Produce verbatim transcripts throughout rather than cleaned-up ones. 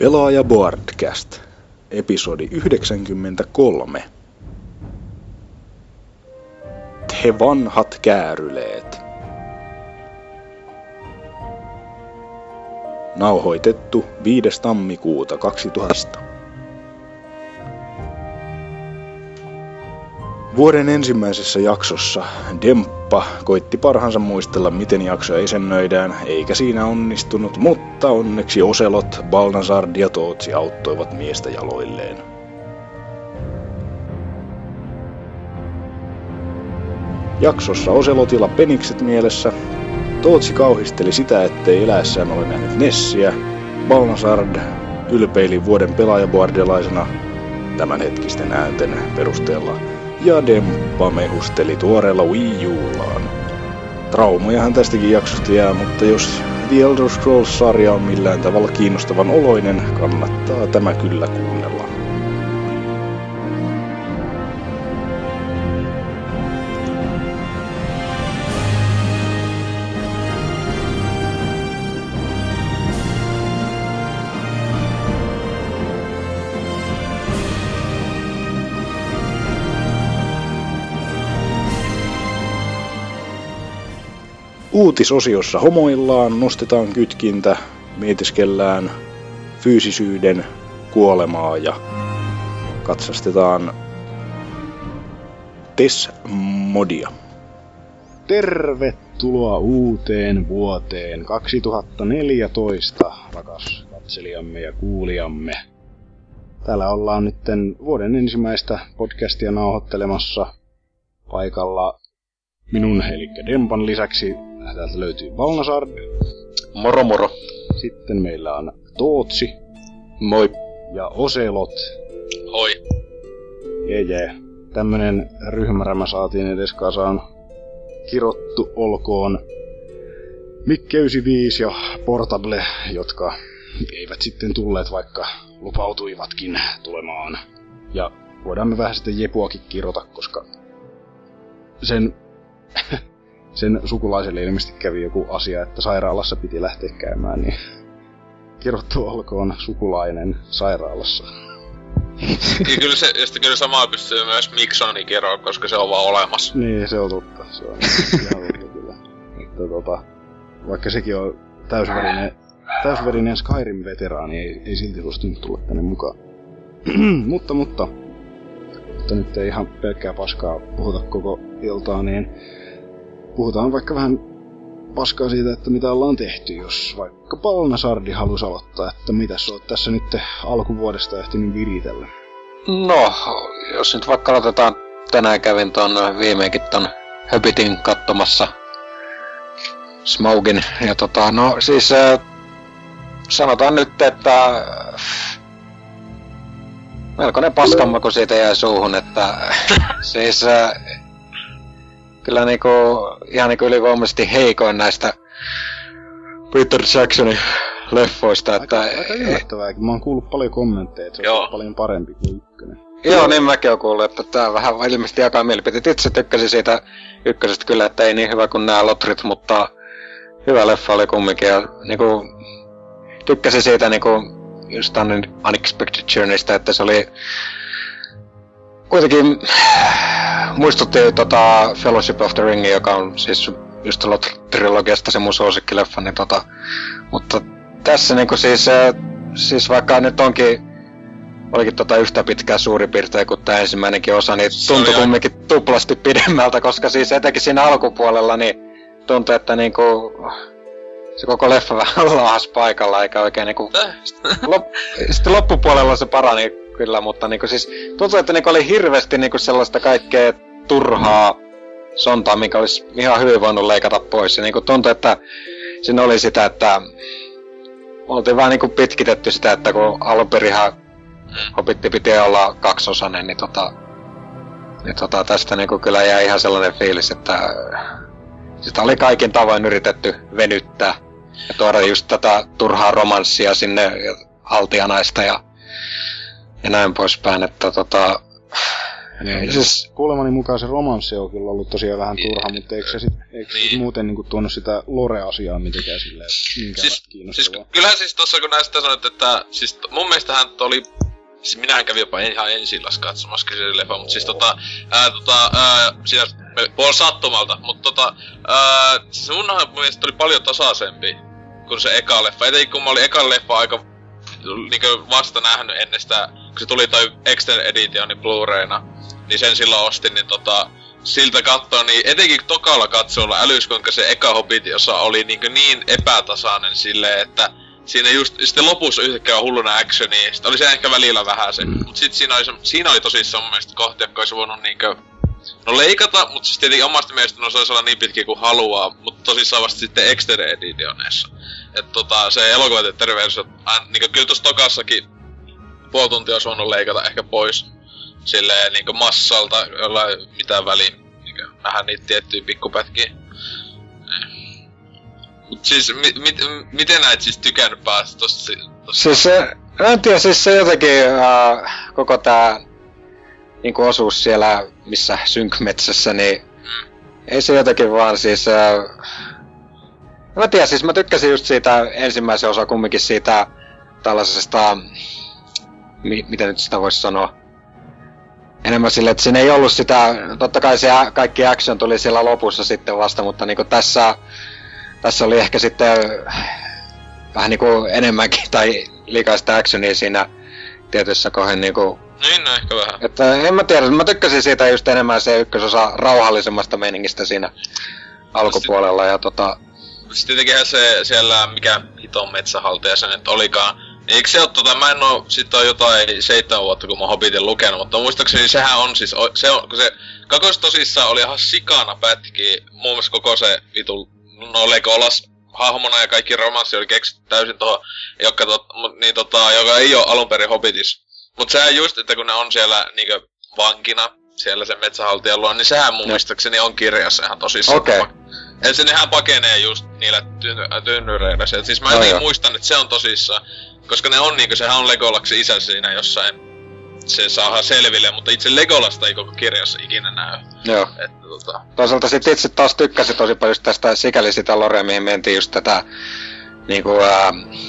Pelaaja Boardcast, episodi yhdeksänkymmentäkolme. Te vanhat kääryleet. Nauhoitettu viides tammikuuta kaksituhatta. Vuoden ensimmäisessä jaksossa Demppa koitti parhaansa muistella, miten jaksoa isännöidään, eikä siinä onnistunut, mutta onneksi Ocelot, Balnazard ja Tootsi auttoivat miestä jaloilleen. Jaksossa Ocelotilla penikset mielessä, Tootsi kauhisteli sitä, ettei eläessään ole nähnyt Nessiä, Balnazard ylpeili vuoden pelaajaboardelaisena tämänhetkisten äänten perusteella, ja Demppa mehusteli tuoreella Wii Ullaan. Traumojahan tästäkin jaksosta jää, mutta jos The Elder Scrolls-sarja on millään tavalla kiinnostavan oloinen, kannattaa tämä kyllä kuunnella. Uutisosiossa homoillaan, nostetaan kytkintä, mietiskellään fyysisyyden kuolemaa ja katsastetaan Tess-modia. Tervetuloa uuteen vuoteen kaksituhattaneljätoista, rakas katselijamme ja kuulijamme. Täällä ollaan nytten vuoden ensimmäistä podcastia nauhoittelemassa paikalla minun eli Dempan lisäksi. Täältä löytyy Balnazard. Moro moro. Sitten meillä on Tootsi. Moi. Ja Ocelot. Hoi. Jee jee. Tämmönen ryhmärämä saatiin edes kasaan kirottu olkoon Mikke yhdeksänkymmentäviisi ja Portable, jotka eivät sitten tulleet, vaikka lupautuivatkin tulemaan. Ja voidaan me vähän sitten Jepuakin kirota, koska sen sen sukulaiselle ilmeisesti kävi joku asia, että sairaalassa piti lähteä käymään, niin kirottu olkoon sukulainen sairaalassa. Ja kyllä se, ja kyllä samaa pystyy myös Miksoni kerroa, koska se on vaan olemassa. Niin, se on totta. Se on ihan totta kyllä. Että tota, vaikka sekin on täysverinen, täysverinen Skyrim-veteraani, ei, ei silti suostunut tulla tänne mukaan. mutta, mutta, mutta nyt ei ihan pelkkää paskaa puhuta koko iltaa, niin puhutaan vaikka vähän paskaa siitä, että mitä ollaan tehty, jos vaikka Balnazardi halusi aloittaa, että mitä sä oot tässä nyt alkuvuodesta ehtinyt viritellä? No, jos nyt vaikka aloitetaan, tänään kävin ton viimeinkin ton Hobbitin katsomassa Smaugin, ja tota, no siis äh, sanotaan nyt, että äh, melkoinen paskanmaku siitä jäi suuhun, että siis äh, kyllä niinku, ihan niinku ylivoimaisesti heikoin näistä Peter Jacksonin leffoista, aika, että... Aika yllättävääkin, mä oon kuullut paljon kommentteja, että se on paljon parempi kuin ykkönen. Joo, niin mäkin oon kuullut, että tää vähän ilmeisesti jakaa mielipiteet. Itse tykkäsin siitä ykkösestä kyllä, että ei niin hyvä kuin nää lotrit, mutta hyvä leffa oli kumminkin, ja niinku... Tykkäsin siitä niinku just Unexpected Journeystä, että se oli... Kuitenkin muistutti tota Fellowship of the Ring, joka on siis just Lot-trilogiasta se mun suosikkileffa, niin tota... Mutta tässä niinku siis, siis vaikka nyt onkin, olikin tota yhtä pitkää suurin piirtein kuin tää ensimmäinenkin osa, niin tuntui kumminkin tuplasti pidemmältä, koska siis etenkin siinä alkupuolella niin tuntui, että niinku... Se koko leffa vähän laahas paikalla, eikä oikein niinku... Lop, sitten loppupuolella se parani kyllä, mutta niinku siis tuntuu, että niinku oli hirveästi niinku sellaista kaikkea turhaa sontaa, minkä olisi ihan hyvin voinut leikata pois. Ja niinku tuntui, että siinä oli sitä, että oltiin vähän niinku pitkitetty sitä, että kun alunperinhan Hobbitti piti olla kaksosainen, niin tota, niin tota tästä niinku kyllä jäi ihan sellainen fiilis, että sitä oli kaikin tavoin yritetty venyttää ja tuoda just tätä turhaa romanssia sinne haltijanaista ja, ja näin poispäin, että tota, Niin, siis kuulemani mukaan se romanssi on kyllä ollut tosiaan vähän turha, mutta eikö se sit, eikö niin. sit muuten niinku tuonut sitä lore-asiaa mitenkään silleen minkäänlaista siis, kiinnostavaa? Siis, kyllähän siis tossa kun näistä sanoit, että siis mun mielestähän oli, siis minähän kävin jopa ihan ensillas katsomassa kyseisen leffa, mutta siis tota, ää, tota, ää, siinä puol sattumalta, mutta tota, ää, siis munhan mun mielestä oli paljon tasaisempi kuin se eka leffa, etenkin kun mä olin ekan leffa aika niinkö vasta nähnyt ennen sitä, kun se tuli toi Extended Editioni Blu-rayna, niin sen silloin ostin, niin tota, siltä kattoo, niin etenkin tokalla katsoilla älys, kuinka se eka Hobbit, jossa oli niinkö niin epätasainen silleen, että siinä just, sitten lopussa yhtäkkiä hulluna actionia, sit oli se ehkä välillä vähän se, mm. mut sit siinä oli, siinä oli tosissaan mun mielestä kohti, joka olisi voinut niinkö, no leikata, mut siis tietenkin omasta mielestä no se olisi olla niin pitkin kuin haluaa, mut tosissaan vasta sitten Extended Editioneissa. Et tota, se elokuvateatteriversio, niinkö kyllä tossa tokassakin puoli tuntia olisi voinut leikata ehkä pois silleen niinkö massalta, jolla ei mitään väliä, niinkö vähän niitä tiettyjä pikkupätkiä. Mut siis, mi, mit, miten näit siis tykännyt päästä tosta? tosta siis se, en tiedä, siis se jotenkin uh, koko tää niinku osuus siellä, missä Synkmetsässä, niin mm. ei se jotenkin vaan siis... Uh, mä tiedän, siis mä tykkäsin just siitä ensimmäisen osa kumminkin siitä tällaisesta... Mi, miten nyt sitä vois sanoa? Enemmän silleen, että siinä ei ollut sitä... Totta kai se kaikki action tuli siellä lopussa sitten vasta, mutta niinku tässä... Tässä oli ehkä sitten vähän niinku enemmänkin tai liikaa sitä actionia siinä tietyissä kohden niinku... Niin, no ehkä vähän. Että en mä tiedä, mä tykkäsin siitä just enemmän se ykkösosa rauhallisemmasta meiningistä siinä alkupuolella ja tota... Sitten tietenkin se siellä, mikä hiton metsähaltija se nyt olikaan, niin eikö se oo tota, mä en oo, sit on jotain seitsemän vuotta kun mä Hobbitin lukenut, mutta muistaakseni sehän on siis, se on, kun se kakos tosissaan oli ihan sikana pätkiä, muun muassa koko se vitu, no Legolas hahmona ja kaikki romanssi oli keksitty täysin tohon, joka, tot, niin, tota, joka ei oo alunperin Hobbitis. Mut sehän just, että kun ne on siellä niinkö vankina, siellä sen metsähaltijan luo, niin sehän mun muistaakseni on kirjassa ihan tosissaan. Okei. Okay. Eli se nehän pakenee just niillä tynnyreillä. Siis mä jotenkin muistan, että se on tosissaan. Koska ne on niinkö, sehän on Legolaksen isä siinä jossain. Se saadaan selville, mutta itse Legolasta ei koko kirjassa ikinä näy. Joo. Että, tota... Toisaalta sit itse taas tykkäsin tosi paljon tästä sikäli sitä lorea, mihin mentiin just tätä niinku ää,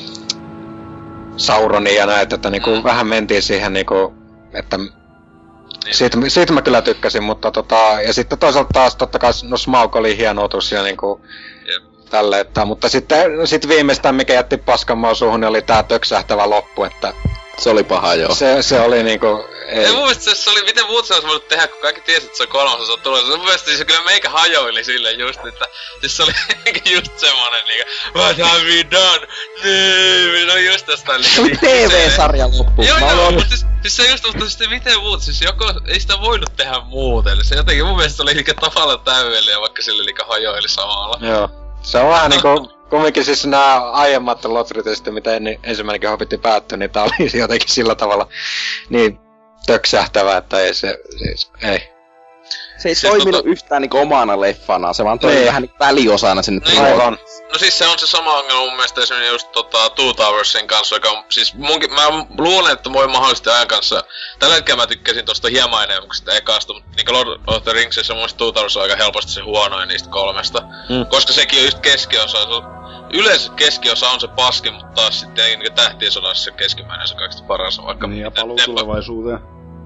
Sauronia ja näitä, että niinku mm. vähän mentiin siihen niinku, että niin. siitä, siitä mä kyllä tykkäsin, mutta tota, ja sitten toisaalta taas totta kai no Smaug oli hieno otus ja niinku yep. tälle, että, mutta sitten sit viimeistään mikä jätti paskanmaan suuhun, niin oli tää töksähtävä loppu, että se oli paha, joo. Se, se oli niinku... Ei, ei mun mielestä se oli, miten muut se olisi voinut tehdä, kun kaikki tiesi, että se on kolmas osa tulossa. Mun mielestä se kyllä meikä hajoili silleen just, että... Siis se oli just semmonen niinku... What have we done? Nee, no just tästä niinku... T V-sarjan loppu. Joo, joo, mutta siis, siis se just, mutta sitten miten muut, siis joko... Ei sitä voinut tehdä muuten. Se jotenkin mun mielestä oli niinku tavallaan täydellinen, vaikka sille niinku hajoili samalla. Joo. Se on vähän niinku... Kumminkin siis nää aiemmat Lothritista, mitä en, ensimmäinenkin Hobbitti päättyi, niin tää oli jotenkin sillä tavalla niin töksähtävä, että ei se, siis, ei. Se ei siis toiminut tota... yhtään niinku omana leffana, se vaan toimi vähän niinku väliosana sinne. Aivan. No siis se on se sama ongelma mun mielestä esimerkiksi just tota Two Towersin kanssa, joka on, siis munkin, mä luulen, että voi mahdollisesti ajan kanssa, tällä hetkellä mä tykkäsin tosta hieman enemmän kuin sitä ekasta, mutta niinku Lord of the Ringsissa mun mielestä Two Towers on aika helposti se huonoin niistä kolmesta, mm. koska sekin on just keskiosa, se on, yleensä keskiosa on se paskin, mutta taas sitten niinku Tähtien sodassa se keskimmäinen se kaikista paras, vaikka... Niin ja paluu tulevaisuuteen.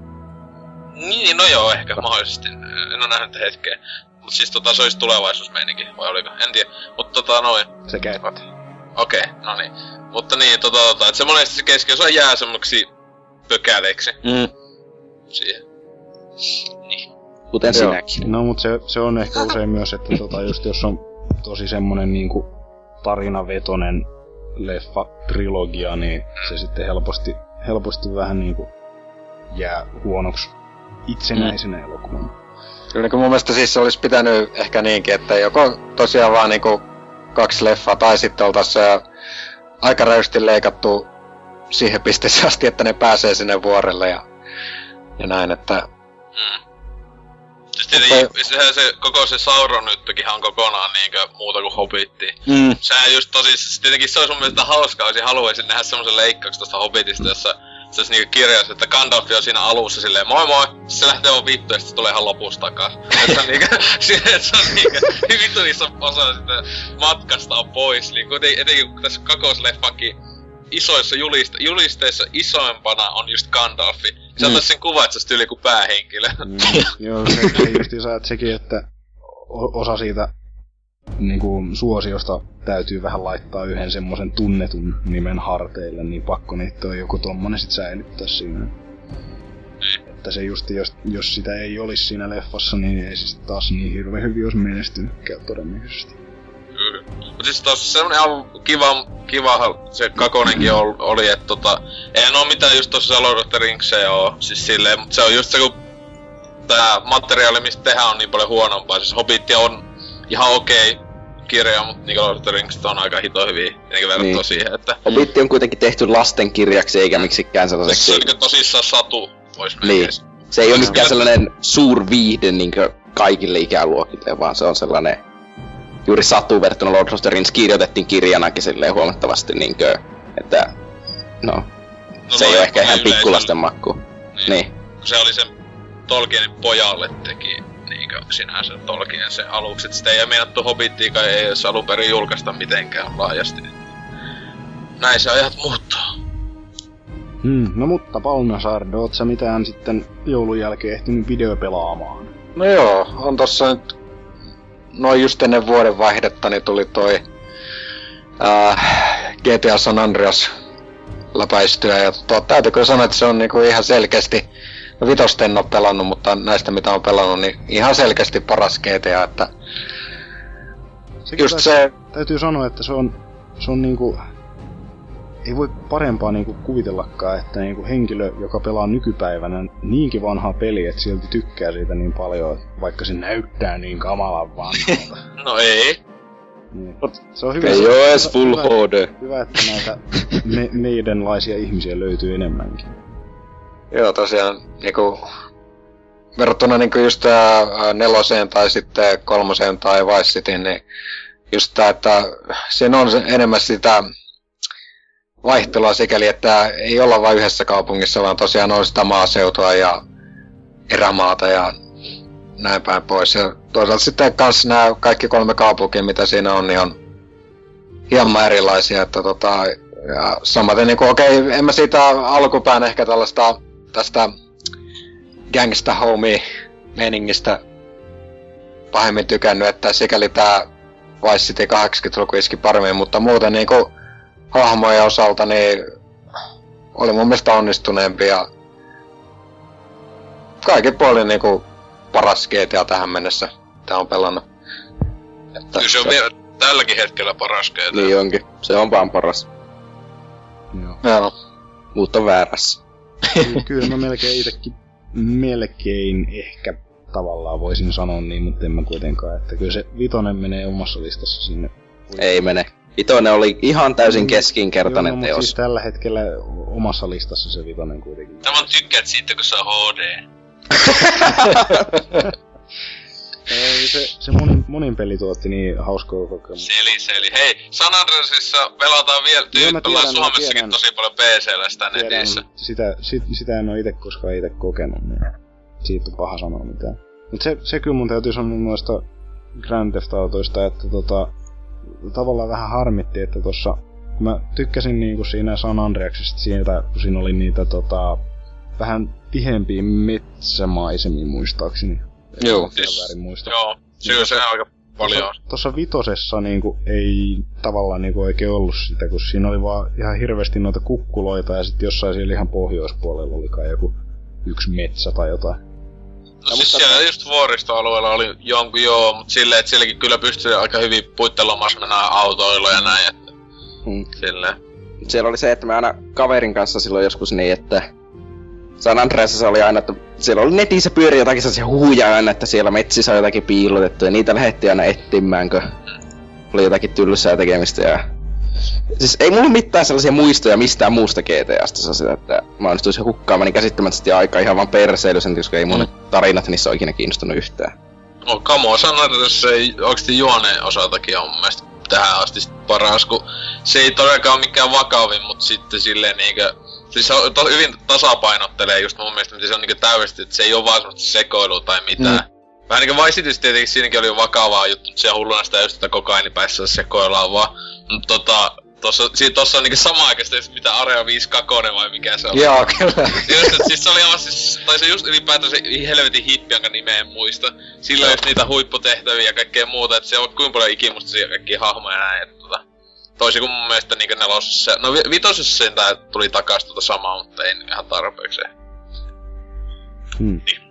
Niin, no joo, ehkä mahdollisesti, en oo nähnyt hetkeä. Mut siis tota, se ois tulevaisuusmeininki, vai oliko? En tiedä. Mut tota noin. Sekä eivät. Okei, okay, no niin. Mutta niin, tota tota, et se monesti se keskiosa jää semmoksi pökäleiksi. Mm. Siihen. Niin. Kuten joo. Sinäkin. No mut se, se on ehkä usein myös, että tota, just jos on tosi semmonen niinku tarinavetonen leffa, trilogia, niin se sitten helposti, helposti vähän niinku jää huonoksi itsenäisenä mm. elokuvana. Kyllä niin mun mielestä siis se olisi pitänyt ehkä niinkin, että joko tosiaan vaan niinku kaksi leffaa tai sitten oltais aika rajusti leikattu siihen pisteeseen asti, että ne pääsee sinne vuorelle ja, ja näin, että... Mm. Siis tietenkin sehän se koko se Sauron-nyttökinhän on kokonaan niinkö muuta kuin Hobbitti. Mm. Sehän just tosi, siis tietenkin se olisi mun mielestä hauskaa, jos haluaisin nähdä semmosen leikkauksen tosta Hobbitista, jossa se olisi niinku kirjaus, että Gandalf on siinä alussa silleen moi moi, se lähtee vaan vittu ja sit se tulee ihan lopussa takas. Että niinku, et se on niinku vittu iso osa sitä matkasta on pois. Niinku etenkin kun tässä kakosleffankin isoissa juliste- julisteissa isoimpana on just Gandalfi. Se on mm. sen kuva, että se on tyyli kuin päähenkilö. Mm, joo, se, se justi saat sekin, että osa siitä niinku suosiosta täytyy vähän laittaa yhden semmosen tunnetun nimen harteille, niin pakko niitä on joku tommonen sit säilyttää siinä. Mm. Että se justi, jos, jos sitä ei olisi siinä leffassa, niin ei siis taas niin hirveän hyvin olisi menestynytkään todennäköisesti. Kyllä. Mut siis tossa semmonen ihan kiva, kiva se kakonenkin oli, että tota... Eihän oo mitään just tossa Lord of the Ringseen oo, siis silleen, mut se on just se kun... Tää materiaali, mistä tehdään on niin paljon huonompaa, siis Hobbit on ihan okei okay kirja, mut niinku Lord of the Rings on aika hito hyviä, niinku verrattuna niin. siihen, että... Hobbit on kuitenkin tehty lastenkirjaksi, eikä miksikään sellaiseksi... Se on niinku tosissaan satu, vois niin. Se ei oo mikään sellainen suurviihde niinku kaikille ikäluokille, vaan se on sellainen... Juuri satu verrattuna Lord of the Rings kirjoitettiin kirjanakin silleen huomattavasti niinkö... Että... No... no se ei oo ehkä ihan pikkulasten makku. Niin. niin. Se oli sen Tolkienin pojalle teki... Niinkö sinänsä Tolkien se aluksi, et sitä ei meinattu Hobbittiikaan, ei edes alun perin julkaista mitenkään laajasti. Näin se ajat muuttuu. Hmm, no mutta Balnasard, oot sä mitään sitten joulun jälkeen ehtinyt videopelaamaan? No joo, on tossa nyt... Noin just ennen vuoden vaihdetta niin tuli toi... Äh, G T A San Andreas läpäistyä ja tota, täytyykö sanoa, että se on niinku ihan selkeästi... No vitosta en oo pelannut, mutta näistä mitä on pelannut, niin ihan selkeästi paras G T A, että... Sekin just täytyy, se... Täytyy sanoa, että se on... Se on niinku... Ei voi parempaa niinku kuvitellakaan, että niinku henkilö, joka pelaa nykypäivänä niinkin vanhaa peliä, että silti tykkää siitä niin paljon, vaikka se näyttää niin kamalan vanhalta. No ei. Niin. Se on hyvä, ei oo edes Full hyvä, H D. Hyvä, että näitä me, meidenlaisia ihmisiä löytyy enemmänkin. Joo, tosiaan niinku... Verrattuna niinku just tää neloseen tai sitten kolmoseen tai Vice Cityin, niin just tää, että siinä on enemmän sitä vaihtelua sikäli, että ei olla vain yhdessä kaupungissa, vaan tosiaan on sitä maaseutua ja erämaata ja näin päin pois. Ja toisaalta sitten kans nämä kaikki kolme kaupunkia, mitä siinä on, niin on hieman erilaisia, että tota... Ja samaten niinku, okei, okay, en mä siitä alkupään ehkä tällaista tästä gangsta homie meningistä pahemmin tykännyt, että sikäli tää Vice City kahdeksankymmentäluku iski paremmin, mutta muuten niinku hahmojen osalta niin oli mun mielestä onnistuneempi ja kaikin puolin niinku paras G T A tähän mennessä, tää on pelannut. Että kyllä se on vielä tälläkin hetkellä paras G T A. Niin onkin, se on vaan paras. Joo. Joo. Muut on väärässä. Kyllä mä melkein itekin, melkein ehkä tavallaan voisin sanoa niin, mutta en mä kuitenkaan, että kyllä se vitonen menee omassa listassa sinne. Ei mene. Vitonen oli ihan täysin keskinkertainen joo, no, teos. Siis tällä hetkellä omassa listassa se vitonen kuitenkin. Tämän tykkäät siitä, kun se on H D. Ei, se, se monin, monin peli tuotti niin hauskaa kokemusta. Seli, seli. Hei, San Andreasissa pelataan vielä, tyylit ollaan Suomessakin tosi paljon P C-llä sitä netissä. Sitä, sit, sitä en oo ite koskaan ite kokenut, niin siitä on paha sanoa mitään. Mut se, se kyllä mun täytyy sanoa noista Grand Theft Autoista, että tota, tavallaan vähän harmitti, että tossa, kun mä tykkäsin niinku siinä San Andreasista siitä, kun siinä oli niitä tota, vähän tihempiä metsämaisemia muistaakseni. Joo, siis, joo, se on se aika paljon. Tossa, tossa vitosessa niinku ei tavallaan niinku oikein ollut sitä, kun siinä oli vaan ihan hirveästi noita kukkuloita ja sitten jossain siellä ihan pohjoispuolella olikaan joku yksi metsä tai jotain. No siis siellä just vuoristoalueella oli jonkun joo, mut silleen, että sielläkin kyllä pystyy aika hyvin puittelomassa mennä autoilla ja näin, että hmm. silleen. Siellä oli se, että mä aina kaverin kanssa silloin joskus niin, että San Andreasissa oli aina, että siellä oli netissä pyöri jotakin sellaisia huhuja aina, että siellä metsissä on jotakin piilotettu ja niitä lähdettiin aina etsimään, kun oli jotakin tyllysää tekemistä ja... Siis ei mulla mitään sellaisia muistoja mistään muusta G T A:sta sitä, että mä onnistuisin hukkaamaan käsittämättömästi aikaa ihan vaan perseilysen, koska ei mun mm. tarinat niissä ole ikinä kiinnostunut yhtään. No kamo, San Andreasissa ei oikeesti juoneen osaltakin on mun mielestä tähän asti paras, kun se ei todellakaan ole mikään vakavin, mut sitten silleen niinkö... Siis se on to, hyvin tasapainottelee just mun mielestä, miten se on niinkö täydellisesti, että se ei oo vaan semmoista sekoilua tai mitään. Mm. Vähän niinkö Vice Cityssä tietenkin siinäkin oli vakavaa juttu, mutta siellä hulluna sitä just sitä kokainipäissä sekoillaan vaan. Mut tota... Tossa, si, tossa on niinku sama-aikaisesti mitä Area viisi kakonen vai mikä se on. Joo, kyllä. Just, et siis se oli aivan siis, tai se just ylipäätään se helvetin hippi, jonka nimeä en muista. Sillä on just niitä huipputehtäviä ja kaikkea muuta, et se on kuinka paljon ikimustaisia kaikkia hahmoja näin, et tota... Toisin kuin mun mielestä niinku nelosessa, no vi, vitosessa sentään tuli takas tota samaa, mutta ei ihan tarpeeksi. Hmm. Niin.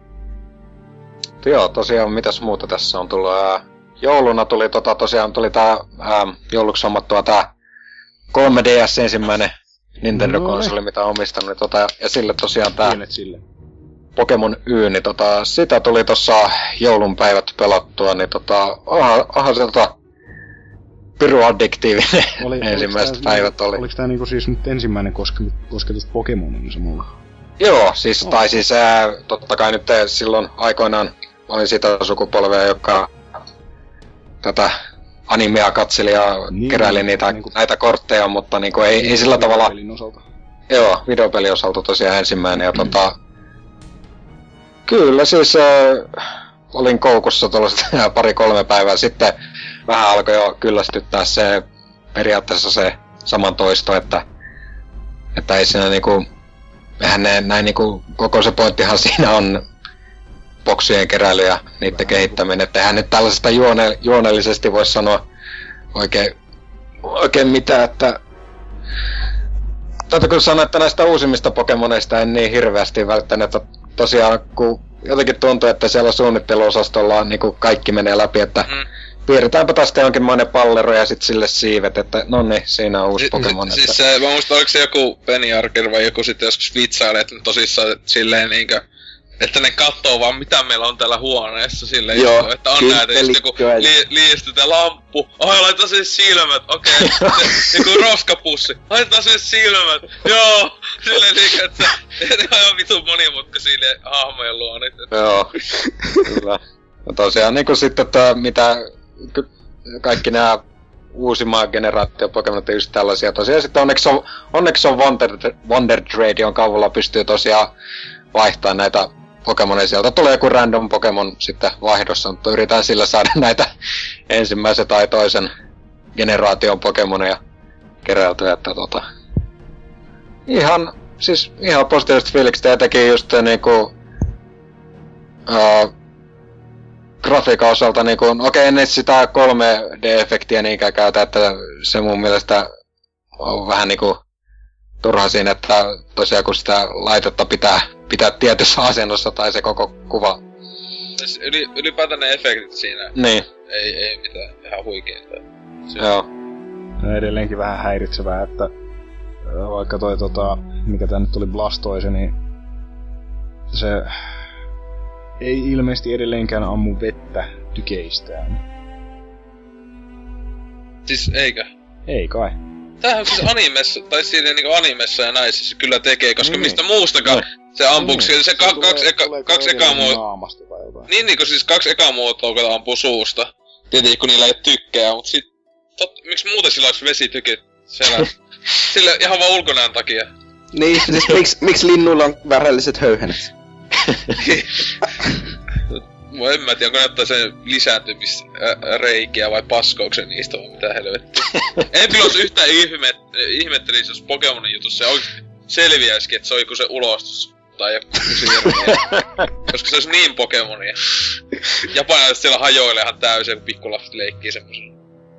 Joo, tosiaan mitäs muuta tässä on tullut, ää, jouluna tuli tota tosiaan tuli tää ää, jouluksi hommattua tää kolme D S ensimmäinen Nintendo-konsoli, mitä on omistanut, niin tota, ja sille tosiaan tää sille. Pokemon Y, niin tota, sitä tuli tossa joulunpäivät pelattua, niin tota, aha, aha se tota, piru addiktiivinen oli, ensimmäiset tää, päivät oli. Oliks tää niinku siis nyt ensimmäinen koske- kosketus Pokemoniin samalla? Joo, siis, oh. tai siis ää, totta kai nyt silloin aikoinaan olin sitä sukupolvea, joka tätä animea katseli ja niin, keräili niitä, niin kuin, näitä kortteja, mutta niinku ei, ei sillä tavalla... Osalta. Joo, videopelin osalta tosiaan ensimmäinen ja tota... Kyllä siis äh, olin koukussa tuollaiset pari-kolme päivää sitten vähän alkoi jo kyllästyttää se periaatteessa se saman toisto, että että ei siinä niinku... Eihän ne näin niinku koko se pointtihan siinä on boksien keräily ja niiden kehittäminen, että eihän nyt tällaisesta juone, juonellisesti voi sanoa oikein, oikein mitään, että... Täytyy kyllä sanoa, että näistä uusimmista Pokemoneista en niin hirveästi välttämättä tosiaan, kun jotenkin tuntuu, että siellä suunnitteluosastolla niin kuin kaikki menee läpi, että mm. piirretäänpä tästä jonkinlainen pallero ja sit sille siivet, että no niin, siinä on uusi si- Pokemon. Si- siis se, mä muistan, oliko se joku Penny Arcade vai joku sitten joskus vitsailee, että tosissaan silleen niinkö... Että ne kattoo vaan mitä meillä on täällä huoneessa silleen, joo, just, että on näitä just joku li- liistet ja lamppu. Ai laita siihen silmät, okei. Okay. Joku roskapussi. Laita siihen silmät. Joo. Silleen niinkö, että se on ihan vitun monimutkaisia hahmojen luonit. Joo. Kyllä. Ja tosiaan niinku sitten, että mitä kaikki nää uusimman generaation Pokemonit just tällaisia. Tosiaan sitten onneksi on, onneksi on Wonder, Wonder Trade, jonka avulla pystyy tosiaan vaihtaa näitä Pokemoneja. Sieltä tulee joku random Pokemon sitten vaihdossa, mutta yritän sillä saada näitä ensimmäisen tai toisen generaation Pokemoneja keräiltyä, että tota... Ihan, siis ihan positiiviset fiilikset, ja etenkin just niinku... Uh, grafiikan osalta niinku, okei okay, en nyt sitä kolme D-efektiä niinkään käytä, että se mun mielestä on vähän niinku turha siinä, että tosiaan kun sitä laitetta pitää, pitää tietyssä asennossa tai se koko kuva. Siis yli, ylipäätään ne efektit siinä. Niin. Ei, ei mitään ihan huikeinta. Se... Joo. No edelleenkin vähän häiritsevää, että vaikka toi tota, mikä tää nyt oli Blastoise, niin se ei ilmeisesti edelleenkään ammu vettä tykeistään. Siis eikö? Ei kai. Tämähän siis animessa, tai siinä niinku animessa ja näissä se kyllä tekee, koska niin, mistä muustakaan no. se ampuksi, niin. se ka- tulee, kaksi eka, kaksi ekaa muotoa... Niin niinku siis kaksi ekaa muotoa, kun ampuu suusta. Tietenkin kun niillä ei tykkää, mut sit... Tot, miksi muuten sillä olisi vesitykit siellä? Sillä ihan vaan ulkonäön takia. Niin, siis miksi miks linnuilla on värelliset höyhenet? Mä en mä tiedä, onko näyttää sen lisääntymisreikiä vai paskouksen niistä vai mitä helvettiä. En kyllä olisi yhtään ihme, ihmettelisi, jos Pokemonin jutussa se oikeesti selviäisikin, että se on joku se ulostus. Tai joku sirmiä. Koska se olisi niin Pokemonia. Japanilaiset siellä hajoilee ihan täysin, kun pikkulapset leikkii semmosen.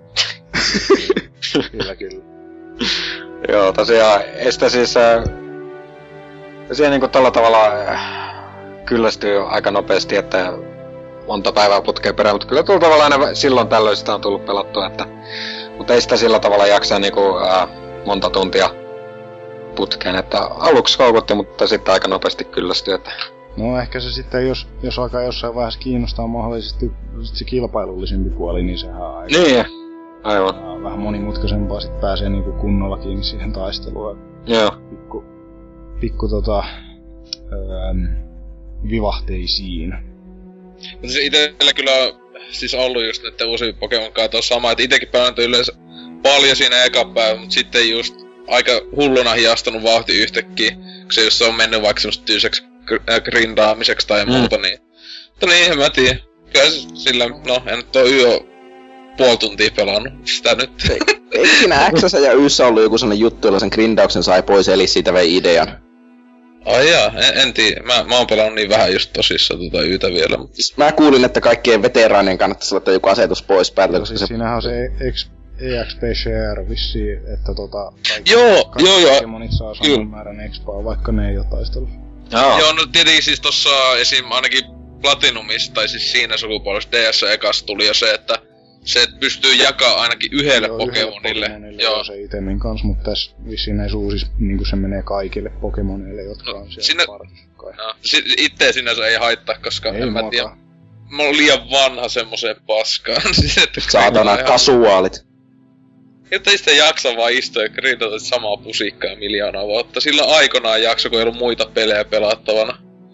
Kyllä, kyllä. Joo, tosiaan, ei sitä siis... Äh, tosiaan niinku tällä tavalla äh, kyllästyy aika nopeasti, että monta päivää putkeen perään, mutta kyllä tuolla tavalla aina silloin tällöin sitä on tullut pelattua, että... Mutta ei sitä sillä tavalla jaksaa niinku äh, monta tuntia putkeen, että aluksi koukutti, mutta sitten aika nopeasti kyllästyy, että... No ehkä se sitten, jos, jos alkaa jossain vaiheessa kiinnostaa mahdollisesti se kilpailullisempi puoli, niin sehän on aika... Niin, aivan. Vähän monimutkaisempaa, sit pääsee niinku kunnolla kiinni siihen taisteluun. Joo. Pikku, pikku tota... Öö, vivahteisiin. Mutta siis itellä kyllä on siis ollut just näitten uusia Pokemon kanssa sama, että itekin pelannut yleensä paljon siinä eka päivä, mut sitten just aika hulluna hiastunut vauhti yhtäkkiä, kun se just on mennyt vaikka semmoista tyyseksi grindaamiseksi tai mm. muuta, niin... Mutta niin, en mä tiedä. Kyllä sillä, no, en nyt oo yö puoli tuntia pelannut sitä nyt. Eikö siinä X:ssä ja Yssä ollut joku sellainen juttu, jolla sen grindauksen sai pois, eli siitä vei idean? Ai jaa, en, en tiedä. Mä, mä oon pelannut niin vähän just tosissaan tuota Ytä vielä. Mutta... Mä kuulin, että kaikkien veteraanien kannattaisi laittaa joku asetus pois päältä, koska siis se... Siinähän on se E X P share vissiin, että tota... Kaikki, joo, kaikki joo, joo. Pokemonit saa saman määrän expaa, vaikka ne ei oo taistellut. Joo. Joo, no tietenkin siis tossa esim. Ainakin Platinumissa, tai siis siinä sukupolvessa D S ekassa tuli jo se, että se pystyy jakaa ainakin yhdelle joo, Pokemonille. Pokemonille joo. Se itemin kans, mutta tässä vissiin näissä uusissa niinku se menee kaikille Pokemonille, jotka no, on siellä sinä... parhaat. No, si- itse sinänsä ei haittaa, koska ei en mä tiedä. Mä oon liian vanha semmoseen paskaan. Saatana kasuaalit. Jotta ei sitä jaksa vaan istua ja grindata samaa pusikkaa miljoonaa vuotta. Silloin aikanaan jakso, kun ei ollut muita pelejä pelattavana.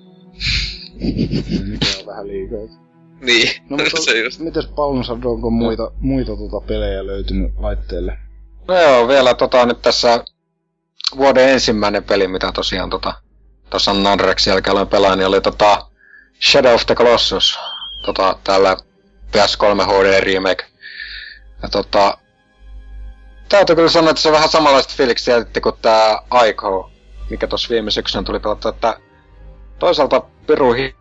Mikä on vähän liikaa. Niin, no, mutta se just. Mites Balnasard, onko muita, muita tota pelejä löytynyt laitteelle? No joo, vielä tota nyt tässä vuoden ensimmäinen peli, mitä tosiaan tota tossa Nanrexin jälkeen aloin pelaa, niin oli tota Shadow of the Colossus. Tota täällä P S kolme H D remake. Ja tota... Täytyy kyllä sanoa, että se on vähän samanlaista fiiliksi jätitti kuin tää Ico, mikä tossa viime syksynä tuli pelattua, että toisaalta piru hi...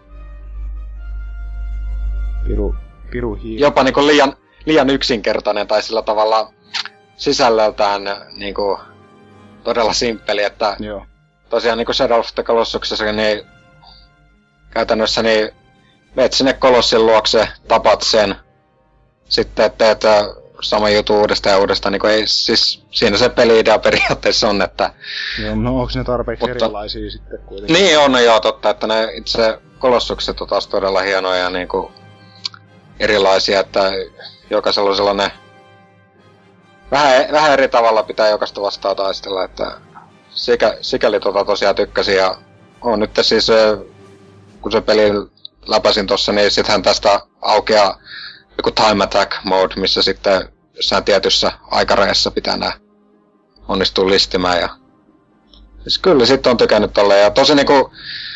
Piru... Piru hi... Jopa niinku liian, liian yksinkertainen tai sillä tavalla sisällöltään niinku todella simppeli, että joo. Tosiaan niinku Shadow of the Colossuksessa niin käytännössä niin meet sinne kolossin luokse, tapat sen, sitten teet sama juttu uudestaan ja uudestaan, niinku ei, siis siinä se peli-idea periaatteessa on, että... Joo, no onks ne tarpeeksi mutta, erilaisia sitten kuitenkin? Niin on, joo, totta, että ne itse kolossukset on taas todella hienoja ja niinku erilaisia, että jokaisella on sellainen... Vähän, vähän eri tavalla pitää jokaista vastaan taistella, että sikä, sikäli tota tosiaan tykkäsin ja on nyt siis, kun se peli läpäsin tossa, niin sittenhän tästä aukeaa joku time attack mode, missä sitten jossain tietyssä aikarajassa pitää nää onnistua listimään ja... Siis kyllä sit on tykännyt tolleen ja tosi niinku...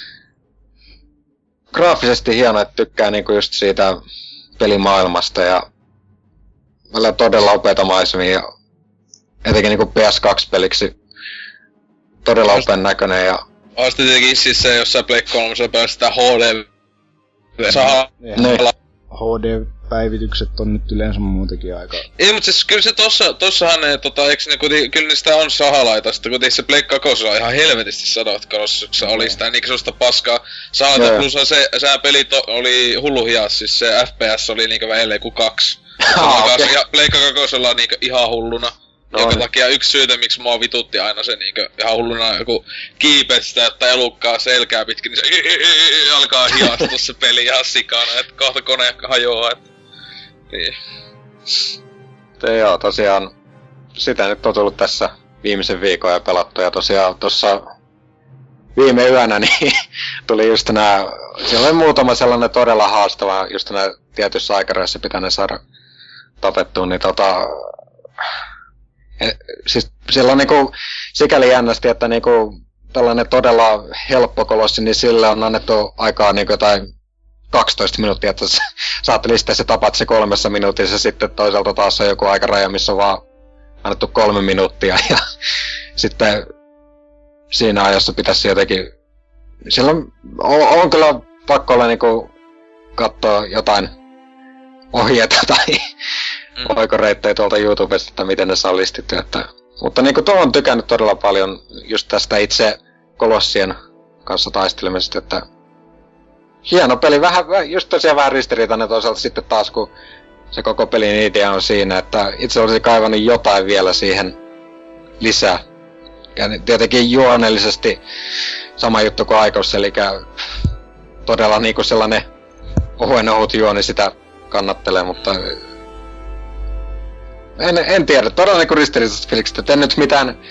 Graafisesti hieno, että tykkää niinku just siitä pelimaailmasta ja... Välillä todella upeita maisemia ja... Etenkin niinku P S kaksi peliksi todella upean näköinen ja... On sitten tietenkin siis se jossain Play kolmosella pelaa sitä H D... Saa... H D-päivitykset on nyt yleensä muutenkin aika... Ei, mut siis kyllä se tossa, tossahan ne, tota, eiks ne kuitenkin, kyllä niistä on sahalaita, sitten kuitenkin se Play kakosella ihan helvetisti sadot Colossuksessa oli no. Sitä niinkö sellaista paskaa sahalaita, plus se, se peli to, oli hullu hias, siis se F P S oli niinkö vähelle joku kaksi. Ah, okay. Ja Play kakosella niinkö ihan hulluna. No, jonka niin. Takia yksi syytä, miksi mua vitutti aina se niinkö ihan hulluna joku kiipeet sitä, että elukkaa selkää pitkin, niin se alkaa hiastua se peli ihan sikana, että kohta kone hajoaa, että... Niin. Te joo, tosiaan sitä nyt on tullut tässä viimeisen viikon ja pelattu ja tosiaan tossa viime yönä niin tuli just nää, siellä oli muutama sellainen todella haastava, just nää tietyssä aikarajassa pitää ne saada tapettua, niin tota... E, siis siellä on niinku sikäli jännästi, että niinku tällainen todella helppo kolossi, niin sille on annettu aikaa niinku jotain kaksitoista minuuttia, että saat listaa se tapat se kolmessa minuutissa, sitten toisaalta taas on joku aikaraja, missä on vaan annettu kolme minuuttia ja sitten siinä ajassa pitäisi jotenkin, siellä on, on, on kyllä pakko olla niinku katsoa jotain ohjeita tai mm. oikoreittejä tuolta YouTubesta, että miten ne saa listitty, että, mutta niinku tuo on tykännyt todella paljon just tästä itse kolossien kanssa taistelemisesta, että hieno peli, vähän, just tosiaan vähän ristiriitainen toisaalta sitten taas, kun se koko pelin idea on siinä, että itse olisi kaivannut jotain vielä siihen lisää. Ja tietenkin juonellisesti sama juttu kuin Aikossa, eli todella niinku sellainen ohuen ohut juoni sitä kannattelee, mutta en, en tiedä, todella niinku ristiriitaiset fiilikset, että en nyt mitään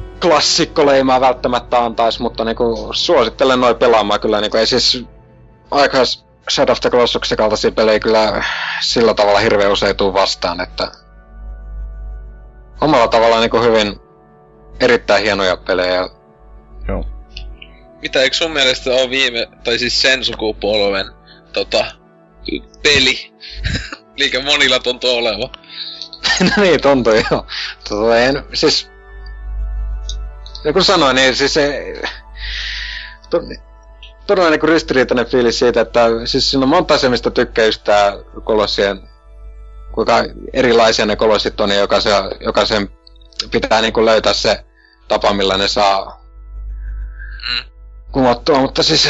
klassikkoleimaa välttämättä antais, mutta niinku suosittelen noin pelaamaan kyllä, niinku ei siis aikais Shadow of the Colossusin kaltaisia pelejä kyllä sillä tavalla hirveän usein tuu vastaan, että omalla tavallaan niinku hyvin erittäin hienoja pelejä. Joo. Mitä, eikö sun mielestä oo viime, tai siis sen sukupolven, tota, peli? Liikä monilla tuntuu oleva. No niin, tuntuu joo. Tota, en, siis... Ja kun sanoin, niin siis se... To, todella niinku ristiriitainen fiilis siitä, että siis siinä on monta asia, mistä tykkää just tää Kolossien... Kuinka erilaisia ne kolossit on, ja jokaisen, jokaisen pitää niinku löytää se tapa, millä ne saa mm. kumottua, mutta siis...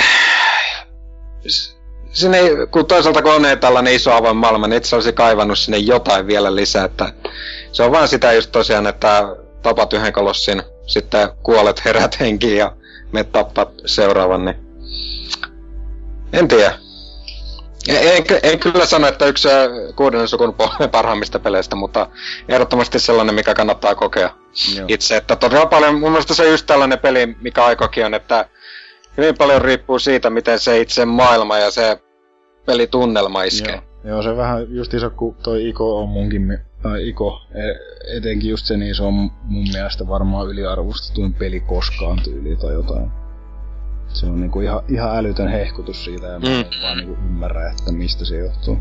Sinne ei, kun toisaalta kun on tällainen iso avoin maailma, niin itse olisi kaivannut sinne jotain vielä lisää, että se on vaan sitä just tosiaan, että tapat yhden kolossin, sitten kuolet, herät henkiin ja me tappat seuraavan, niin en tiedä. En, en, en kyllä sano, että yksi kuudennen sukupolven parhaimmista peleistä, mutta ehdottomasti sellainen, mikä kannattaa kokea Joo. itse. Että todella paljon, mun mielestä se on just tällainen peli, mikä aikokin on, että hyvin paljon riippuu siitä, miten se itse maailma ja se pelitunnelma iskee. Joo, Joo se vähän just iso, kun toi Iko on munkin, tai Iko etenkin just se, niin se on mun mielestä varmaan yliarvostetuin peli koskaan tyyli tai jotain. Se on niinku ihan, ihan älytön hehkutus siitä ja mä en mm. vaan niinku ymmärrä, että mistä se johtuu.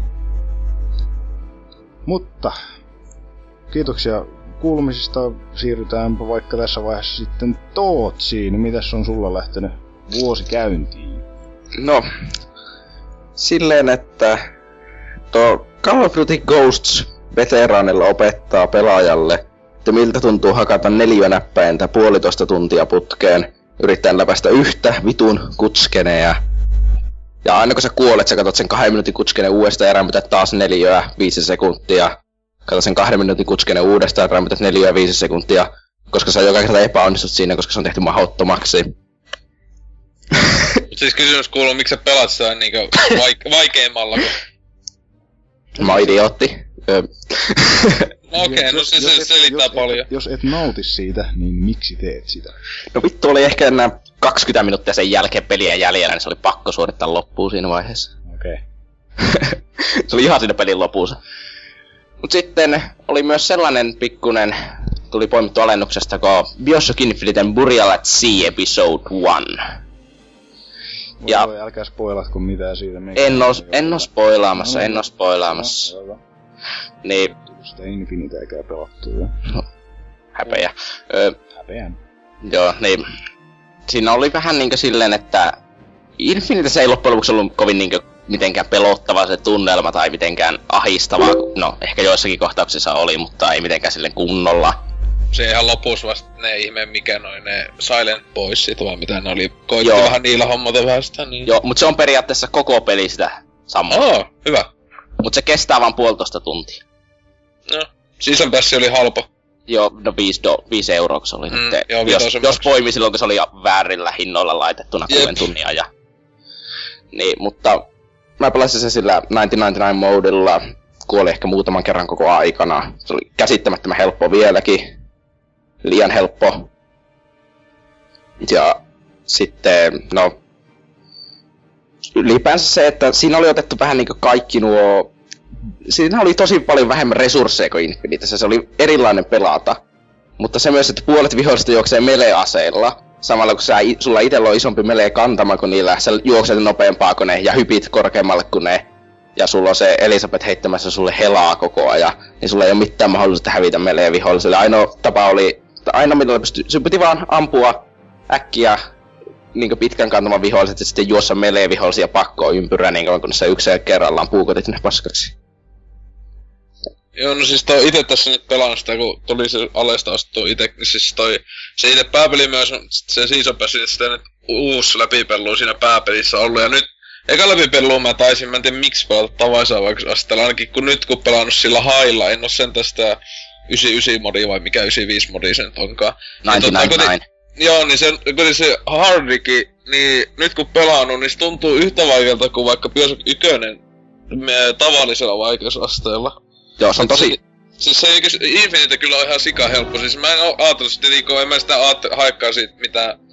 Mutta kiitoksia kuulumisista. Siirrytäänpä vaikka tässä vaiheessa sitten Tootsiin. Mitäs on sulla lähtenyt vuosi käyntiin? No, silleen, että tuo Call of Duty Ghosts veteraanilla opettaa pelaajalle, että miltä tuntuu hakata neliönäppäintä puolitoista tuntia putkeen, yrittäen läpäistä yhtä vitun kutskeneja. Ja aina kun sä kuolet, sä katot sen kahden minuutin kutskeneen uudestaan ja rämpytät taas neliöä viisi sekuntia. Katot sen kahden minuutin kutskeneen uudestaan ja rämpytät neliöä viisi sekuntia. Koska sä joka kerta epäonnistut siinä, koska se on tehty mahdottomaksi. Siis kysymys kuuluu, miksi sä pelat sitä niinku vaike- vaikeimmalla? Kun... Mä oon idiootti. No okei, okay, no se, se selittää jos paljon. Et, jos et nauti siitä, niin miksi teet sitä? No vittu, oli ehkä enää kaksikymmentä minuuttia sen jälkeen peliä jäljellä, niin se oli pakko suorittaa loppuun siinä vaiheessa. Okei. Okay. Se oli ihan siinä pelin lopussa. Mut sitten oli myös sellainen pikkunen, tuli poimittu alennuksesta, kuin Bioshock Infiniten Burial at Sea Episode one. Ja voi, älkää spoilatko mitään siitä. En oo, en oo spoilaamassa, no, en oo spoilaamassa. No, niin. Sitä Infinite eikä pelattu jo. No, häpeä. Öö, Häpeän. Joo, niin. Siinä oli vähän niinkö silleen, että Infinite se ei loppujen lopuksi ollut kovin niinkö mitenkään pelottava se tunnelma tai mitenkään ahistava. No, ehkä joissakin kohtauksissa oli, mutta ei mitenkään silleen kunnolla. Se ihan lopussa vasta ne ihme mikä noin ne Silent Boysit, vaan mitä ne oli. Koitti Joo. vähän niillä hommata vähän sitä, niin... Joo, mut se on periaatteessa koko peli sitä samaa. Oo, hyvä. Mut se kestää vaan puolitoista tuntia. No, Season Pass oli halpa. Joo, no viisi, do, viisi euroa se oli mm, nyt. Joo, jos, jos poimi silloin, kun se oli väärillä hinnoilla laitettuna kuuden tunnin ajan. Niin, mutta mä pelasin se sillä yhdeksänsataayhdeksänkymmentäyhdeksän modilla. Kuoli ehkä muutaman kerran koko aikana. Se oli käsittämättömän helppo vieläkin. Liian helppo. Ja sitten, no... Ylipäänsä se, että siinä oli otettu vähän niinku kaikki nuo... Siinä oli tosi paljon vähemmän resursseja kuin Infinitessä, se oli erilainen pelata. Mutta se myös, että puolet vihollisista juoksee melee-aseilla. Samalla kun sä, sulla itellä on isompi melee-kantama kuin niillä, sä juokset nopeampaa kuin ne ja hypit korkeammalle kuin ne. Ja sulla on se Elisabeth heittämässä sulle helaa koko ajan, niin sulla ei ole mitään mahdollisuutta hävitä melee-viholliselle. Ainoa tapa oli, aina millä pystyi, sun piti vaan ampua äkkiä niin pitkän kantaman viholliset ja sitten juossa melee-vihollisia pakkoon ympyrää niin kauan kun sä yksin kerrallaan puukotit ne paskaksi. Joo, no siis toi ite tässä nyt pelannut sitä, kun tuli se alesta astuu ite, siis toi, se ite pääpeli myös, se Season Pass, sitten nyt uusi läpipelu siinä pääpelissä ollut, ja nyt, eka läpipelu mä taisin, mä en tiedä miksi pelata tavaisaa vaikka astella, ainakin kun nyt kun pelannut sillä hailla, en oo sen tästä yhdeksänkymmentäyhdeksän modia vai mikä yhdeksänkymmentäviisi modia sen onkaan. yhdeksänsataayhdeksänkymmentäyhdeksän. Joo, niin se, kun se hardikin, niin nyt kun pelannut, niin se tuntuu yhtä vaikealta kuin vaikka Bioshock yksi tavallisella vaikeusasteella. Joo, se on tosi... Siis se Infinite kyllä on ihan sika helppo, siis mä en oo aatellut sitä, niin en mä sitä aatte, haikkaa siitä mitään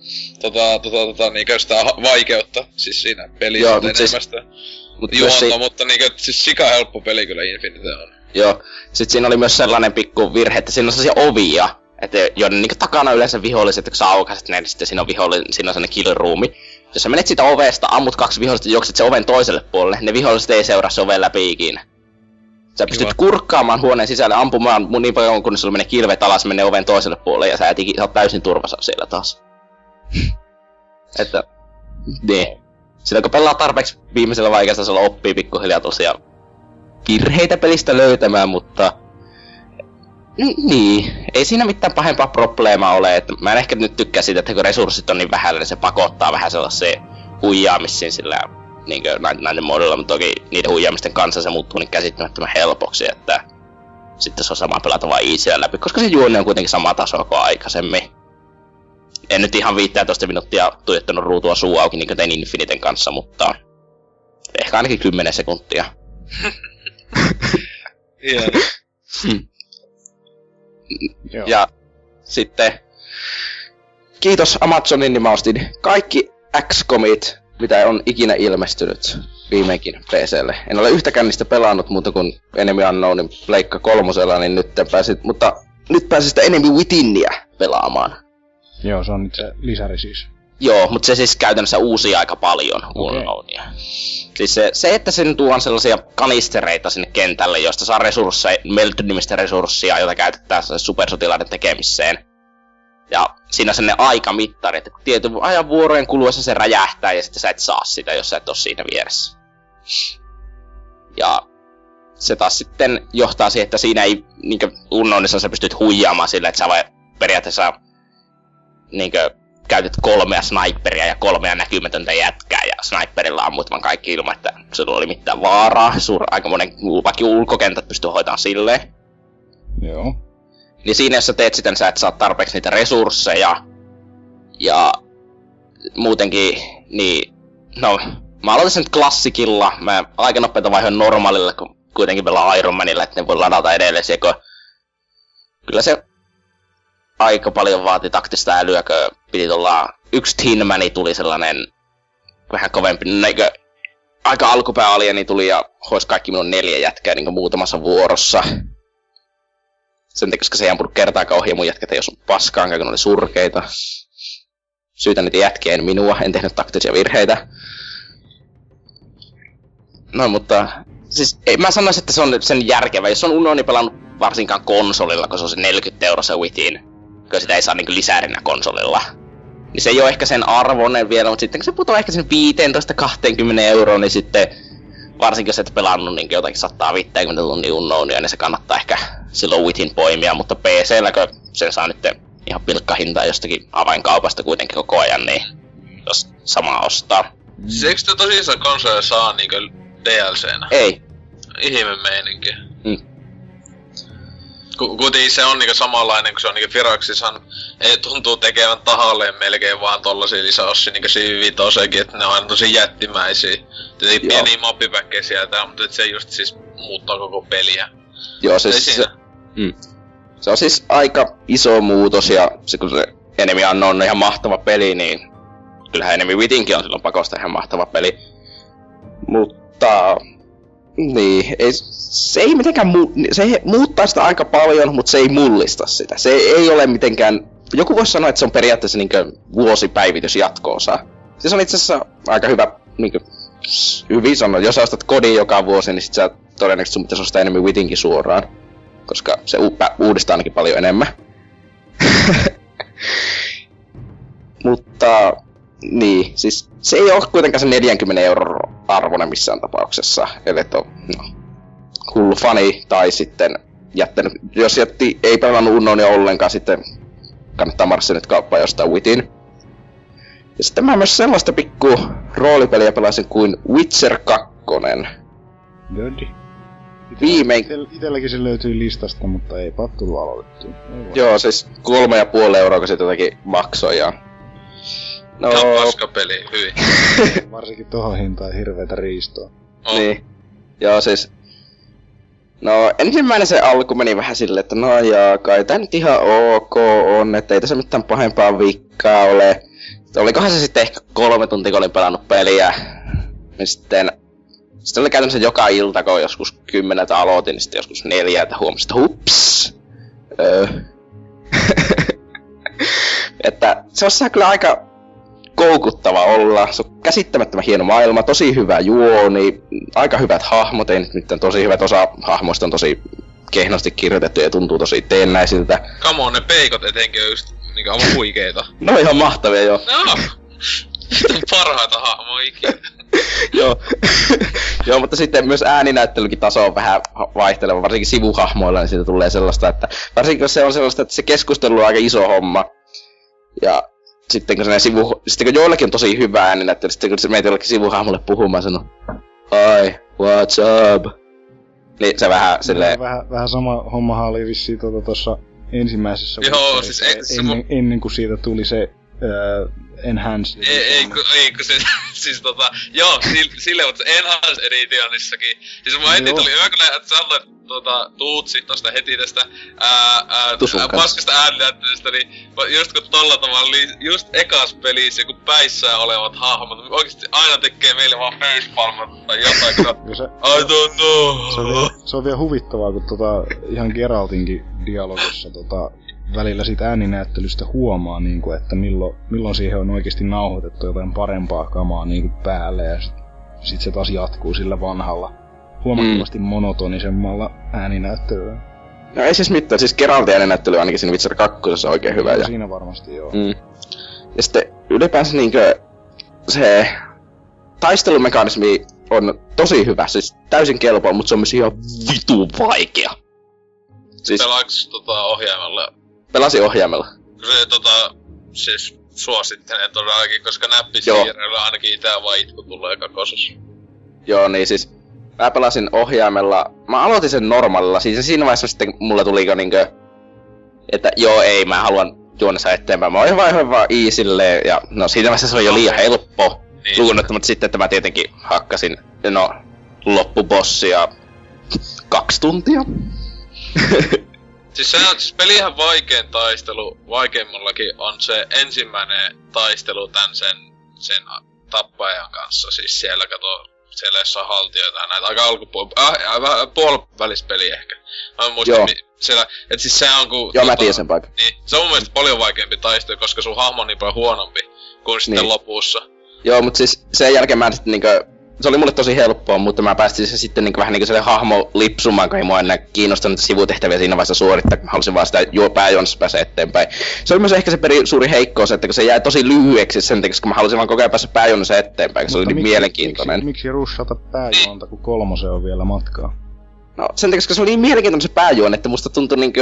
tota, tota, tota, niinkö sitä vaikeutta, siis siinä pelissä Joo, enemmästä Mut juonta, si- mutta niinkö, siis sika helppo peli kyllä Infinite on. Joo, sit siinä oli myös sellainen pikku virhe, että siinä on sellaisia ovia, että joiden niinku takana yleensä viholliset, kun sä aukaiset ne, niin sitten siinä on vihollinen, siinä on sellainen kill-ruumi. Jos sä menet siitä ovesta, ammut kaksi vihollista ja juokset sen oven toiselle puolelle, ne viholliset ei seuraa se oven läpi ikinä. Sä pystyt kurkkaamaan huoneen sisälle, ampumaan mun niin paljon, kun sulla menee kilvet alas, menee oven toiselle puolelle ja sä, et, sä oot täysin turvassa siellä taas. Että, niin. Sillä kun pelaa tarpeeksi viimeisellä vaikeustasolla oppii pikkuhiljaa tosiaan virheitä pelistä löytämään, mutta N- niin, ei siinä mitään pahempaa probleemaa ole, että mä en ehkä nyt tykkää siitä, että kun resurssit on niin vähällä, niin se pakottaa vähän sellaiseen huijaamisiin sillä niinkö näiden muodolla, mutta toki niiden huijaamisten kanssa se muuttuu niin käsittämättömän helpoksi, että sitten se on sama pelata vaan easyä läpi, koska se juoni on kuitenkin sama taso kuin aikaisemmin. En nyt ihan viisitoista minuuttia tuijottanut ruutua suu auki niin kuin tein Infiniten kanssa, mutta ehkä ainakin kymmenen sekuntia. Hieno. Ja sitten kiitos Amazonin, niin mä ostin kaikki X COMit, mitä on ikinä ilmestynyt viimeinkin P C:lle. En ole yhtäkään niistä pelannut muuta kuin Enemy Unknownin Pleikka kolmosella, niin nyt pääsin, mutta nyt pääsin sitä Enemy Withinia pelaamaan. Joo, se on nyt se lisäri siis. Joo, mutta se siis käytännössä uusi aika paljon Unknownia. Siis se, se, että sen tuon sellaisia kanistereita sinne kentälle, joista saa resursseja, Meld-nimistä resurssia, jota käytetään supersotilaiden tekemiseen. Ja siinä on sellainen aikamittari, että tietyn ajan vuorojen kuluessa se räjähtää ja sitten sä et saa sitä, jos sä et oo siinä vieressä. Ja se taas sitten johtaa siihen, että siinä ei niinkö Unnownissa sä pystyt huijaamaan sillä, että sä vai periaatteessa niinkö käytät kolmea sniperia ja kolmea näkymätöntä jätkää ja sniperilla ammut vaan kaikki ilman, että sulla oli mitään vaaraa. Suur, aika monen vaikka ulkokentät pystyy hoitamaan silleen. Joo. Niin siinä jos sä teet sitä, niin sä et saa tarpeeksi niitä resursseja. Ja muutenkin, niin no, mä aloitin sen nyt klassikilla. Mä aika nopeeta vaihoin normaalille, kun kuitenkin pelaa Iron Manilla, että ne voi ladata edelleen kun kyllä se aika paljon vaati taktista älyä, kun piti tulla yksi Tin Mani tuli sellainen vähän kovempi, näikö aika alkupää alieni tuli ja hois kaikki minun neljä jätkää niin muutamassa vuorossa. Sen takia, koska se ei ampunut kertaakaan ohi ja mun jätkät ei osunut paskaankaan, kun ne oli surkeita. Syytän niitä jätkiä, en minua, en tehnyt taktisia virheitä. No mutta, siis ei, mä sanoisin, että se on sen järkevä. Jos on Unknowni pelannut varsinkaan konsolilla, kun se on se neljäkymmentä euroa se Within, kun sitä ei saa niinku lisäärinä konsolilla. Niin se ei oo ehkä sen arvoinen vielä, mutta sitten kun se putoaa ehkä sen viisitoista kaksikymmentä euroa, niin sitten varsinkin jos et pelannut niin jotakin sata viisikymmentä tunnin Unknownia, niin se kannattaa ehkä silloin Within poimia, mutta P C:llä, kun sen saa nyt ihan pilkkahintaa jostakin avainkaupasta kuitenkin koko ajan, niin jos sama ostaa. Siis eikö te tosissaan konsoleja saa niinkö D L C:nä? Ei. Ihme meininki. Mm. Ku, kuitenkin se on niinku samanlainen, kun se on niinku Firaxishan ei tuntuu tekevän tahalleen melkein vaan tollasia lisäossia niinku siinä vitosenkin, että ne on aina tosi jättimäisiä. Tietenkin pieniä mappipäkkejä sieltä, mutta se just siis muuttaa koko peliä. Joo, siis se, mm. se on siis aika iso muutos ja se kun se Enemy Unknown on ihan mahtava peli, niin kyllähän Enemy Withinkin on silloin pakosta ihan mahtava peli. Mutta niin, ei, se ei mitenkään mu- se muuttaa sitä aika paljon, mutta se ei mullista sitä. Se ei ole mitenkään, joku voisi sanoa, että se on periaatteessa niinkö vuosipäivitys jatko-osa. Se on itse asiassa aika hyvä, niinkö, hyvin sanoa, jos ostat kodin joka vuosi, niin sit sä todennäköisesti sun pitäisi ostaa enemmän Withinkin suoraan. Koska se u- uudistaa ainakin paljon enemmän. Mutta niin, siis se ei oo kuitenkaan se neljäkymmentä euron arvoinen missään tapauksessa. Eli et on no, hullu fani tai sitten jättänyt, jos jätti, ei pelannut Unknownia ollenkaan, sitten kannattaa marssia nyt kauppaan jostain Within. Ja sitten mä myös sellaista pikku roolipeliä pelasin kuin Witcher kaksi. Good. Viimein. Itel- itelläkin se löytyy listasta, mutta ei tullut aloitettua. Joo, siis kolme ja puoli euroa, kun se jotakin maksoi ja No, se on paska peli, hyvin. Varsinkin tohon hintaan hirveetä riistoa. Oh. Niin. Joo, siis no, ensimmäinen se alku meni vähän silleen, että no jaa, kai tää nyt ihan ok on, että ei tässä mitään pahempaa vikkaa ole. olikohan se sitten ehkä kolme tuntia, kun olin pelannut peliä. Ja sitten, sitten oli käytännössä joka ilta, kun joskus kymmeneltä aloitin, niin sitten joskus neljältä huomasin, että hups. Öö. Että se on kyllä aika koukuttava olla. Se on käsittämättömän hieno maailma, tosi hyvä juoni, aika hyvät hahmot, ei nyt tosi hyvät, osa hahmoista on tosi kehnosti kirjoitettu ja tuntuu tosi teennäisiltä. Come on, ne peikot etenkin on just niinku aivan huikeita. No ihan mahtavia joo. No, on parhaita hahmoja ikinä. Joo. Joo, mutta sitten myös ääninäyttelykin taso on vähän vaihteleva, varsinkin sivuhahmoilla, niin siitä tulee sellaista, että varsinkin kun se on sellaista, että se keskustelu on aika iso homma. Ja sitten kun se sivu, sitten kun joillakin on tosi hyvä ääninäyttely, sitten kun se meitä jollekin sivuhahmolle puhumaan sanoo, hi, what's up? Niin se vähän silleen... Vähän, vähän sama hommahan oli vissiin tuota tossa ensimmäisessä Joo, siis ei, se ennen, mu... ennen kuin siitä tuli se uh, Enhanced. Ei, ei, ku, ei kun se, siis tota, joo, sille, mutta se Enhanced Editionissakin, siis mä ennen tuli hyvä, kun että sä annoit tota, Tuutsi tosta heti tästä ää, ää, ää, paskasta ääninäyttelystä, niin just kun tolla tavalla oli just ekas pelissä joku päissään olevat hahmot, oikeesti aina tekee meille vaan facepalmat tai jotain, kun se, I don't know. Se on, se on vielä huvittavaa, kun tota, ihan Geraltinkin dialogissa tota, välillä siitä ääninäyttelystä huomaa, niin kuin, että milloin, milloin siihen on oikeasti nauhoitettu jotain parempaa kamaa niin kuin päälle, ja sit, sit se taas jatkuu sillä vanhalla, huomattavasti mm. monotonisemmalla ääninäyttelyllä. No ei siis mitään, siis Geraltin ääninäyttely ainakin siinä Witcher kakkosessa oikein hyvä. No, ja... siinä varmasti joo. Mm. Ja sitten ylipäänsä niinkö se taistelumekanismi on tosi hyvä, siis täysin kelpoa, mutta se on myös ihan vitun vaikea. Siis... Pelaaks tota ohjaimella? Pelasin ohjaimella. Se tota, siis suosittelen todellakin, koska näppisiirrellä ainakin itää vaan itku tulee kakosessa. Joo, niin siis mä pelasin ohjaimella, mä aloitin sen normaalilla, siis siinä vaiheessa sitten mulla tuliko niinkö, että joo ei, mä haluan juonessa eteenpäin, mä oon vaan vaan easylle, ja no siinä vaiheessa se oli jo liian helppo. Niin. Lukunottamatta sitten, että mä tietenkin hakkasin, no, loppubossia kaksi tuntia. Siis se on, siis pelihän vaikein taistelu, vaikeimmallakin on se ensimmäinen taistelu tän sen, sen tappajan kanssa, siis siellä kato, siellä jossain haltioita ja näitä aika alkupuolella, äh, vähän puolivälispeli ehkä. Mä muistan, mi, siellä, et siis se on ku... Joo, tota, mä tiedän sen paikan. Niin, se on mun mielestä paljon vaikeampi taistelu, koska sun hahmo on niin paljon huonompi kuin sitten niin. Lopussa. Joo, mut siis sen jälkeen mä sitten niinkö... Se oli mulle tosi helppoa, mutta mä päästin se sitten niinku vähän niinku sellainen hahmo lipsumaan, kun ei mua enää kiinnostanut sivutehtäviä siinä vaiheessa suorittaa, kun mä halusin vaan sitä juo pääjuonnossa päästä eteenpäin. Se oli myös ehkä se peri suuri heikkous, että kun se jäi tosi lyhyeksi sen takia, koska mä halusin vaan koko ajan päästä pääjuonnossa eteenpäin, kun se oli niin miksi, mielenkiintoinen. Miksi, miksi rushata pääjuonta, kun kolmosen on vielä matkaa? No sen takia, koska se oli niin mielenkiintoinen se pääjuonne, että musta tuntui niinkö...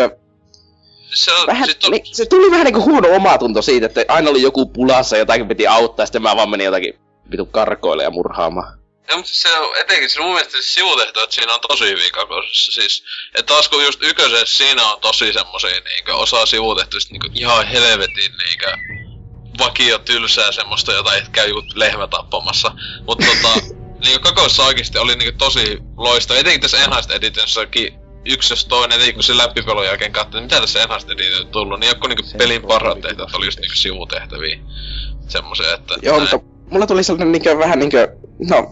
Se, on, vähän, on... Ni, se tuli vähän niinku huono omatunto siitä, että aina oli joku pulassa ja jotakin piti auttaa, ja sitten mä vaan menin jotakin vitun karkoille ja murhaamaan. Ja, mutta se on etenkin siis mun mielestä siis sivutehtävät siinä on tosi hyviä kakosessa siis. Et taas kun just ykkösessä siinä on tosi semmosia niinkö osa sivutehtävistä niinkö ihan helvetin niinkö vakio tylsää semmoista, jota et käy joku lehmä tappamassa. Mut tota, niinkö kakosessa oikeesti oli niinkö tosi loistava. Etenkin tässä Enhanced Editionissakin yksi jos toinen, etenkin kun se läpipelun jälkeen katsoi, mitä tässä Enhanced Edition on tullut, niin joku niinkö pelin parhaat tehtävät oli just niinkö sivutehtäviä. Semmosia, että... Joo, mutta mulla tuli sellainen niinkö vähän niinkö... No...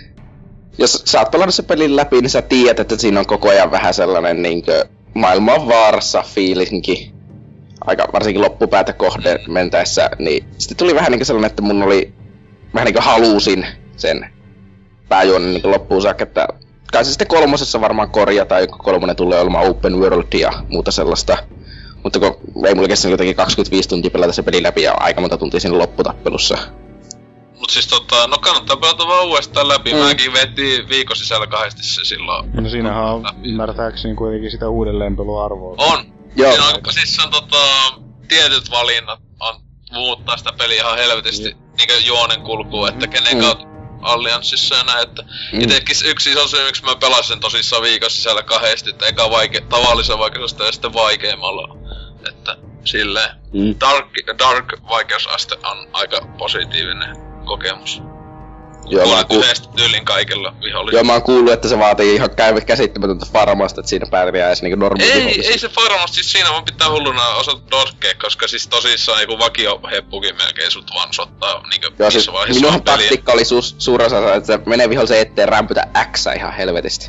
Jos sä oot pelannut sen pelin läpi, niin sä tiedät, että siinä on koko ajan vähän sellainen niinkö... Maailma on vaarassa fiilinki. Aika varsinkin loppupäätä kohde mentäessä, niin... Sitten tuli vähän niinkö sellainen, että mun oli... Vähän niinkö halusin sen pääjuonen niinkö loppuun saakka, että... Kai se sitten kolmosessa varmaan korjataan, joka kolmonen tulee olemaan open world ja muuta sellaista. Mutta kun ei mulla kestänyt jotenkin kaksikymmentäviisi tuntia pelata se peli läpi ja aika monta tuntia siinä lopputappelussa. Mut siis tota, no kannattaa pelata vaan uudestaan läpi. Mm. Mäkin vetin viikon sisällä kahdesti se silloin. No siinähän on ymmärtääkseni kuitenkin sitä uudelleenpeluarvoa. On. Joo. Siinä on, siis on tota, tietyt valinnat on muuttaa sitä peliä ihan helvetisti mm. niinkö juonen kulkuu, että kenen mm. kautta allianssissa ja näin, että mm. itekin yksi iso syy, miksi mä pelasin sen tosissaan viikon sisällä kahdesti, että eka vaike- tavallisen vaikeusaste ja sitten vaikeimmalla. Että silleen. Mm. Dark, dark vaikeusaste on aika positiivinen kokemus. Joo, mä oon ku... yhdestä tyylin kaikilla vihollisilla. Joo, mä oon kuullut, että se vaatii ihan käy käsittämätöntä farmasta, että siinä pärjää edes niinku normi Ei, ei se farmasta, siis siinä vaan pitää hulluna osata dodgea, koska siis tosissaan joku vakioheppukin melkein sut vansottaa niinku joo, siis minunhan taktiikka oli su- suurin osa, että se menee vihollisen eteen rämpytä X ihan helvetisti.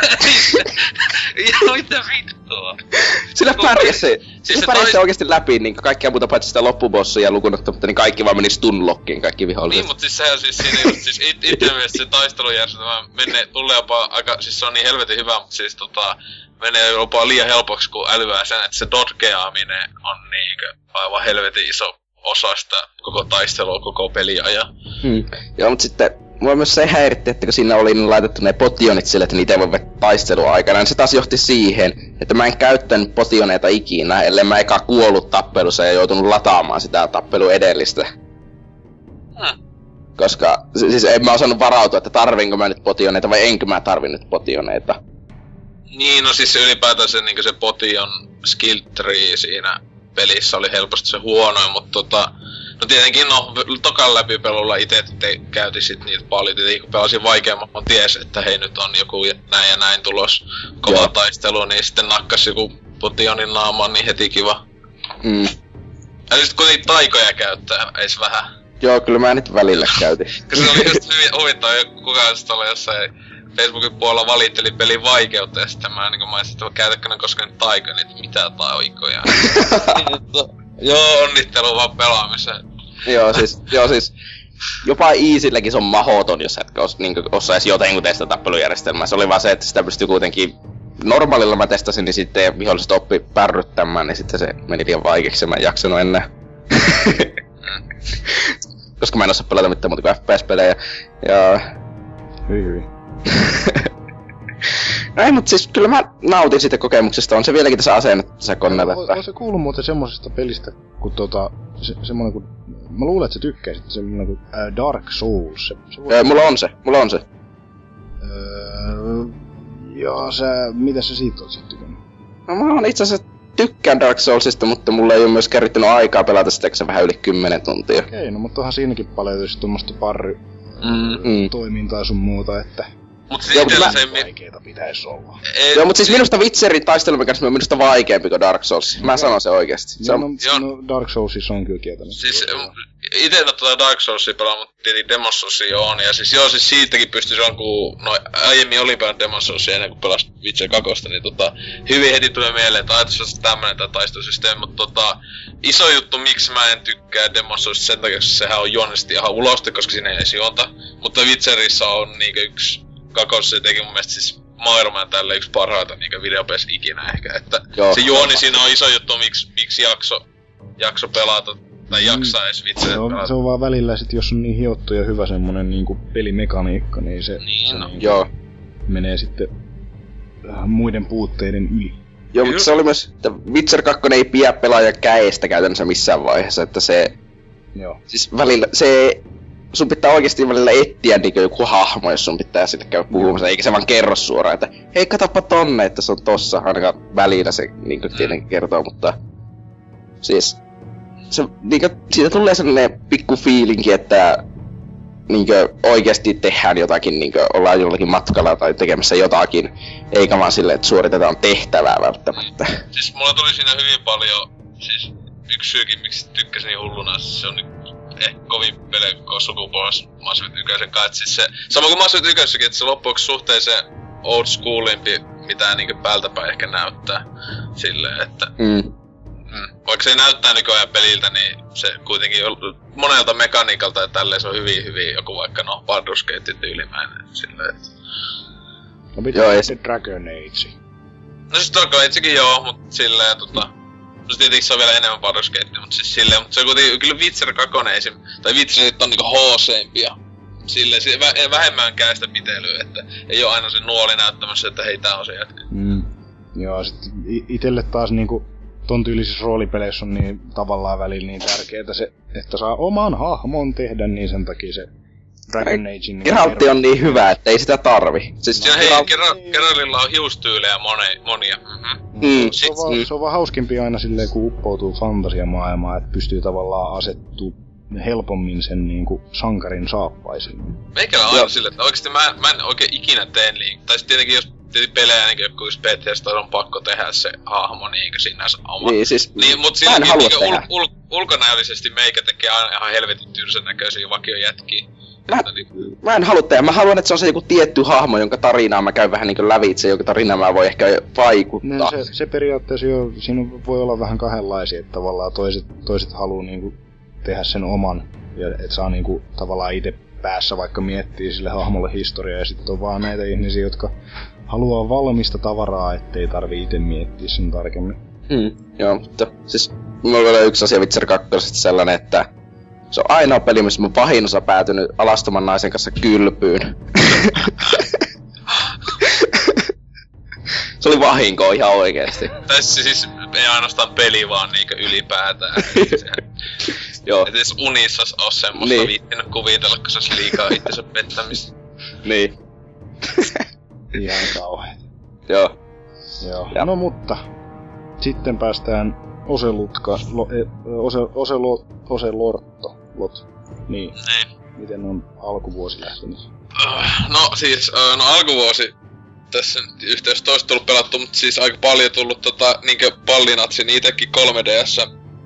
Ja mitä vittua? Sillä pärjäs se, siis se pärjäs se oikeesti läpi, niin kaikkia muuta paitsi sitä loppubossia lukunottamatta, niin kaikki vaan meni stunlockiin, kaikki viholliset. Niin, mut siis sehän siis siinä just, siis it, itse mielestä se taistelujärjestelmä menee, tulee jopa aika, siis se on niin helvetin hyvä, mut siis tota, menee jopa liian helpoksi, kun älyää sen, että se dodgeaaminen on niinkö aivan helvetin iso osa sitä koko taistelua, koko peliajan. Hmm. Joo, mut sitten mua myös se häiritti, että kun siinä oli laitettu ne potionit sille, että niitä ei voi vetää taistelua aikana, niin se taas johti siihen, että mä en käyttänyt potioneita ikinä, ellei mä eka kuollut tappelussa ja joutunut lataamaan sitä tappelu edellistä. Hmm. Koska, siis en mä osannut varautua, että tarvinko mä nyt potioneita vai enkö mä tarvinnut potioneita. Niin, no siis ylipäätään se, niin se potion skill tree siinä pelissä oli helposti se huonoin, mutta tota... No tietenkin, no, tokan läpipelulla ite te käytin sit niitä paljon, tietenkin kun pelasin vaikeamman, on ties, että hei nyt on joku näin ja näin tulos kova Joo. taistelu, niin sitten nakkas joku potionin naamaan, niin heti kiva. Mm. Eli sit kun niitä taikoja käyttää, eis vähän. Joo, kyllä mä nyt välillä käytin. Koska se oli just hyvin huvittava, kukaan sit oli jossain Facebookin puolella valitteli pelin vaikeutta, ja sitten mä niinku mä että käytäkö ne koskaan niitä taikoja, niin mitä taikoja. Joo, onnittelu vaan pelaamiseen. joo, siis, joo siis, jopa easylläkin se on mahoton, jos etkä os, niinku, osais jotenkin sitä tappelujärjestelmää. Se oli vaan se, että sitä pystyy kuitenkin... Normaalilla mä testasin, niin sitten viholliset oppi pärryttämään, niin sitten se meni liian vaikeaksi ja mä en jaksanut enää. Koska mä en osaa pelata mitään muuta kuin F P S-pelejä. Ja... Hyi hyi. No ei, mut siis kyllä mä nautin siitä kokemuksesta, on se vieläkin tässä asennettu tässä koneella. On, on se kuullut muuten semmosesta pelistä, kun tota, se, semmonen kun, mä luulen, että sä tykkäisit, semmonen kuin äh, Dark Souls. Se, se voi... öö, mulla on se, mulla on se. Öö, ja sä, mitä sä siitä oot sit tykännyt? No mä oon itse asiassa tykkään Dark Soulsista, mutta mulla ei oo myöskään riittänyt aikaa pelata sitä, kun se vähän yli kymmenen tuntia. Okei, okay, no mutta onhan siinäkin paljon tietysti tommoista parry mm. toimintaa sun muuta, että... Mut siis itellä se... Vaikeeta pitäis olla. Ei, joo, mut siis minusta Witcherin taistelumekanismi on minusta vaikeampi kuin Dark Souls. Mä sanon se oikeesti. Se joo, on... no, no Dark Soulsissa on kyllä kieltämättä. Siis ite en oo tota Dark Soulsia pelaa, mut tietenkin Demon Soulsia on. Ja siis joo, siis siitäkin pystyi silloin kun... No aiemmin oli pelannut Demon Soulsia ennen kuin pelasin Witcher kaksi, niin tota... Hyvin heti tulee mieleen, että ajatus olisi tämmönen tää taistelusysteemi, mut tota... Iso juttu, miksi mä en tykkää Demon Soulsista sen takia, koska sehän on juonellisesti ihan ulosta, koska siinä ei edes juonta. Mutta Witcherissa on niinkö yks... Kakos se teki mun mielestä siis maailman tälle yksi parhaita niinkö videopelissä ikinä ehkä, että joo, se juoni siinä on iso juttu, miksi, miksi jakso, jakso pelata, tai jaksaa edes Witcheria se on, pelata. Se on vaan välillä sit, jos on niin hiottu ja hyvä semmonen niinku pelimekaniikka, niin se, niin, se no. niin joo. menee sitten äh, muiden puutteiden yli. Joo, mutta se oli myös, että Witcher kaksi ei pidä pelaajan käestä käytännössä missään vaiheessa, että se... Joo. Siis välillä se... Sun pitää oikeesti välillä etsiä niinku joku hahmo, jos sun pitää sitten käydä puhumassa, eikä se vaan kerro suoraan, että hei katoppa tonne, että se on tossa, ainakaan välillä se niinku tietenkin kertoo, mutta... Siis... Se niinku, siitä tulee sellainen pikku fiilinki, että... Niinku oikeesti tehdään jotakin, niinku ollaan jollakin matkalla tai tekemässä jotakin, eikä vaan silleen, että suoritetaan tehtävää välttämättä. Siis mulla tuli siinä hyvin paljon, siis yksi syykin miksi tykkäsin niin hulluna, se on niinku ehkä kovin pelejä koko sukupolvessa Mass Effect ykösen kai, siis se, sama kuin Mass Effect ykkössäkin, että se loppuksi suhteellisen old schoolimpi, mitä niinkö päältäpäin ehkä näyttää silleen, että mm. Mm, vaikka se näyttää nykyajan peliltä, niin se kuitenkin monelta mekaniikalta ja tälleen se on hyvin hyvin joku vaikka no Baldur's Gate tyylimäinen silleen, että... No pitää joo, se Dragon Age. No siis Dragon Agekin joo, mut silleen tota... No tietenkin se on vielä enemmän Baldur's Gate, mut siis silleen, mut se on kuitenkin kyllä Witcher kaksi esim. Tai Witcherit on niinku H C-impia. Silleen se vä- vähemmänkään sitä pitelyä, että ei oo aina se nuoli näyttämässä, että hei tää on se jätkä. Mm. Joo, sit itelle taas niinku ton tyylisissä roolipeleissä on niin tavallaan välillä niin tärkeetä se, että saa oman hahmon tehdä, niin sen takia se Dragon Agein... Geraltti on niin hyvä, että ei sitä tarvi. Siis no, hei, Geralt- Geraltilla on hiustyylejä monia. monia. Mm-hmm. Mm. Se, on vaan, se on vaan hauskempi aina silleen, kun uppoutuu fantasiamaailmaan, että pystyy tavallaan asettuu helpommin sen niinku sankarin saappaisiin. Meikällä on aina silleen, että oikeesti mä, mä en oikein ikinä tee niin. Tai sit tietenkin jos tietenkin pelejä niinkö joku Bethesda on pakko tehdä se hahmo niinkö sinänsä oma. Niin siis, niin, mut silläkin niinkö ul, ul, ulkonäöllisesti meikä tekee aina ihan helvetin tyrsän näköisiä vakiojätkiä. Mä, mä en halua tehdä. Mä haluan, että se on se joku tietty hahmo, jonka tarinaa mä käyn vähän niinku lävitse, jonka tarinaa mä voi ehkä vaikuttaa. No, se, se periaatteessa jo, siinä voi olla vähän kahdenlaisia, että tavallaan toiset, toiset haluu niinku tehdä sen oman, ja et saa niinku tavallaan itse päässä vaikka miettii sille hahmolle historiaa, ja sitten on vaan näitä ihmisiä, jotka haluaa valmista tavaraa, ettei tarvii itse miettiä sen tarkemmin. Hmm, joo, mutta siis mulla on yksi asia Witcher kaksi sellainen, että se on ainoa peli, missä mun pahin osa päätynyt alastoman naisen kanssa kylpyyn. Se oli vahinko ihan oikeesti. Tässä siis ei ainoastaan peli, vaan niinkö ylipäätään. Joo. Et edes unissa oo semmoista niin. Viittinyt kuvitella, kun se ois liikaa itsensä pettämistä. Niin. Ihan kauheet. Joo. Joo. Ja. No mutta, sitten päästään Oselutka, lo, e, ose, oselo, Oselorto, lot. Niin. Niin. Miten on alkuvuosi lähtenyt? No siis, no alkuvuosi tässä yhteydessä toista tullut pelattu, mutta siis aika paljon tullut tota, niinkö pallinatsin itekin kolme D S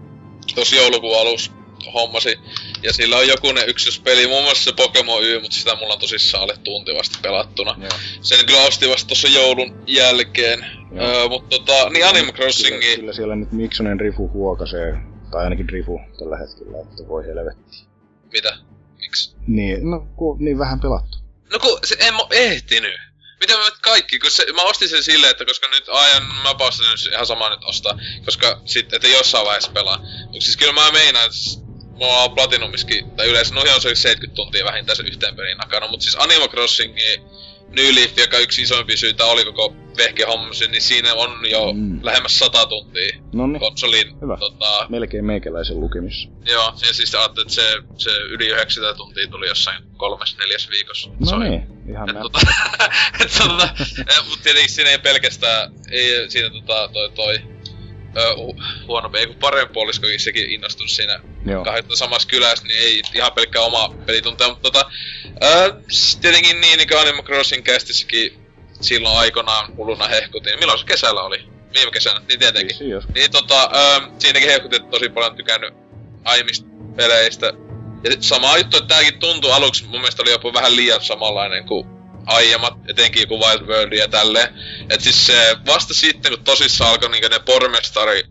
tossa joulukuun alussa hommasi. Ja sillä on jokunen ykköspeli, muun muassa se Pokemon Y, mutta sitä mulla on tosissaan alle tunti vasta pelattuna. Joo. Sen kyllä ostin vasta tossa joulun jälkeen. Öö, mut tota, niin Animal Crossingi... Kyllä, kyllä siellä nyt Miksonen Rifu huokasee, tai ainakin Rifu tällä hetkellä, että voi helvetti. Mitä? Miksi? Niin, no kun niin vähän pelattu. No kun se en mä ehtinyt. Mitä mä kaikki, kun se, mä ostin sen silleen, että koska nyt ajan, mä pastin ihan samaa nyt ostaa, koska sit, että jossain vaiheessa pelaa. Mut siis kyllä mä meinaan, että mulla on Platinumiskin, tai yleensä, no ihan se seitsemänkymmentä tuntia vähintään se yhteen pelin nakana, mut siis Animal Crossingi, New Leaf, joka yksi isoimpia syitä oli koko vehkehommasi, niin siinä on jo mm. lähemmäs sata tuntia Noniin. konsolin. Hyvä. Tota, melkein meikäläisen lukemissa. Joo, ja siis ajattelin, että se, se yli yhdeksänkymmentä tuntia tuli jossain kolmes neljäs viikossa. No niin, ihan näin. Tota, tota, mut tietenkin siinä ei pelkästään, ei siinä tota toi toi Öö, huono, ei kun parempi puoliskokin sekin innostunut siinä kahdesta samassa kylässä, niin ei ihan pelkkää oma pelitunteja, mutta tota, öö, tietenkin niin, niin kuin Animal Crossing -kästissäkin silloin aikanaan hulluna hehkutin. Milloin se kesällä oli? Viime kesänä, niin tietenkin. Niin, niin tota, öö, siinäkin hehkutin tosi paljon tykännyt aiemmista peleistä. Ja sama juttu, että tääkin tuntui aluksi, mun mielestä oli jopa vähän liian samanlainen kuin aiemmat, etenkin joku Wild World ja tälleen. Et siis se vasta sitten, kun tosissaan alkoi niinku ne pormestari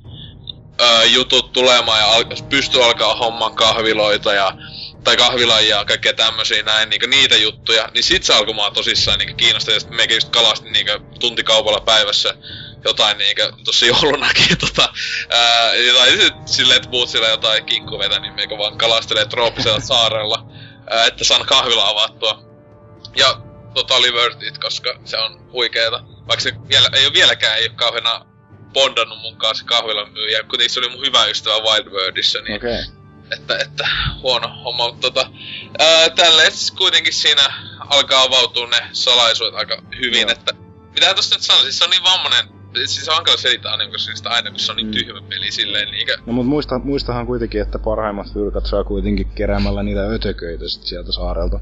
öö, jutut tulemaan ja al- pystyi alkaa homman kahviloita ja tai kahvilan ja kaikkea tämmösiä näin, niinku niitä juttuja, niin sit se alkoi mua tosissaan niinku kiinnostaa, ja sit meikin just kalastin niinku tuntikaupalla päivässä jotain niinku tossa joulunakin tota ää, jotain sit silleen, että muut sillä jotain kinkkuvetä, niin meikä vaan kalastelee trooppisella saarella, ää, että saan kahvila avattua. Ja totally worth it, koska se on huikeeta. Vaikka se vielä, ei oo vieläkään ei oo kauheena bondannut munkaan se kahvilan myyjä, kuitenkin se oli mun hyvä ystävä Wild Worldissa, niin okay. että, että huono homma, mutta tota, ää, tälleen siis kuitenkin siinä alkaa avautua ne salaisuudet aika hyvin, joo. Että mitähän tosta nyt sanoa, siis se on niin vammainen, siis on hankala selittää Animal Crossingista aina, kun se on niin mm. tyhmä peli silleen niinkö. No mut muista, muistahan kuitenkin, että parhaimmat fyrkat saa kuitenkin keräämällä niitä ötököitä sit sieltä saarelta.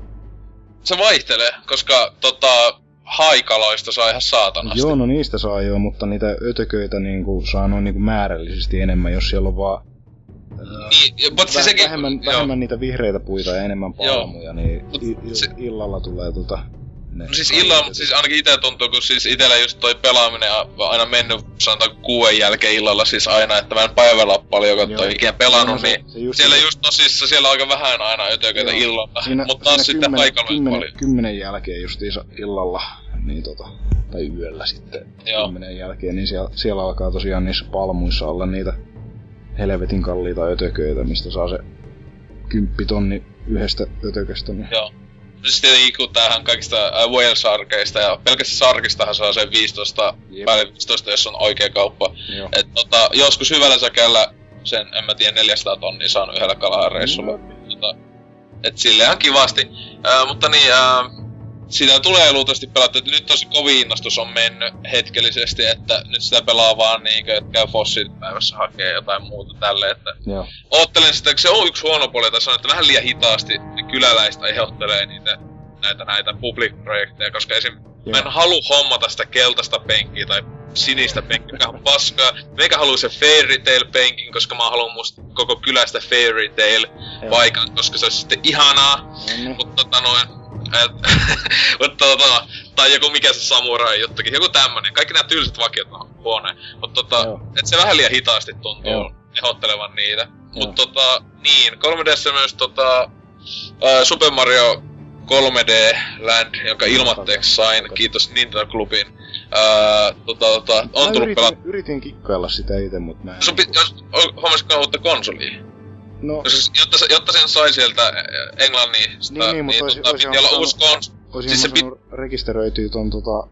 Se vaihtelee, koska tota, haikaloista saa ihan saatanasti. Joo, no niistä saa joo, mutta niitä ötököitä niinku saa noin niinku määrällisesti enemmän, jos siellä on vaan niin, mutta väh- sekin, vähemmän, vähemmän niitä vihreitä puita ja enemmän palmuja, niin i- se, illalla tulee tota... No siis illalla, mutta siis ainakin ite tuntuu, kun siis itellä just toi pelaaminen on aina mennyt sanotaan kuuden jälkeen illalla siis aina, että mä en päivällä oo paljon katsoa ikinä pelannut, no, se, niin se just siellä se... just tosissa siellä on aika vähän aina ötököitä illalla, siinä, mutta taas sitten paikalla paljon. Kymmenen jälkeen justiinsa illalla, niin tota, tai yöllä sitten joo. Kymmenen jälkeen, niin siellä, siellä alkaa tosiaan niissä palmuissa olla niitä helvetin kalliita ötököitä, mistä saa se kymppitonni yhdestä ötököstä. Niin... Joo. No siis tietenkin kun tämähän kaikista äh, whale-sarkeista ja pelkästään sarkistahan saa sen viisitoista, päälle viisitoista, jos on oikea kauppa. Joo. Et tota, joskus hyvällä säkällä sen, en mä tiedä, neljäsataa tonnia saanut yhdellä kalareissulla. Mm. Tota, et silleenhan kivasti. Äh, mutta niin, äh, sitä tulee luultavasti pelattu, että nyt tosi kovin innostus on mennyt hetkellisesti, että nyt sitä pelaa vaan niinkö, että käy Fossit päivässä hakee jotain muuta tälle, että Joo. oottelen sitä, kun se on yksi huono puoli, tässä on, että vähän liian hitaasti ne kyläläistä aiheuttelee niitä näitä näitä public-projekteja, koska esim. Joo. Mä en halua hommata sitä keltaista penkkiä tai sinistä penkkiä, mikä on paskaa. Meikä haluu se Fairy Tail penkin, koska mä haluan musta koko kylästä Fairy Tail paikan, koska se olisi sitten ihanaa. Mm-hmm. Mutta tota noin, et, mutta tota, tai joku mikä se samurai juttukin, joku tämmönen. Kaikki nämä tylsät vakiot on huoneen. Mutta tota, et se vähän liian hitaasti tuntuu Joo. ehottelevan niitä. Mutta tota, niin, kolme D:ssä myös tota, ää, Super Mario kolme D Land, jonka ilmatteeksi sain, kiitos Nintendo Clubin. Ää, tota, tota, on mä tullut yritin, pelat... yritin kikkailla sitä ite, mut mä en... Sun pit... Jos hommasitko uutta konsolia? No... Jos, jotta, jotta sen sai sieltä englannista, niin, niin, mutta niin oisin, tota, oisin piti olla uusi konsoli. Oisin siis pit... rekisteröityy ton tota...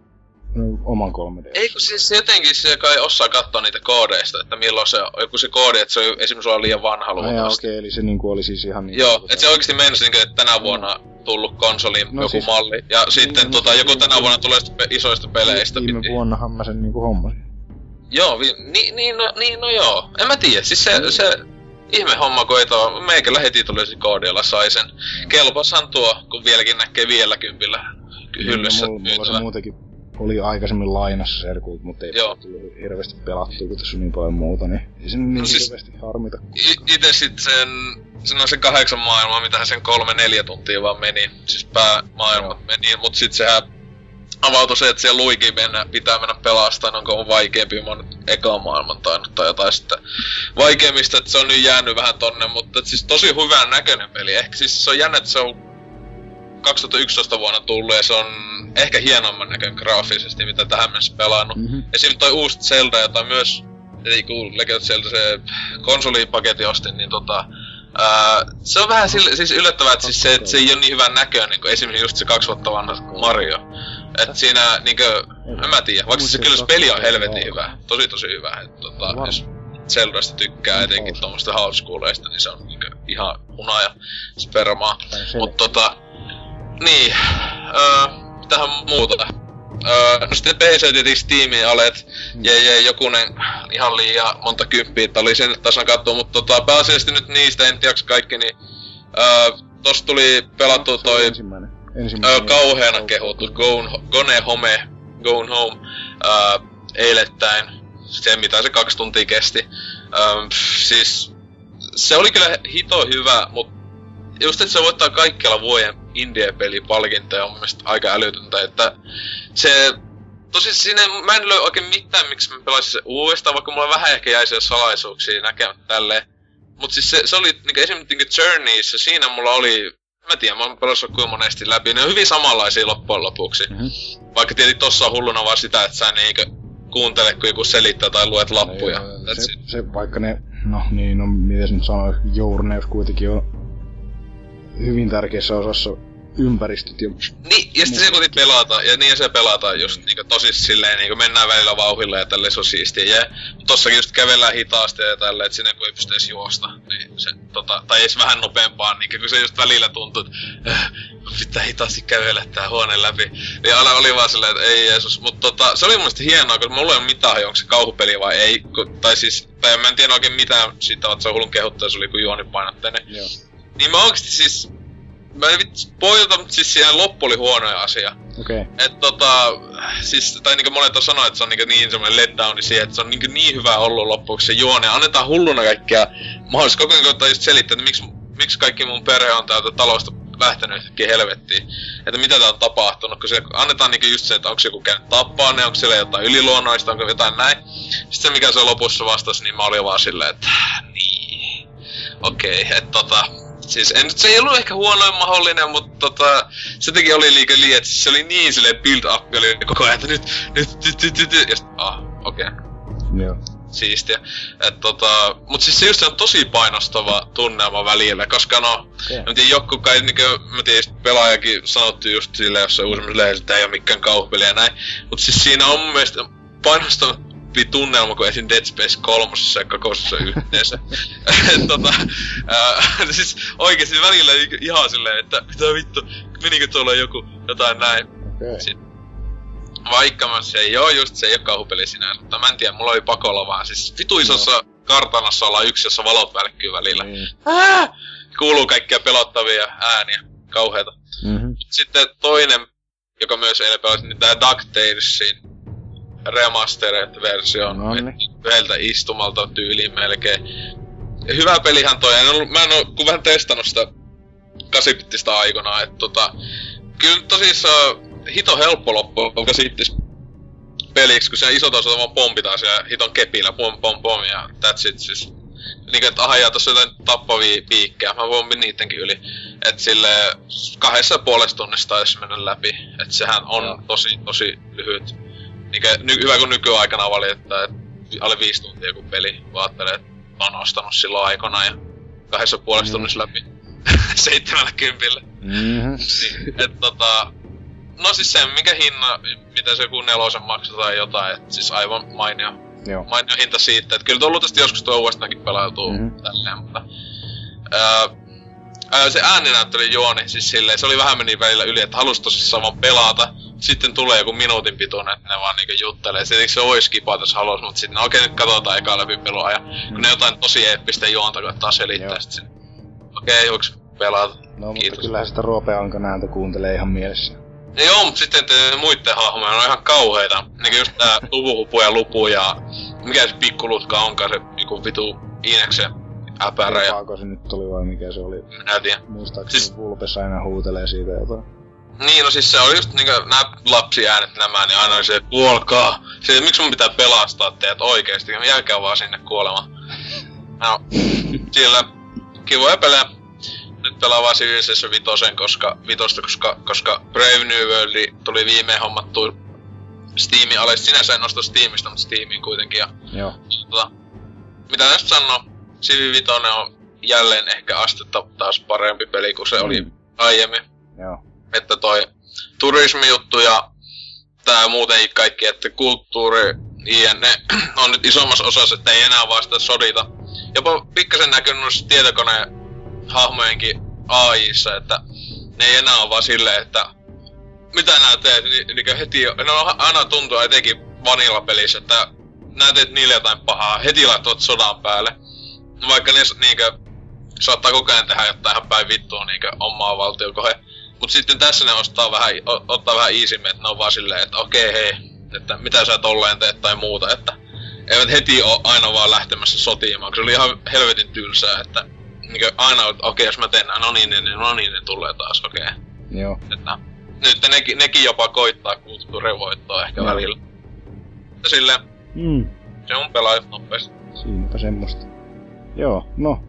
oman kolme D. Eikö siis jotenkin se, joka ei osaa katsoa niitä koodeista, että milloin se on joku se koodi, että se on esimerkiksi on liian vanha luultavasti. Okei, okay, eli se niinku oli siis ihan niin... Joo, et se oikeesti meinasi niinku, että tänä vuonna tullut konsoliin no, joku siis, malli. Ja niin, sitten niin, tota, joku tänä vuonna tulee isoista peleistä. Viime piti. Vuonnahan mä sen niinku hommasin. Joo, vi... niin, niin, no, niin, no joo. En mä tiedä, siis se, mm. se ihme homma, kun ei tuo... Meikällä heti tuli se koodilla sai sen. Kelpashan tuo, kun vieläkin näkee vielä kympillä hyllyssä. Niin, mulla, mulla se muutenkin oli aikaisemmin lainassa serkuut, mutta ei tullut hirveästi pelattua, kun tässä on niin paljon muuta, niin ei se niin no siis, hirveästi harmita. I- ite sit sen, sen on se kahdeksan maailmaa, mitähän sen kolme neljä tuntia vaan meni, siis päämaailmat meni, mut sit sehän avautui se, että siellä Luigi mennä, pitää mennä pelastaan, onko on vaikeampi, mä oon nyt eka maailman tainnut tai jotain sitten vaikeammista, että se on nyt jäänyt vähän tonne, mutta siis tosi hyvän näköinen peli, ehkä siis se on jännä, että se on kaksituhattayksitoista vuonna tullut ja se on ehkä hienomman näköinen graafisesti, mitä tähän mennessä pelannut. Mm-hmm. Esim. Toi uusi Zelda, jota myös Legend of Zelda se konsolipaketti ostin, niin tota... Ää, se on vähän sille, siis yllättävää, että siis se, et se ei oo niin hyvän näköinen kuin esimerkiksi just se kaksi vuotta vanha Mario. Et siinä niinkö, en mä tiedä, vaikka se kyllä se peli on helvetin hyvä, tosi tosi hyvä, et tota, jos Zeldasta tykkää etenkin tommoista houseschooleista, niin se on niinkö ihan huna ja spermaa. Mut tota, niin, öö, mitähän muuta? Öö, no sitten P C tietenkin Steamin alet, jee jee jokunen ihan liian monta kymppiä, että oli sinne tasan katsoa, mutta tota, pääasiallisesti nyt niistä en tiedä kaikki, niin öö, tossa tuli pelattu toi ensimmäinen. Ensimmäinen öö, kauheana kehuttu Gone, Gone Home, Gone Home öö, eilettäin, se mitä se kaksi tuntia kesti. Öö, siis se oli kyllä hito hyvä, mut just et se voittaa kaikkialla vuoden indie-pelipalkintoja on mun mielestä aika älytöntä, että se... Tosi siinä mä en löy oikein mitään, miksi mä pelaisin se uudestaan, vaikka mulla vähän ehkä jäi siellä salaisuuksia näkemättä tälleen. Mut siis se, se oli niinku esimerkiksi niinku Journeyssä, siinä mulla oli... Mä tiedän, mä oon pelassut kuinka monesti läpi, ne on hyvin samanlaisia loppujen lopuksi. Mm-hmm. Vaikka tietysti tossa on hulluna vaan sitä, että sä niinkö kuuntele, kun joku selittää tai luet lappuja. No, se, se vaikka ne... No niin, no miten se nyt sanoo, journeus kuitenkin on hyvin tärkeässä osassa ympäristöt ja... Niin, ja sitten se kotiin pelata, ja niin se pelataan just niinku tosis silleen, niinku mennään välillä vauhilla ja tälleen se on siistiä. Ja tossakin just kävellään hitaasti ja tälleen, et sinne kun ei pysty edes juosta, niin se tota, tai edes vähän nopeampaan, niin kun se just välillä tuntuu, että äh, pitää hitaasti kävellä tää huoneen läpi. Niin aina oli vaan silleen, että ei Jeesus, mut tota, se oli mun mielestä hienoa, koska mulla ei oo mitään, onko se kauhupeli vai ei, kun, tai siis, tai mä en tiedä oikein mitään siitä, että se on hullun kehuttu, se oli kuin juonipainotteinen. Joo. Niin mä oikeesti siis... Mä en vittu spoilta, mutta siis siihen loppu oli huonoja asia. Okei. Okay. Et tota... Siis, tai niinku monet on sanonut, että se on niinku niin semmonen letdowni siihen, että se on niinku niin hyvä ollut loppuksi se juoni. Ja annetaan hulluna kaikkia mahdollisesti koko ajan koittaa just selittää, että miksi, miksi kaikki mun perhe on täältä talosta lähtenyt yhtäkkiä helvettiin. Että mitä tää on tapahtunut, kun se annetaan niinku just se, että onko joku käynyt tappaa ne, onko siellä jotain yliluonnoista, onko jotain näin. Sitten se mikä se lopussa vastasi, niin mä olin vaan silleen, että niin... Okei, okay, että tota... Siis en, se ei ollut ehkä huonoin mahdollinen, mutta tota, se teki oli liikaa liian, että siis se oli niin silleen build-up, oli koko ajan, että nyt, nyt, nyt, nyt, nyt, nyt, ja sit, ah, okei. Okay. Joo. Siistiä. Et tota, mut siis se just on tosi painostava tunnelma välillä, koska no, okay. Mä tiedän, joku kai niinku, mä tiedän, pelaajakin sanottu just silleen jossain uusimmissa lehdessä, että ei oo mikään kauhupeli ja näin. Mut siis siinä on mun mielestä painostava tunnelma kuin esim. Dead Space kolmosessa ja kakosessa yhteensä. tota, ää, siis oikeesti välillä ihan silleen, että mitä vittu, menikö tuolla joku jotain näin. Okei. Sit, vaikka mä, se ei oo just, se ei oo kauhupeli sinänsä, mutta mä en tiedä, mulla oli pakolla vaan siis vitu isossa no. kartanossa ollaan yksi, jossa valot välkkyy välillä. Niin. Ää! Kuuluu kaikkia pelottavia ääniä, kauheita. Mm-hmm. Sitten toinen, joka myös eilen pelasi, niin tää DuckTalesin remastered-versio No niin. yhdeltä istumalta tyyliin melkein. Ja hyvä pelihän toi, en ollut, mä en oo kun vähän testannut sitä kahdeksan-bittistä aikanaan, että tota... Kyllä tosissaan hito helppo loppuun kahdeksan-bittis peliksi, kun siellä isot osat vaan pompitaan siellä hiton kepillä, pom pom pom ja that's it siis. Niinkö et ahajaa tossa jotain tappavia piikkejä, mä pompin niittenkin yli. Et silleen kahdessa ja puolesta tunnista taisi mennä läpi, et sehän on no. tosi tosi lyhyt. Niinkö ny, hyvä kun nykyaikana valittaa, et alle viisi tuntia kun peli vaattelee, et on ostanut silloin aikana ja kahdessa ja puolesta mm. tunnissa läpi. Seitsemällä kympillä. Mm-hmm. Niin, et tota... No siis sen, mikä hinna, mitä se joku nelosen maksaa tai jotain, et siis aivan mainio. Joo. Mainio hinta siitä, et kyllä tuo luultavasti joskus tuo uudestaankin pelautuu mm-hmm. tälleen, mutta... Öö, öö, se ääninäyttelyn juoni, siis silleen, se oli vähän meni välillä yli, että halus tosissaan vaan pelata. Sitten tulee joku minuutin pituinen, että ne vaan niinku juttelee. Sitten se ois kipaa, jos halus, mut sitten okei nyt katsotaan ekaa läpi pelua ja mm. kun ne jotain tosi eeppistä juonta koittaa selittää joo. sit sen. Okei, voiks pelata? No Kiitos. mutta kyllähän sitä Roope-Ankan ääntä kuuntelee ihan mielessä. Ja joo, mut sitten te muitten hahmoja on ihan kauheita. Niinku just tää Lupu ja Lupu ja... Mikä se pikkulutka onkaan se joku vitu Ineksen äpärä ja... Vaako se nyt oli vai mikä se oli? Minä tiedän. Muistaakseni siis... Vulpes aina huutelee siitä jotain. Niin, no siis se oli just niinku nää lapsiäänet nämä, niin aina oli se, että kuolkaa. Siis miksi mun pitää pelastaa teidät oikeesti, jääkää vaan sinne kuolemaan. No, sillä kivoja pelejä. Nyt pelaa vaan Civilization vitosen, koska, vitosta, koska, koska Brave New World tuli viimein hommattu Steamin alle. Sinänsä en nosta Steamista, mutta Steamiin kuitenkin. Ja, joo. Tota, mitä tästä sanoo, Civi vitonen on jälleen ehkä astetta taas parempi peli kuin se mm. oli aiemmin. Joo. Että toi turismijuttu ja tää muutenkin kaikki, että kulttuuri jne on nyt isommassa osassa, että ei enää vaan sitä sodita. Jopa pikkasen näkynyt noissa tietokoneen hahmojenkin A I:ssä, että ne ei enää ole vaan silleen, että mitä nää teet, niin, niin heti, no aina tuntuu etenkin vanilla-pelissä, että nää teet niille jotain pahaa, heti laittavat sodan päälle. Vaikka ne niinkö saattaa koko ajan tehdä jotain ihan päin vittua niinkö omaa valtiokohe. Mut sitten tässä ne ostaa vähän, ottaa vähän easimmin, että ne on vaan silleen, että okei hei, että mitä sä tolleen teet tai muuta, että eivät heti oo aina vaan lähtemässä sotimaan, se oli ihan helvetin tylsää, että niinkö aina, että okei jos mä teen no niin, niin, no niin, ne tulee taas, okei. Joo. Että nyt nekin, nekin jopa koittaa kulttuurivoittoa ehkä joo. välillä. Ja silleen, mm. se on pelaajat nopeasti. Siinäpä semmoista. Joo, no.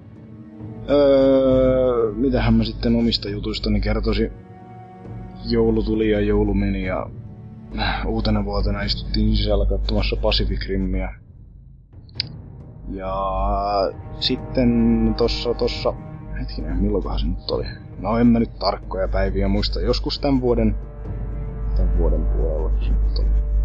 Öö, mitähän mä sitten omista jutuistani kertoisin. Joulu tuli ja joulu meni ja uutena vuotena istuttiin sisällä katsomassa Pacific Rimmiä. Ja sitten tossa, tossa, hetkinen, milloinkohan se nyt oli? No en mä nyt tarkkoja päiviä muista, joskus tän vuoden, tän vuoden puolella se nyt oli.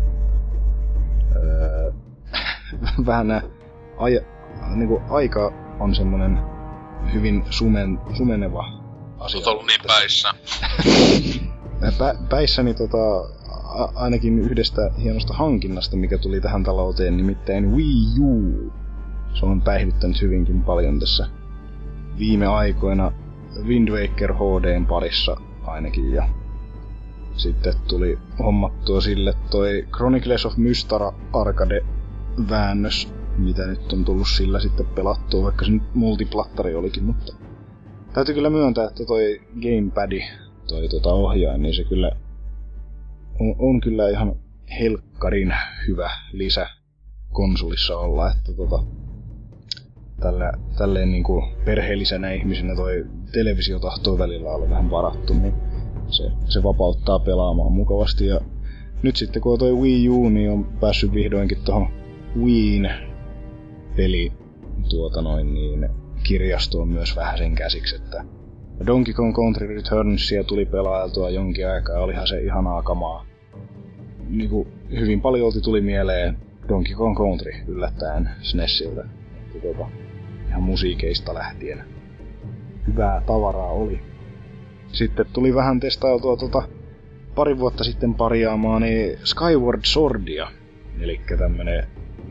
Öö, vähän nää, aja, niinku aika on semmonen hyvin sumen, sumeneva asia. Oot ollut niin päissä. Pä, päissäni tota, a, ainakin yhdestä hienosta hankinnasta, mikä tuli tähän talouteen, nimittäin Wii U. Se on päihdyttänyt hyvinkin paljon tässä viime aikoina Wind Waker H D:n parissa ainakin. Ja sitten tuli hommattua sille toi Chronicles of Mystara Arcade-väännös, mitä nyt on tullut sillä sitten pelattua, vaikka se nyt multiplattari olikin, mutta täytyy kyllä myöntää, että toi Gamepad, toi tota ohjain, niin se kyllä on, on kyllä ihan helkkarin hyvä lisä konsolissa olla, että tota tällä, tälleen niinku perheellisenä ihmisenä toi televisio tahtoo välillä olla vähän varattu, niin se, se vapauttaa pelaamaan mukavasti. Ja nyt sitten kun on toi Wii U, niin on päässyt vihdoinkin tohon Wiin peli tuota noin niin kirjastoon myös vähän sen käsiksi, että Donkey Kong Country Returnsia tuli pelailtua jonkin aikaa, olihan se ihanaa kamaa. Niinku hyvin paljolti tuli mieleen Donkey Kong Country yllättäen SNESiltä. Tuota, ihan musiikeista lähtien. Hyvää tavaraa oli. Sitten tuli vähän testailtua tota pari vuotta sitten parjaamaani Skyward Swordia. Elikkä tämmönen,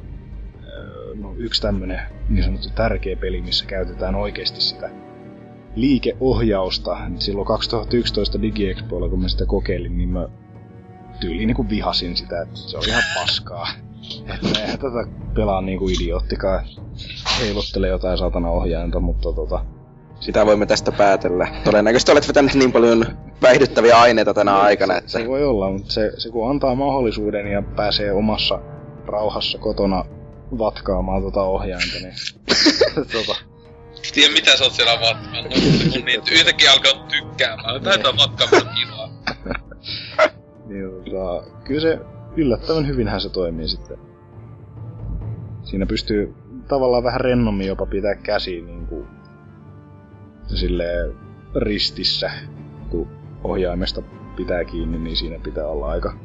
no yksi tämmönen niin sanottu tärkeä peli, missä käytetään oikeesti sitä liikeohjausta. Silloin kaksituhattayksitoista DigiExpoilla, kun mä sitä kokeilin, niin mä tyyliin niinku vihasin sitä, että se on ihan paskaa. Että eihän tätä pelaa niinku idioottikaan. Heiluttelee jotain satana ohjainta, mutta tota... Sitä voimme tästä päätellä. Todennäköisesti olet vetänyt niin paljon päihdyttäviä aineita tänä aikana, että... Se voi olla, mutta se, se kun antaa mahdollisuuden ja pääsee omassa rauhassa kotona vatkaamaan tota ohjainta, niin... tota... Tiedä mitä sä oot siellä vatkaan, kun niitä yhtäkkiä alkaa tykkäämään. Taitaa vatkaamaan kivaa. Niin tota... Kyllä se yllättävän hyvinhän se toimii sitten. Siinä pystyy tavallaan vähän rennommin jopa pitää käsiä niinku... silleen ristissä, kun ohjaimesta pitää kiinni, niin siinä pitää olla aika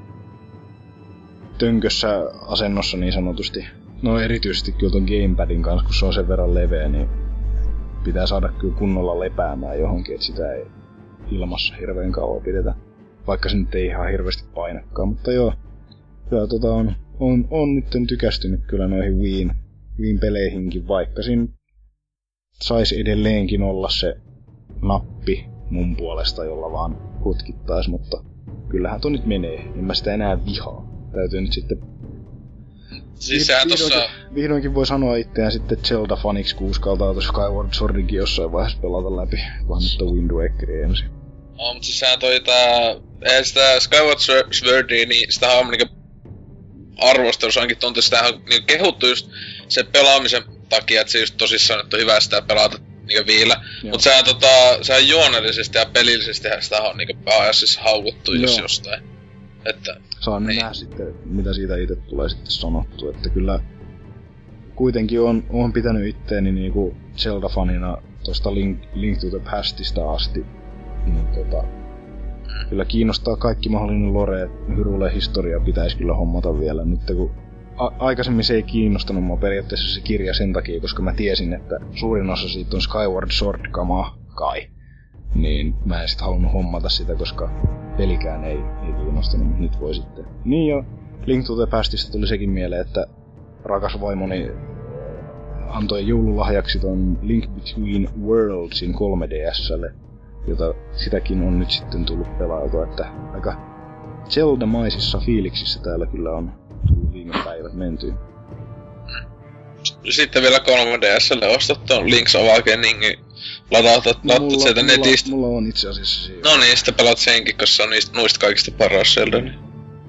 tönkössä asennossa niin sanotusti. No erityisesti kyllä ton gamepadin kanssa, kun se on sen verran leveä, niin pitää saada kyllä kunnolla lepäämään johonkin, että sitä ei ilmassa hirveän kauan pidetä. Vaikka se nyt ei ihan hirveästi painakaan, mutta joo. Kyllä tota on, on, on nyt tykästynyt kyllä noihin Wiin, Wiin peleihinkin, vaikka siinä sais edelleenkin olla se nappi mun puolesta, jolla vaan hutkittais, mutta kyllähän toi nyt menee. En mä sitä enää vihaa. Täytyy nyt sitten... Siis sehän tossa... Vihdoinkin, vihdoinkin voi sanoa itseään sitten Zelda-faniksi, kun uskaltaa tossa Skyward Swordinkin jossain vaiheessa pelata läpi. Vaan nyt on Wind Wakeria ensin. No, mut siis sehän toi tää... Eihän sitä Skyward Swordia, niin sitähän on niinku... arvostelussa ainakin tuntuu, sitähän on niinku kehuttu just sen pelaamisen takia, että se just tosissaan nyt on hyvä sitä pelata niinku viillä. Joo. Mut sehän tota, sehän juonellisesti ja pelillisesti sitä on niinku pääasiassa haukuttu jos jostain. Että... Saan niin. Nähdä sitten, mitä siitä itse tulee sitten sanottu, että kyllä... Kuitenkin on, on pitänyt itteeni niinku Zelda-fanina tosta Link, Link to the Pastista asti. Niin tota... Mm. Kyllä kiinnostaa kaikki mahdollinen lore, Hyrule historia pitäisi kyllä hommata vielä nyt kun... A- aikaisemmin se ei kiinnostanut mua periaatteessa se kirja sen takia, koska mä tiesin, että suurin osa siitä on Skyward Sword-kamaa, kai. Niin mä en sit halunnut hommata sitä, koska pelikään ei, ei kiinnostanut, mutta nyt voi sitten. Niin jo, Link to the Pastista tuli sekin mieleen, että rakas vaimoni antoi joululahjaksi ton Link Between Worldsin kolme D S:lle, jota sitäkin on nyt sitten tullut pelailtua, että aika Zelda-maisissa fiiliksissä täällä kyllä on viime päivät mentyy. Sitten vielä kolme D S:lle ostat ton Link's Awakeningin, latautat no, mulla, sieltä mulla, netistä. Mulla on itse asiassa siinä. No niin, sitten pelaat senkin, koska se on niistä, noista kaikista paras Zelda. Niin.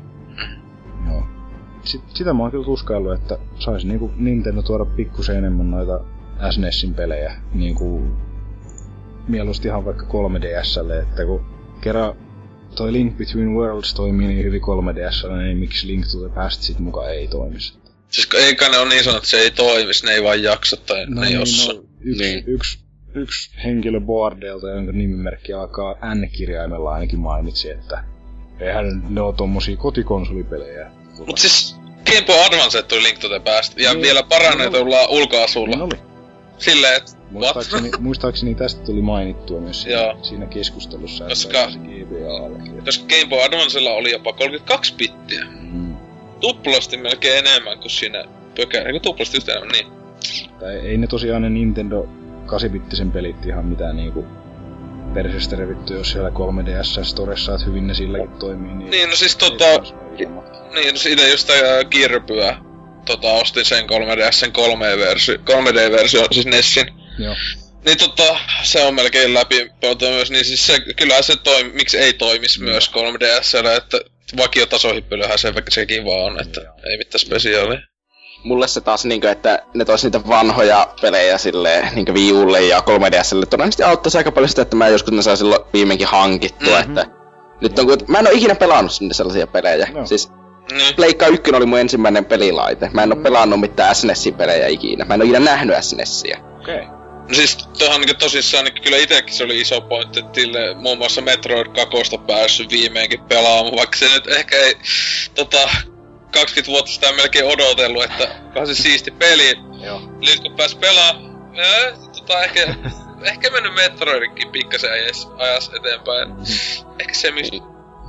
Mm. Joo. Sit, sitä mä oon kyllä tuskaillut, että sais niinku Nintendo tuoda pikkusen enemmän noita S N E Sin pelejä. Niinku mieluusti ihan vaikka kolme D S:lle, että kun kerran toi Link Between Worlds toimii niin hyvin kolme D S:llä, niin miksi Link to the Past sit muka ei toimisi? Siis eikä ne on niin sanottu, että se ei toimisi, ne ei vaan jaksa tai no ne ei niin, ossa. No, yksi, niin. yksi, yksi henkilö Boardelta, jonka nimimerkki alkaa N-kirjaimella ainakin mainitsi, että eihän ne oo tommosia kotikonsolipelejä. Mut siis Game Boy Advance tuli Link to the Past, ja niin, vielä parannetulla niin ulkoasulla. Niin oli. Silleen, et muistaakseni, muistaakseni tästä tuli mainittua myös siinä, siinä keskustelussa, koska, että G B A. Koska Game Boy Advancella oli jopa kolmekymmentäkaksi bittiä. Mm. Tuplasti melkein enemmän kuin siinä pökää, eikö tuplasti yhtä enemmän, niin. Tai ei ne tosiaan ne Nintendo kahdeksanbittisen pelit ihan mitään niinku persestä revitty, jos siellä kolme D S-storessa, että hyvin ne silläkin toimii. Niin, niin no siis tota... Niin, no siitä just tää Kirpyä. Tota, ostin sen kolme D S:n kolme D-versio, siis Nessin. Joo. Niin tota, se on melkein läpi pelata myös, niin siis se, kyllä se toimi, miksi ei toimis no. myös kolme D S:llä, että vakiotasohippelyhän se, sekin vaan on, että no. ei mitään spesiaalia. Mulle se taas niinkö, että ne tois niitä vanhoja pelejä silleen niinkö Wii Ulle ja kolme D S:lle todennäköisesti auttaisi aika paljon sitä, että mä joskus ne saa silloin viimeinkin hankittua, mm-hmm. että nyt on kun, mä en oo ikinä pelannut sinne sellaisia pelejä, no. siis niin. Pleikka yksi oli mun ensimmäinen pelilaite. Mä en oo pelannut mitään S N E S-pelejä ikinä. Mä en oo ikinä nähnyt S N E Siä. Okei. Okay. No siis tohan niinku tosissaan niin kyllä itekin se oli iso pointti, että sille muun muassa Metroid kaksi päässyt viimeinkin pelaamaan, vaikka se nyt ehkä ei tota kaksikymmentä vuotta sitä melkein odotellut, että on se siisti peli. Joo. Nyt kun pääs pelaa, nää, tota ehkä ehkä mennyt Metroidinkin pikkasen ajas, ajas eteenpäin. Mm-hmm. Ehkä se mistä. Joo.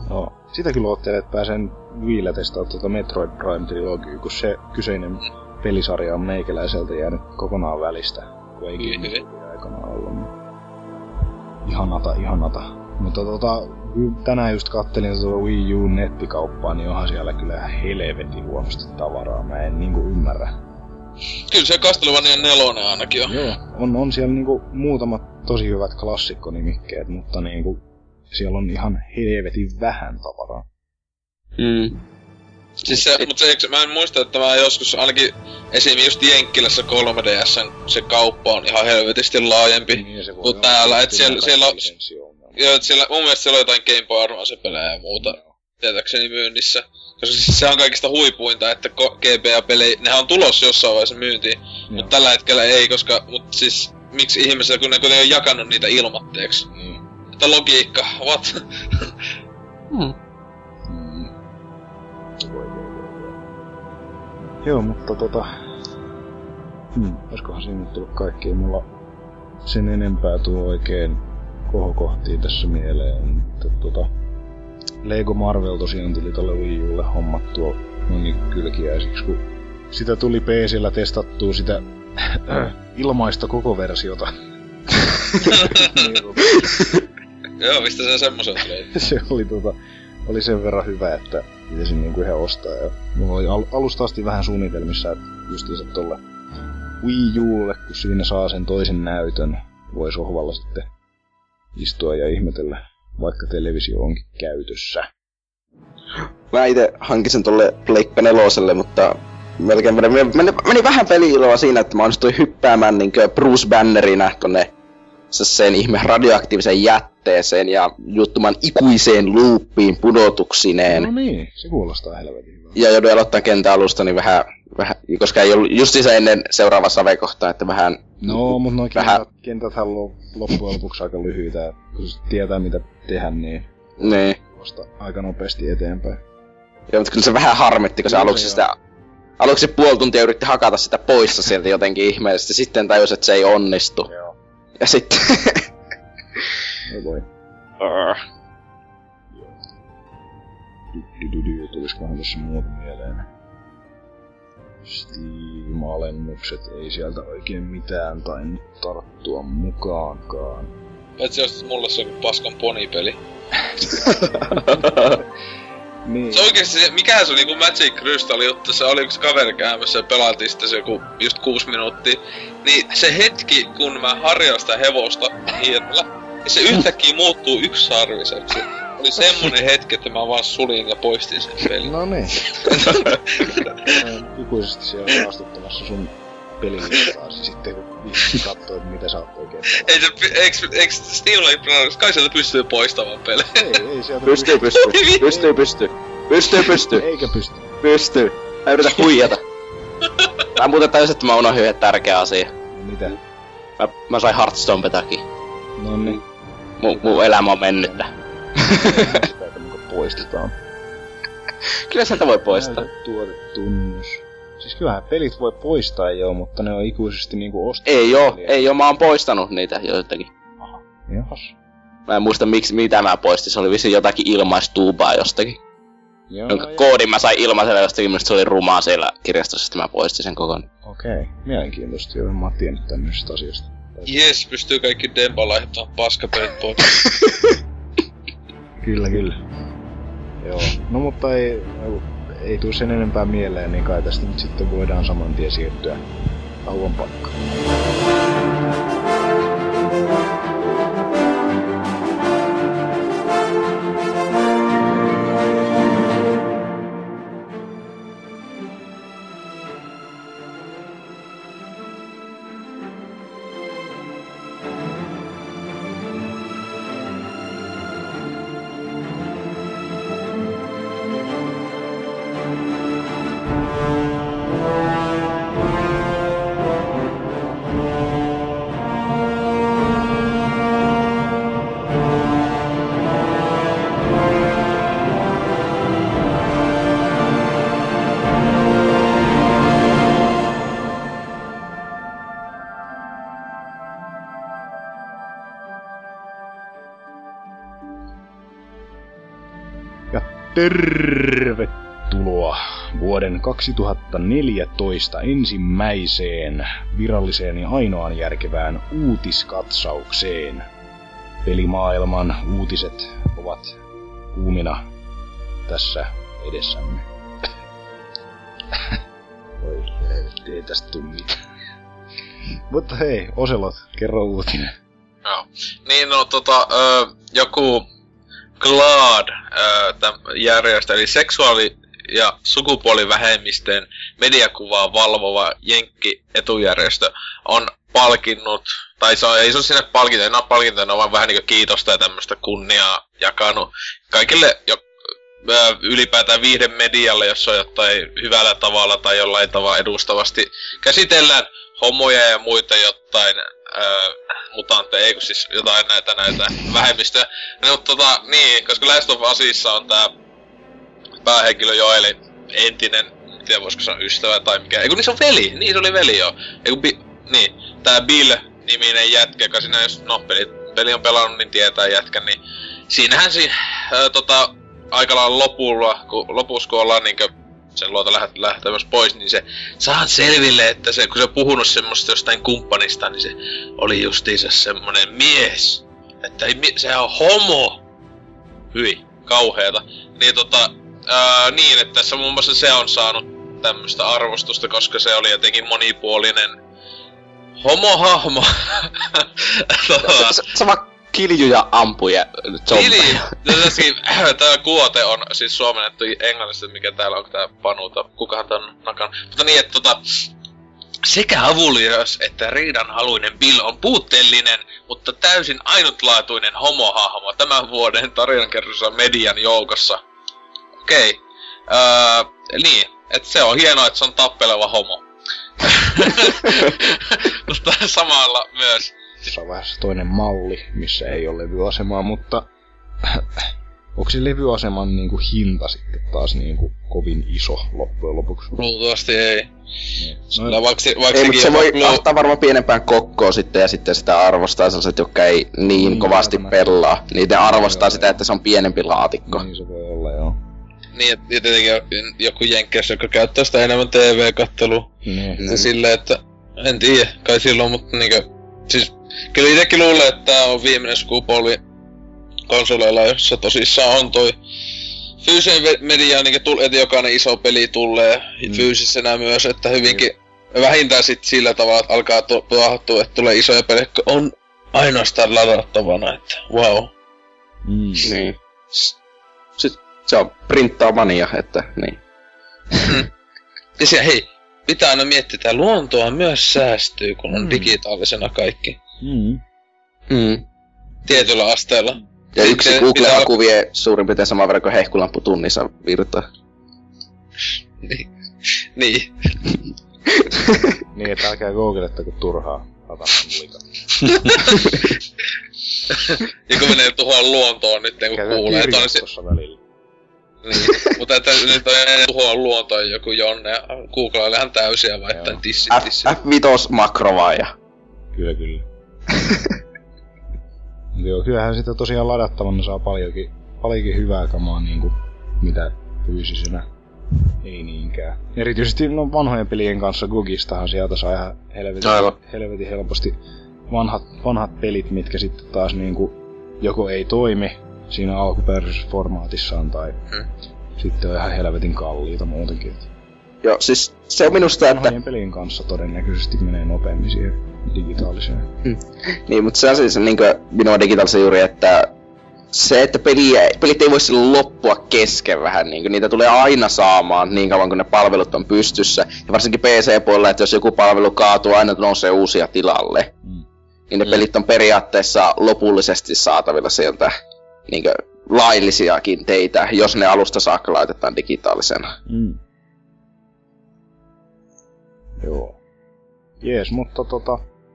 sitä kyllä oottelee, että pääsen Wiillä testaa tuota Metroid Prime-trilogia, kun se kyseinen pelisarja on meikäläiseltä jäänyt kokonaan välistä, kun ei Gamecubin aikana ollut. Ihanata, ihanata. Mutta tota, tänään just kattelin tuota Wii U nettikauppaa, niin onhan siellä kyllä helvetin huonosti tavaraa. Mä en niinku ymmärrä. Kyllä se Castlevania nelonen ainakin on. Joo, on, on siellä niinku muutamat tosi hyvät klassikkonimikkeet, mutta niinku siellä on ihan helvetin vähän tavaraa. Mm. Siis se, mut se, mä en muista, että mä joskus ainakin esim. Just Jenkkilässä kolme D S:n se kauppa on ihan helvetisti laajempi niin, kuin täällä, et siellä, siellä on... Joo, et siellä, mun mielestä siellä on jotain Game Boy Advance-pelejä ja muuta, no. Tietääkseni myynnissä. Koska siis se on kaikista huipuinta, että G B A-pelejä, nehän on tulossa jossain vaiheessa myyntiin, no. Mut tällä hetkellä ei, koska, mut siis, miksi ihmisellä, kun ne kuitenkin on jakanut niitä ilmatteeksi? Mm. Että logiikka, what? hmm. Mm. Joo, mutta tota... Hmm, olisikohan siinä nyt tullut kaikki, ei mulla sen enempää tuo oikein kohokohtiin tässä mieleen, mutta tota... Lego Marvel tosiaan tuli tolle Wii Ulle hommattua noin kylkiäisiksi, kun sitä tuli P C:llä testattua sitä ilmaista koko versiota. Joo, mistä se semmosen tuli? Se oli tota... Oli sen verran hyvä, että pitäisin niinku ihan ostaa. Ja mulla oli al- alusta asti vähän suunnitelmissa, että justiinsa tolle Wii Ulle, kun siinä saa sen toisen näytön, voi sohvalla sitten istua ja ihmetellä, vaikka televisio onkin käytössä. Mä ite hankin sen tolle Pleikka neloselle, mutta melkein meni, meni, meni vähän peli-iloa siinä, että mä onnistuin hyppäämään niinkö Bruce Bannerinä tonne sen ihme radioaktiivisen jätteeseen ja juttumaan ikuiseen loopiin pudotuksineen. No niin, se kuulostaa helvetin hyvältä. Ja jouduin aloittaa kentän alusta, niin vähän, vähän koska ei ollut justiinsa ennen seuraava savekohtaa, että vähän... No, mutta nuo vähän... kentät, kentäthän on loppujen lopuksi aika lyhyitä, kun se tietää mitä tehdä, niin... Niin. Vasta aika nopeasti eteenpäin. Joo, mutta kyllä se vähän harmitti, kun se aluksi sitä... Aluksi puoli tuntia yritti hakata sitä poissa sieltä jotenkin ihmeellisesti, sitten tajus, että se ei onnistu. Joo. Ja sitten... Ei voi. Uh. Dydydydy, tuliskohan tässä muuta mieleen. Steam-alennukset, ei sieltä oikein mitään tainnut tarttua mukaankaan. Paitsi jos mulle se on paskan ponipeli. Niin. Se oikeesti se, mikähän se oli niinku Magic Crystal juttu, se oli yks kaveri käymässä ja pelaatiin sitten se joku just kuusi minuuttia. Niin se hetki, kun mä harjoin sitä hevosta hiirellä, niin se yhtäkkiä muuttuu yksisarviseksi. Oli semmonen hetki, että mä vaan sulin ja poistin sen pelin. No niin. Ikuisesti siellä vaastuttamassa sun pelilistaa, sitten kun viimein kattoo, että mitä sä oot oikein pelaa. Ei se, eiks, eiks Steam Library, kai sieltä pystyy poistamaan pelejä? Ei, ei sieltä pystyy. Pystyy, pystyy. Pystyy, pystyy. Pystyy, pystyy. Eikä pysty. Pystyy. Mä yritän huijata. Mä muuten tajusin, että mä unohdin yhden tärkeä asia. No mitä? Mä, mä sain Hearthstone-petakin. No niin. Mun, mun elämä on mennyttä. Sitä, että muka poistetaan. Kyllä sieltä voi poistaa. Näytä tuotetunnus. Siis kyllähän pelit voi poistaa joo, mutta ne on ikuisesti niinku ostettu. Ei oo, ei oo, mä oon poistanut niitä joitakin. Aha, jahas. Mä en muista miksi, mitä mä poistin, se oli vissiin jotakin ilmaistuubaa jostakin. Joo, jonka joo. koodin mä sain ilmaisella jostakin, minusta se oli rumaa siellä kirjastossa, sitten mä poistin sen kokonaan. Okei, mielenkiintoista joo, mä oon tiennyt tämmöisestä asiasta. Jes, pystyy kaikki Dempa laittamaan paskapelit pois. Kyllä, kyllä. Joo, no mutta ei, ei tuu sen enempää mieleen, niin kai tästä nyt sitten voidaan saman tien siirtyä tauon paikkaan. Tervetuloa vuoden kaksituhattaneljätoista ensimmäiseen viralliseen ja ainoaan järkevään uutiskatsaukseen. Pelimaailman uutiset ovat kuumina tässä edessämme. Oi helvetti, ei tästä tuu mitään. Mutta hei, Oselot, kerro uutinen. Joo. Niin, no tota, ö, joku GLAAD ö, järjestö, eli seksuaali- ja sukupuolivähemmistöjen mediakuvaa valvova Jenkki-etujärjestö on palkinnut, tai se on, ei se ole sinne palkinto, ei ne ole palkintoja, ne on vaan vähän niinku kiitosta ja tämmöstä kunniaa jakanut kaikille jo, ö, ylipäätään viihden medialle, jos on jotain hyvällä tavalla tai jollain tavalla edustavasti käsitellään homoja ja muita jotain Öö, mutantteja, ei kun siis jotain näitä näitä vähemmistöjä. No, mutta tota, niin, koska Last of Usissa on tää päähenkilö Joeli, entinen, en tiedä voisiko sanoa ystävä tai mikä, eiku niin se on veli, niin se oli veli joo. Eiku bi, niin, tää Bill-niminen jätkä, joka siinä jos, no peli, peli on pelannut, niin tietää jätkän, niin siinähän si, öö, tota, aika lailla lopulla, kun, lopussa kun ollaan niinkö sen luota läht, lähtemässä pois, niin se saan selville, että se, kun se on puhunut semmoista jostain kumppanista, niin se oli justiinsa semmonen mies. Että ei, se on homo. Hyi, kauheeta. Niin tota, ää, niin, että tässä muun muassa se on saanut tämmöstä arvostusta, koska se oli jotenkin monipuolinen homohahmo. tota. se, se vaan kiljuja ampuja zombeja. Tää kuote on siis suomennettu englannista, mikä täällä on tää Panuta. Kukahan tän on nakan. Mutta niin, että tota, sekä avulias että riidanhaluinen Bill on puutteellinen, mutta täysin ainutlaatuinen homohahmo tämän vuoden tarinankerrossa median joukossa. Okei. Okay. Öö, niin, että se on hienoa, että se on tappeleva homo. Mutta samalla myös se on vähän toinen malli, missä ei ole levyasemaa, mutta onko se levyaseman niinku hinta sitten taas niinku kovin iso loppujen lopuksi? Luultavasti ei. No, no, vaiksi, vaiksi ei, mutta se voi lu- ottaa varmaan pienempään kokkoon sitten ja sitten sitä arvostaa sellaiset, jotka ei niin, niin kovasti pelaa. Niitä arvostaa joo, sitä, joo. Että se on pienempi laatikko. Niin se voi olla, joo. Niin, ja tietenkin joku jenkkäys, joka käyttää sitä enemmän T V-kattelua. Niin. Ja silleen, että en tiedä, kai silloin, mutta niinkö, siis kyllä itekin luulee, että tää on viimeinen sukupolvi konsoleilla, jossa tosissaan on toi fyysinen media, niin että jokainen iso peli tulee mm. fyysisenä myös, että hyvinkin mm. vähintään sit sillä tavalla, että alkaa tuohtua, että tulee isoja pelejä, on ainoastaan ladattavana, että wow. Mm. Niin. Sitten se on printtaamania, että niin. Ja siellä, hei, pitää aina miettiä, että luontoa myös säästyy, kun on mm. digitaalisena kaikki. Mm. Mm. Tietyllä asteella. Ja sitten yksi Google-haku vie suurin piirtein saman verran kuin hehkulampu tunnissa virtaa. niin. niin. niin, että älkää googlettako turhaa ratamulika. ja kun menee tuhoa luontoon nyt, kun kuulee, että on se välillä. niin, mutta että nyt on ennen tuhoa luontoon joku Jonne, ja Googlella ihan täysiä vai että tissit tissit. F viisi makrovaaja. Kyllä, kyllä. Joo, kyllähän sitä tosiaan ladattavana saa paljonkin, paljonkin hyvää kamaa niinku, mitä fyysisenä ei niinkään. Erityisesti no vanhojen pelien kanssa Gogistahan sieltä saa ihan helvetin, helvetin helposti vanhat, vanhat pelit, mitkä sitten taas niinku joko ei toimi siinä alkuperäisessä formaatissaan tai hmm. sitten on ihan helvetin kalliita muutenkin. Joo, siis se on minusta, että vanhojen pelien kanssa todennäköisesti menee nopeammin siihen digitaaliseen. Hmm. Niin, mutta se on siis niinkö minua digitaalisen juuri, että se, että peliä, pelit ei voi silloin loppua kesken vähän, niin niitä tulee aina saamaan niin kauan kun ne palvelut on pystyssä. Ja varsinkin P C-puolella, että jos joku palvelu kaatuu, aina nousee uusia tilalle. Mm. Niin ne mm. pelit on periaatteessa lopullisesti saatavilla sieltä niin laillisiakin teitä, jos ne alusta saakka laitetaan digitaalisena. Mm. Joo. Jees, mutta tota...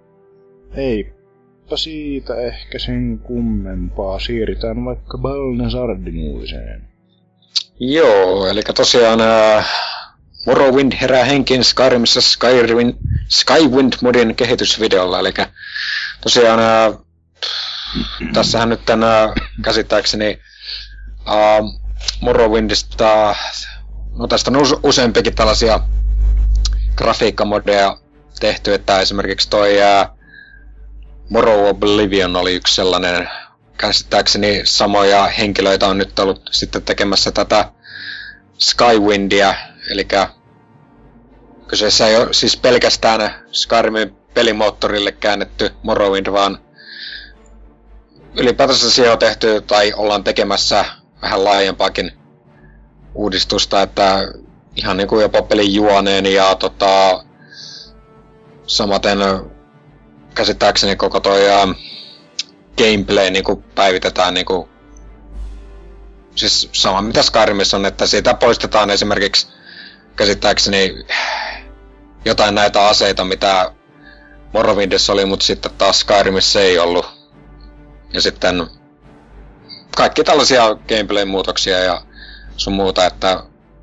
Eipä siitä ehkä sen kummempaa. Siirrytään vaikka Balnazardin uutiseen. Joo, eli tosiaan äh, Morrowind herää henkiin Skyrimissa Skyrim, Skywind-modin kehitysvideolla, eli tosiaan äh, tässähän nyt tämän, äh, käsittääkseni äh, Morrowindista, no tästä on useampikin tällaisia grafiikkamodeja tehty, että esimerkiksi toi ää, Morrow Oblivion oli yksi sellainen, käsittääkseni samoja henkilöitä on nyt ollut sitten tekemässä tätä Skywindia, eli kyseessä ei ole siis pelkästään Skyrimin pelimoottorille käännetty Morrowind, vaan ylipäätänsä siihen on tehty tai ollaan tekemässä vähän laajempaakin uudistusta, että ihan niinku jopa pelin juoneen ja tota, samaten käsittääkseni koko toi uh, gameplay niinku päivitetään niinku, siis sama mitä Skyrimissa on, että siitä poistetaan esimerkiksi käsittääkseni jotain näitä aseita, mitä Morrowindissa oli, mutta sitten taas Skyrimissä ei ollut. Ja sitten kaikki tällaisia gameplay-muutoksia ja sun muuta, että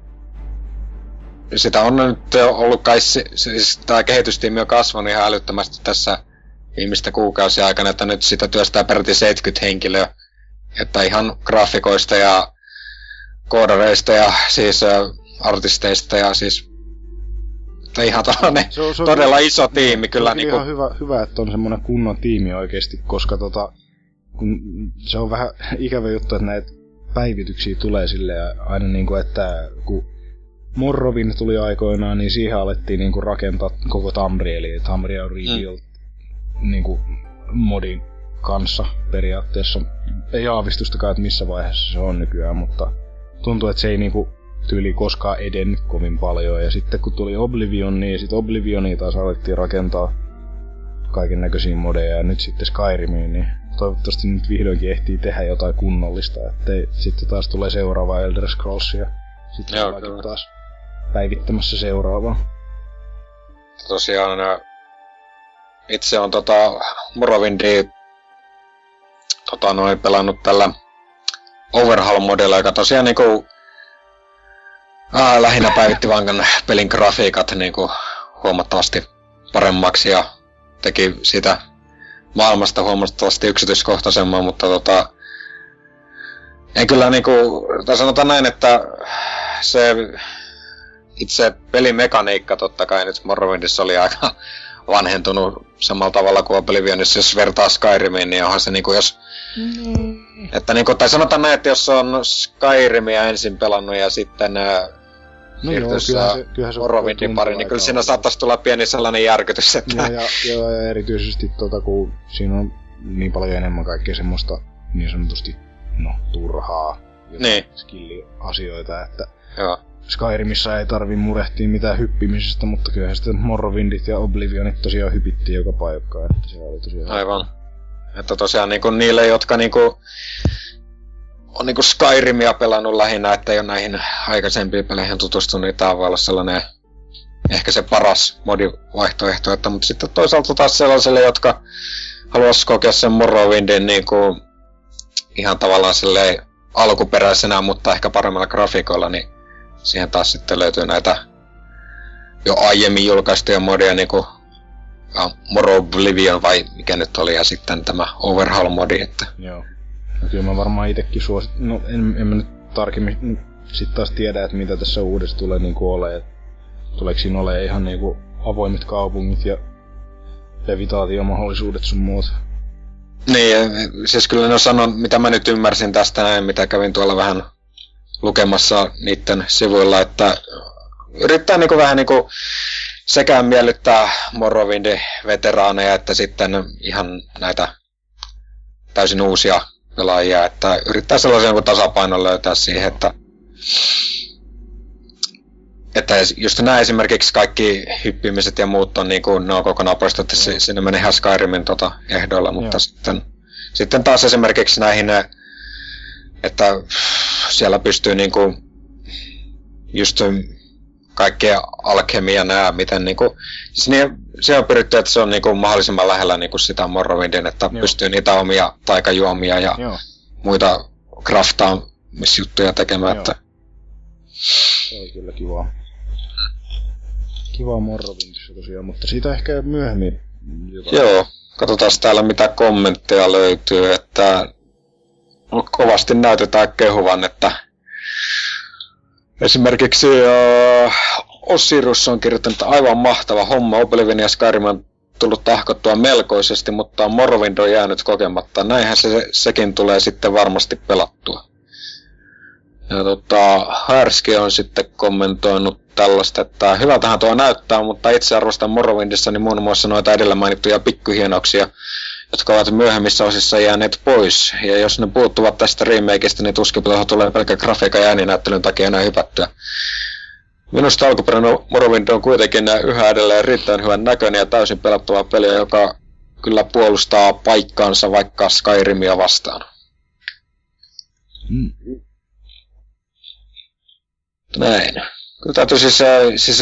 sitä on nyt ollut kai, siis tää kehitystiimi on kasvanut ihan älyttömästi tässä viimeistä kuukausia aikana, että nyt sitä työstää peräti seitsemänkymmentä henkilöä, että ihan graafikoista ja koodareista ja siis artisteista ja siis ihan tällainen se on, se on todella kyllä, iso tiimi kyllä. Se on niinku ihan hyvä, hyvä, että on semmonen kunnon tiimi oikeesti, koska tota, kun se on vähän ikävä juttu, että näitä päivityksiä tulee silleen aina niinku, että kun Morrowind tuli aikoinaan, niin siihen alettiin niinku rakentaa koko Tamriel, eli Tamriel Rebuild mm. niinku modin kanssa periaatteessa. Ei aavistustakaan, että missä vaiheessa se on nykyään, mutta tuntuu, että se ei niinku tyyli koskaan edennyt kovin paljon. Ja sitten kun tuli Oblivion, niin sit Oblivionia taas alettiin rakentaa kaiken näköisiä modeja, ja nyt sitten Skyrimiin, niin toivottavasti nyt vihdoinkin ehtii tehdä jotain kunnollista, ettei sitten taas tulee seuraava Elder Scrolls ja sitten Joo, ollaankin taas päivittämässä seuraavaa. Tosiaan itse on tota Morrowindia tota noin pelannut tällä Overhaul-modella, joka tosiaan niinku ää, lähinnä päivitti vankan pelin grafiikat niinku huomattavasti paremmaksi ja teki sitä maailmasta huomattavasti yksityiskohtaisemman, mutta tota en kyllä niinku, tai sanotaan näin, että se itse pelimekaniikka totta kai nyt Morrowindissa oli aika vanhentunut samalla tavalla kuin Oblivionissa, jos vertaa Skyrimiin, niin onhan se niinku jos mm. että niinku, tai sanotaan näin, että jos on Skyrimia ensin pelannut ja sitten no siirtyessä Morrowindin pari, niin kyllä siinä saattaisi tulla pieni sellainen järkytys, että ja, ja, ja, ja erityisesti tota, kun siinä on niin paljon enemmän kaikkea semmoista niin sanotusti, no, turhaa niin skilli-asioita, että joo. Skyrimissä ei tarvi murehtia mitään hyppimisestä, mutta kyllähän sitten Morrowindit ja Oblivionit tosiaan hypittiin joka paikkaan, että se oli tosiaan aivan. Että tosiaan niinku niille, jotka niinku on niinku Skyrimia pelannut lähinnä, että ei ole näihin aikaisempiin peleihin tutustunut, niin tää voi olla sellainen ehkä se paras modivaihtoehto, että mutta sitten toisaalta taas sellaisille, jotka haluais kokea sen Morrowindin niinku ihan tavallaan silleen alkuperäisenä, mutta ehkä paremmilla grafiikoilla, niin siihen taas sitten löytyy näitä jo aiemmin julkaistuja modia, niinku Morrow Oblivion vai mikä nyt oli, ja sitten tämä Overhaul-modi, että joo. No kyllä mä varmaan itekin suosit... No en, en mä nyt tarkemmin sit taas tiedä, että mitä tässä uudessa tulee niinku ole. Tuleeko siinä ole ihan niinku avoimet kaupungit ja levitaatiomahdollisuudet sun muut? Niin, siis kyllä ne sanon, mitä mä nyt ymmärsin tästä näin, mitä kävin tuolla vähän lukemassa niitten sivuilla, että yrittää niinku vähän niinku sekä miellyttää Morrowindin veteraaneja, että sitten ihan näitä täysin uusia pelaajia, että yrittää sellaisen jonkun tasapainon löytää siihen, että että just nämä esimerkiksi kaikki hyppimiset ja muut on niinku, ne on kokonaan poistettu, no. Sinne meni ihan Skyrimin tota ehdoilla, mutta sitten, sitten taas esimerkiksi näihin, että siellä pystyy niinku just kaikkea alkemia nää, miten niinku, siis niin, se on pyritty, että se on niinku mahdollisimman lähellä niinku sitä Morrowindin, että joo. Pystyy niitä omia taikajuomia ja joo. Muita craftaamisjuttuja tekemään, että se on kyllä kivaa. Kivaa Morrowindissa tosiaan, mutta siitä ehkä myöhemmin jotain. Joo, katsotaan täällä mitä kommentteja löytyy, että kovasti näytetään kehuvan, että Esimerkiksi uh, Osiris on kirjoittanut aivan mahtava homma. Oblivion ja Skyrim on tullut tahkottua melkoisesti, mutta Morrowind on jäänyt kokematta. Näinhän se, sekin tulee sitten varmasti pelattua. Ja tota, Härski on sitten kommentoinut tällaista, että hyvältähän tuo näyttää, mutta itse arvostan Morrowindissa niin muun muassa noita edellä mainittuja pikkuhienoksia, jotka ovat myöhemmissä osissa jääneet pois. Ja jos ne puuttuvat tästä remakeista, niin tuskin tulee pelkkä grafiikan ja ääninäyttelyn takia enää hypättyä. Minusta alkuperäinen Morrowind on kuitenkin yhä edelleen riittävän hyvän näköinen ja täysin pelattava peli, joka kyllä puolustaa paikkaansa vaikka Skyrimia vastaan. Mm. Näin. Kyllä täytyy siis, siis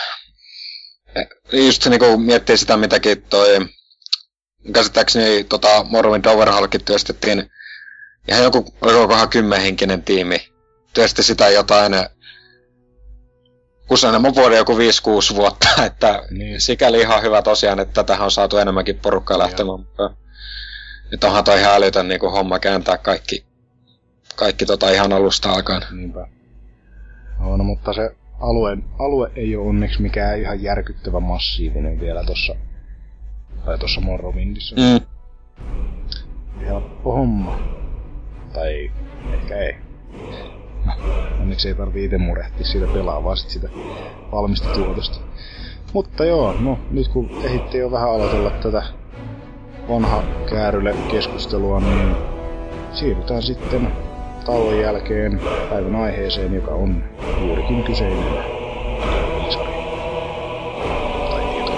just niinku miettiä sitä, mitäkin toi käsittääkseni tota Morrowind Overhaulkin työstettiin ihan joku, olikohan kymmenhenkinen tiimi. Työsti sitä jotain useamman vuoden joku viisi kuusi vuotta, että niin. Sikäli ihan hyvä tosiaan, että tähän on saatu enemmänkin porukkaa lähtemään mukaan. Nyt onhan toi ihan älytön niinku homma kääntää kaikki, kaikki tota ihan alusta alkaen. Niinpä. No, no mutta se alue, alue ei ole onneksi mikään ihan järkyttävä massiivinen vielä tossa, tai tossa Morrowindissa. Mm. Helppo homma. Tai ehkä ei. No, onneksi ei tarvii ite murehtia siitä pelaa, vaan sit sitä valmista tuotosta. Mutta joo, no nyt kun ehditte jo vähän aloitella tätä vanha kääryle keskustelua, niin siirrytään sitten tauon jälkeen päivän aiheeseen, joka on juurikin kyseinen sarja. Tai tieto.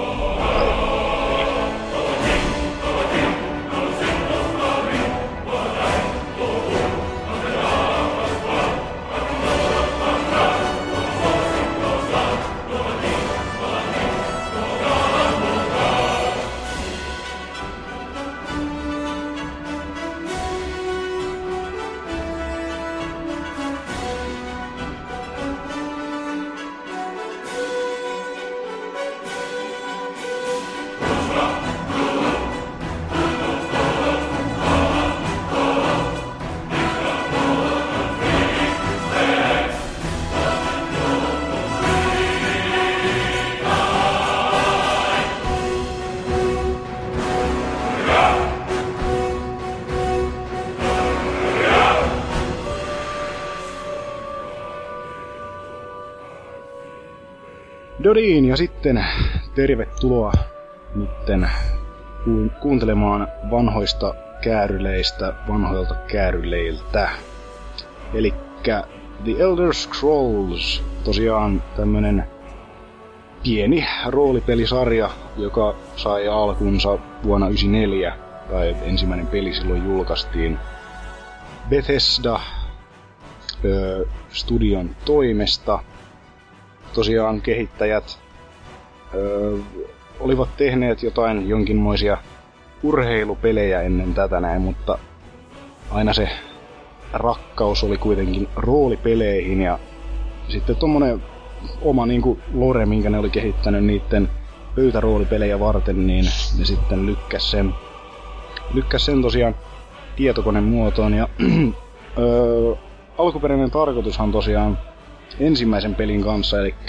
Dodin, ja sitten tervetuloa nytten ku- kuuntelemaan vanhoista kääryleistä, vanhoilta kääryleiltä. Elikkä The Elder Scrolls, tosiaan tämmönen pieni roolipelisarja, joka sai alkunsa vuonna yhdeksänkymmentäneljä, tai ensimmäinen peli silloin julkaistiin Bethesda ö, studion toimesta. Tosiaan kehittäjät ö, olivat tehneet jotain jonkinmoisia urheilupelejä ennen tätä näin, mutta aina se rakkaus oli kuitenkin roolipeleihin ja sitten tommonen oma niinku lore, minkä ne oli kehittänyt niitten pöytäroolipelejä varten, niin ne sitten lykkäs sen, lykkäs sen tosiaan tietokoneen muotoon ja ö, alkuperäinen tarkoitushan tosiaan ensimmäisen pelin kanssa, eli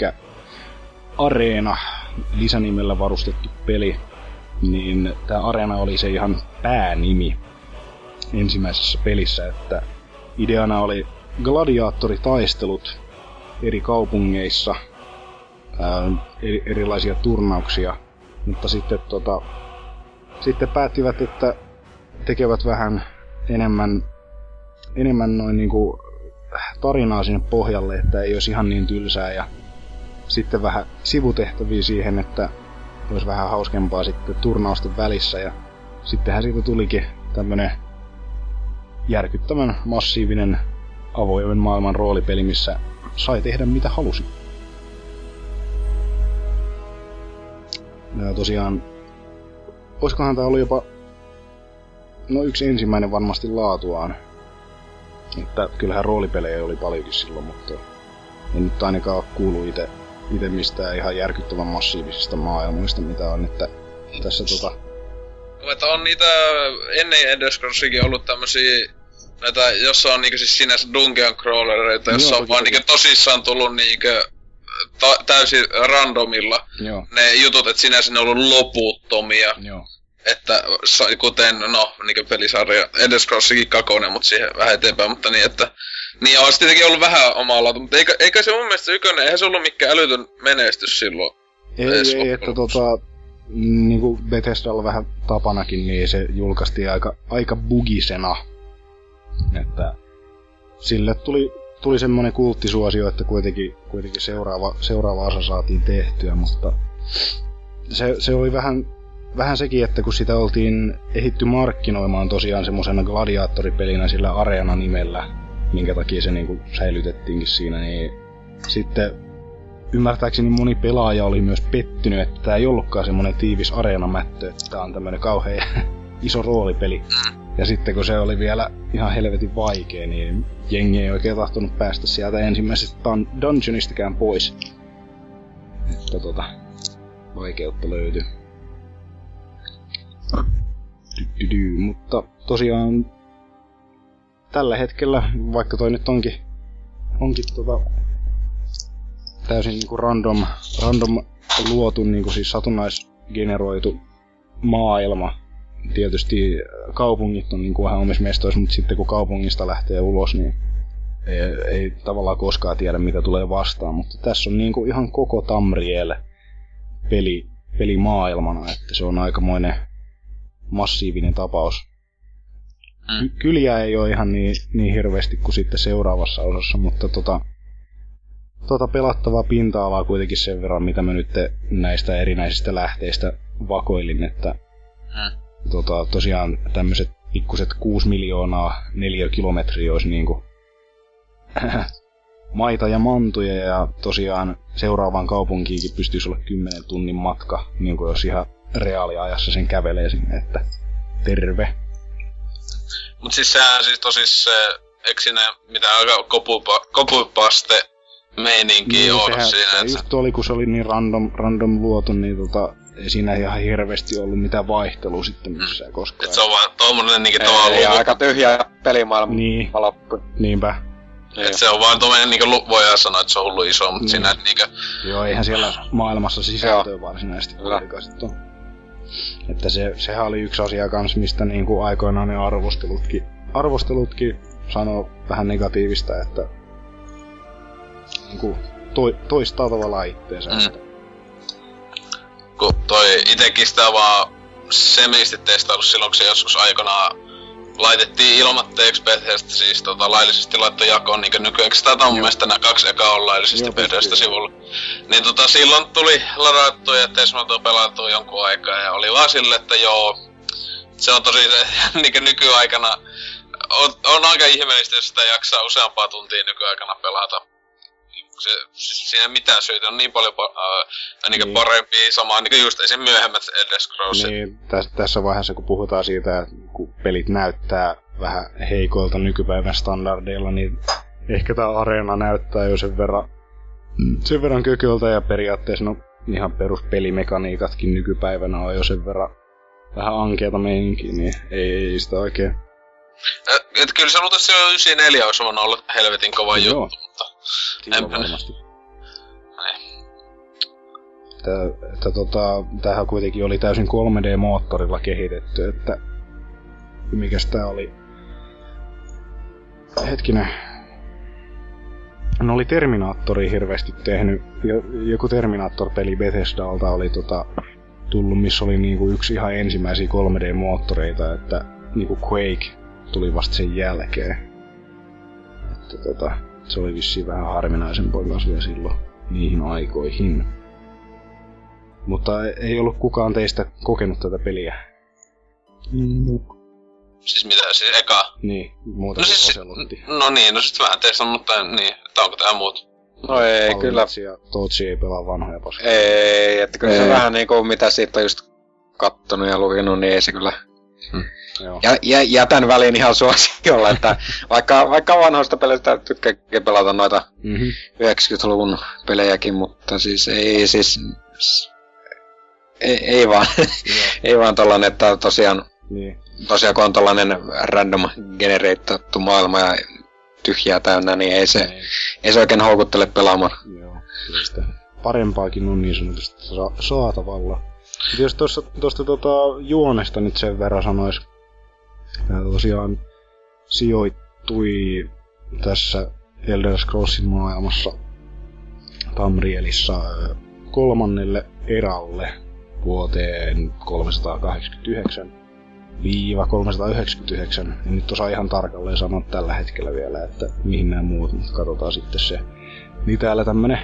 Areena lisänimellä varustettu peli, niin tää Areena oli se ihan päänimi ensimmäisessä pelissä, että ideana oli gladiaattoritaistelut eri kaupungeissa, ää, erilaisia turnauksia, mutta sitten, tota, sitten päättivät, että tekevät vähän enemmän, enemmän noin niinku tarinaa sinne pohjalle, että ei olisi ihan niin tylsää ja sitten vähän sivutehtäviä siihen, että olisi vähän hauskempaa sitten turnausten välissä ja sittenhän siitä tulikin tämmönen järkyttävän massiivinen avoimen maailman roolipeli, missä sai tehdä mitä halusi. Ja tosiaan, olisikohan tää ollut jopa no yksi ensimmäinen varmasti laatuaan. Että kyllähän roolipelejä oli paljonkin silloin, mutta en nyt ainakaan ole kuullut ite, ite mistään ihan järkyttävän massiivisista maailmoista, mitä on, että tässä tota... Että on niitä ennen Elder Scrollsiakin ollut tämmösiä näitä, jossa on niinku siis sinänsä dungeon crawlereita, jossa on vaan niinku tosissaan tullut niinku ta- täysin randomilla Joo. ne jutut, et sinänsä ne on ollut loputtomia. Joo. Että kuten, no, niinku pelisarja, Elder Scrollsikin kakonen, mut siihen vähän eteenpäin, mutta niin, että niin on se tietenkin ollut vähän omaa laatu, mutta eikä, eikä se mun mielestä se ykönen, eihän se ollut mikään älytön menestys silloin. Ei, ei, että tota, niinku Bethesdalla vähän tapanakin, niin se julkaistiin aika, aika bugisena. Että sille tuli, tuli semmonen kulttisuosio, että kuitenkin, kuitenkin seuraava, seuraava osa saatiin tehtyä, mutta se, se oli vähän, vähän sekin, että kun sitä oltiin ehitty markkinoimaan tosiaan semmosena gladiaattoripelinä sillä Areena-nimellä, minkä takia se niinku säilytettiinkin siinä, niin sitten ymmärtääkseni moni pelaaja oli myös pettynyt, että tää ei ollutkaan semmonen tiivis areenamättö, että tää on tämmönen kauhean iso roolipeli. Ja sitten kun se oli vielä ihan helvetin vaikea, niin jengi ei oikein tahtonut päästä sieltä ensimmäisestä dun- dungeonistakään pois. Että tota, vaikeutta löytyi. Dydydy, mutta tosiaan tällä hetkellä, vaikka toi nyt onkin, onkin tota täysin niinku random, random luotu, niinku siis satunnaisgeneroitu maailma. Tietysti kaupungit on niinku vähän omissa mestoissa, mutta sitten kun kaupungista lähtee ulos, niin ei, ei tavallaan koskaan tiedä mitä tulee vastaan. Mutta tässä on niinku ihan koko Tamriel peli, pelimaailmana, että se on aikamoinen massiivinen tapaus. Mm. Kyliä ei ole ihan niin, niin hirveästi kuin sitten seuraavassa osassa, mutta tota, tota pelattavaa pinta-alaa kuitenkin sen verran, mitä mä nyt näistä erinäisistä lähteistä vakoilin, että mm. tota, tosiaan tämmöiset pikkuset kuusi miljoonaa neliökilometriä olisi niinku maita ja mantuja, ja tosiaan seuraavaan kaupunkiinkin pystyisi olla kymmenen tunnin matka, niin kuin jos ihan reaaliajassa sen kävelee sinne, että terve. Mut siis sehän siis tosis se, eikö siinä mitään aika kopupa, kopupaste meininki niin, on sehän, siinä? Se just oli, kun se oli niin random, random luotu, niin tota, ei siinä ihan hirveästi ollut mitään vaihtelua sitten missään mm. koskaan. Et se on vaan tommonen niinkin tavallaan luvu. Aika tyhjä pelimailma niin. loppu. Niinpä. Et se on vaan tommonen niinku, voidaan sanoa, että se on hullu iso, mut niin. Siinä niinku... Joo, eihän siellä maailmassa sisältöä varsinaisesti kuitenkaan on. Että se, sehän oli yksi asia kans, mistä niinku aikoinaan ne arvostelutkin, arvostelutkin sanoo vähän negatiivista, että niinku toi, toistaa tavallaan itteensä. Mm. Kun toi itekin sitä vaan semisti testaillut silloin, kun se joskus aikanaan laitettiin ilmatteeksi Bethesda, siis tota, laillisesti laittoi jakoon, niinkö nykyään sitä on mun mielestä nää kaksi ekaa on laillisesti Bethesda sivulla. Niin tota, silloin tuli ladattua ja Tesmaltua pelattua jonkun aikaa ja oli vaan sille, että joo, se on tosi se, niinkö nykyaikana, on, on aika ihmeellistä, jos sitä jaksaa useampaa tuntia nykyaikana pelata. Se, siinä ei mitään syytä, on niin paljon äh, niin. parempia, samaan niin just esim. Myöhemmät Elder Scrollsit. Niin, täs, tässä vaiheessa kun puhutaan siitä, että kun pelit näyttää vähän heikoilta nykypäivän standardeilla, niin ehkä tää Areena näyttää jo sen verran, sen verran kököltä, ja periaatteessa no ihan peruspelimekaniikatkin nykypäivänä on jo sen verran vähän ankeata meininkiä, niin ei, ei sitä oikein. Et, et kyllä se luultavasti jo yhdeksänkymmentäneljä olisi voinut olla helvetin kova no, juttu, mutta... Silloin varmasti. Niin. Että, että tota, tämähän kuitenkin oli täysin kolme D-moottorilla kehitetty, että... Mikäs tää oli? Hetkinen. No oli Terminaattori hirveästi tehnyt. Joku Terminaattor-peli Bethesdalta oli tota... tullut, missä oli niinku yksi ihan ensimmäisiä kolme D-moottoreita, että... Niinku Quake tuli vasta sen jälkeen. Että tota... Se oli vissiin vähän harvinaisempaa kanssa vielä silloin niihin aikoihin. Mutta ei ollut kukaan teistä kokenut tätä peliä. Mm. Siis mitä, siis eka? Niin, muuta no kuin siis, Oselotti. No niin, no sit vähän teistä, mutta niin, että onko tää muut? No ei, Palmitsi kyllä. Ja Tootsi ei pelaa vanhoja paskaa. Ei, että kyllä ei. Se vähän niinku mitä siitä on just kattonut ja lukenut, niin ei se kyllä... Hmm. Ja, ja, jätän väliin ihan suosiolla, että vaikka, vaikka vanhoista peleistä tykkää pelata noita mm-hmm. yhdeksänkymmentäluvun pelejäkin, mutta siis ei siis... Ei, ei vaan, ei vaan tollanen, että tosiaan Niin. Tosiaan kun on tollanen random genereittattu maailma ja tyhjää täynnä, niin ei se, ei. ei se oikein houkuttele pelaamaan. Joo, kyllä sitä parempaakin on niin sanotusti sa- saatavalla. Mutta jos tuosta, tuosta tota juonesta nyt sen verran sanois, tää tosiaan sijoittui tässä Elder Scrollsin maailmassa Tamrielissa kolmannelle eralle vuoteen kolmesataakahdeksankymmentäyhdeksän kolmesataayhdeksänkymmentäyhdeksän. En nyt osaa ihan tarkalleen sanoa tällä hetkellä vielä, että mihin nämä muut, mutta katsotaan sitten se. Niin täällä tämmönen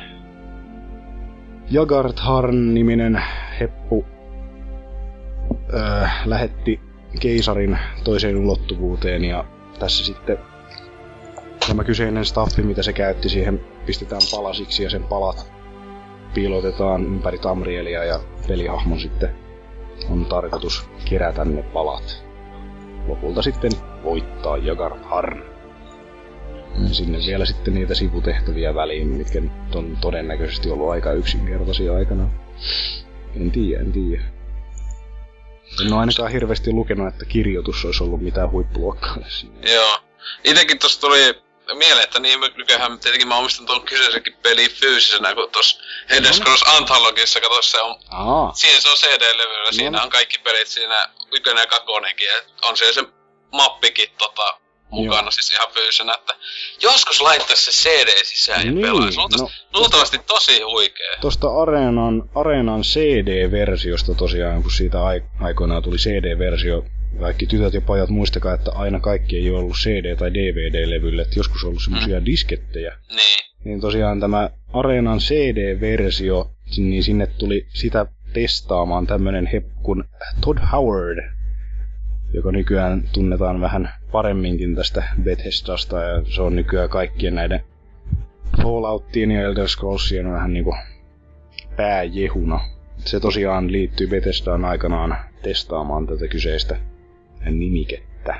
Jagartharn-niminen heppu öö, lähetti keisarin toiseen ulottuvuuteen, ja tässä sitten tämä kyseinen staffi, mitä se käytti, siihen pistetään palasiksi ja sen palat piilotetaan ympäri Tamrielia ja pelihahmon sitten on tarkoitus kerätä ne palat. Lopulta sitten voittaa Jagartharn. Mm. Sinne vielä sitten niitä sivutehtäviä väliin, mitkä nyt on todennäköisesti ollut aika yksinkertaisia aikana. En tiedä, en tiedä. En ole ainakaan hirveästi lukenut, että kirjoitus olisi ollut mitään huippuluokkaa siinä. Joo. Itekin tossa tuli mieleen, että niin nykyään tietenkin mä omistan tuon kyseisenkin pelin fyysisenä, kun tossa Elder Scrolls Anthologissa, kato se on, Aa. siinä se on C D-levyllä, siinä on kaikki pelit, siinä ykkönen ja kakonenkin, ja on siellä se mappikin tota, mukana. Joo. Siis ihan fyysisenä, että joskus laittais se C D sisään ja niin, pelaisi, no, luultavasti tosi huikee. Tosta Areenan, Areenan C D-versiosta tosiaan, kun siitä aikoinaan tuli C D-versio, kaikki tytöt ja pojat, muistakaa, että aina kaikki ei ole ollut C D- tai D V D-levylle, että joskus on ollut semmosia mm. diskettejä. Niin. Niin tosiaan tämä Areenan C D-versio, niin sinne tuli sitä testaamaan tämmönen heppu kuin Todd Howard, joka nykyään tunnetaan vähän paremminkin tästä Bethesdasta, ja se on nykyään kaikkien näiden Falloutien ja Elder Scrollsien vähän niinku pääjehuna. Se tosiaan liittyy Bethesdaan aikanaan testaamaan tätä kyseistä nimikettä.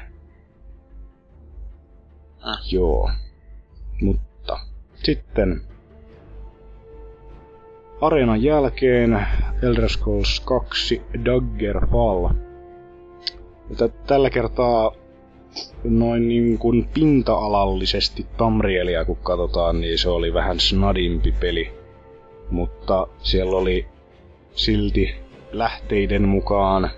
Ah. Joo. Mutta sitten Areenan jälkeen Elder Scrolls kaksi Daggerfall. T- tällä kertaa noin niin kuin pinta-alallisesti Tamrielia kun katsotaan, niin se oli vähän snadimpi peli. Mutta siellä oli silti lähteiden mukaan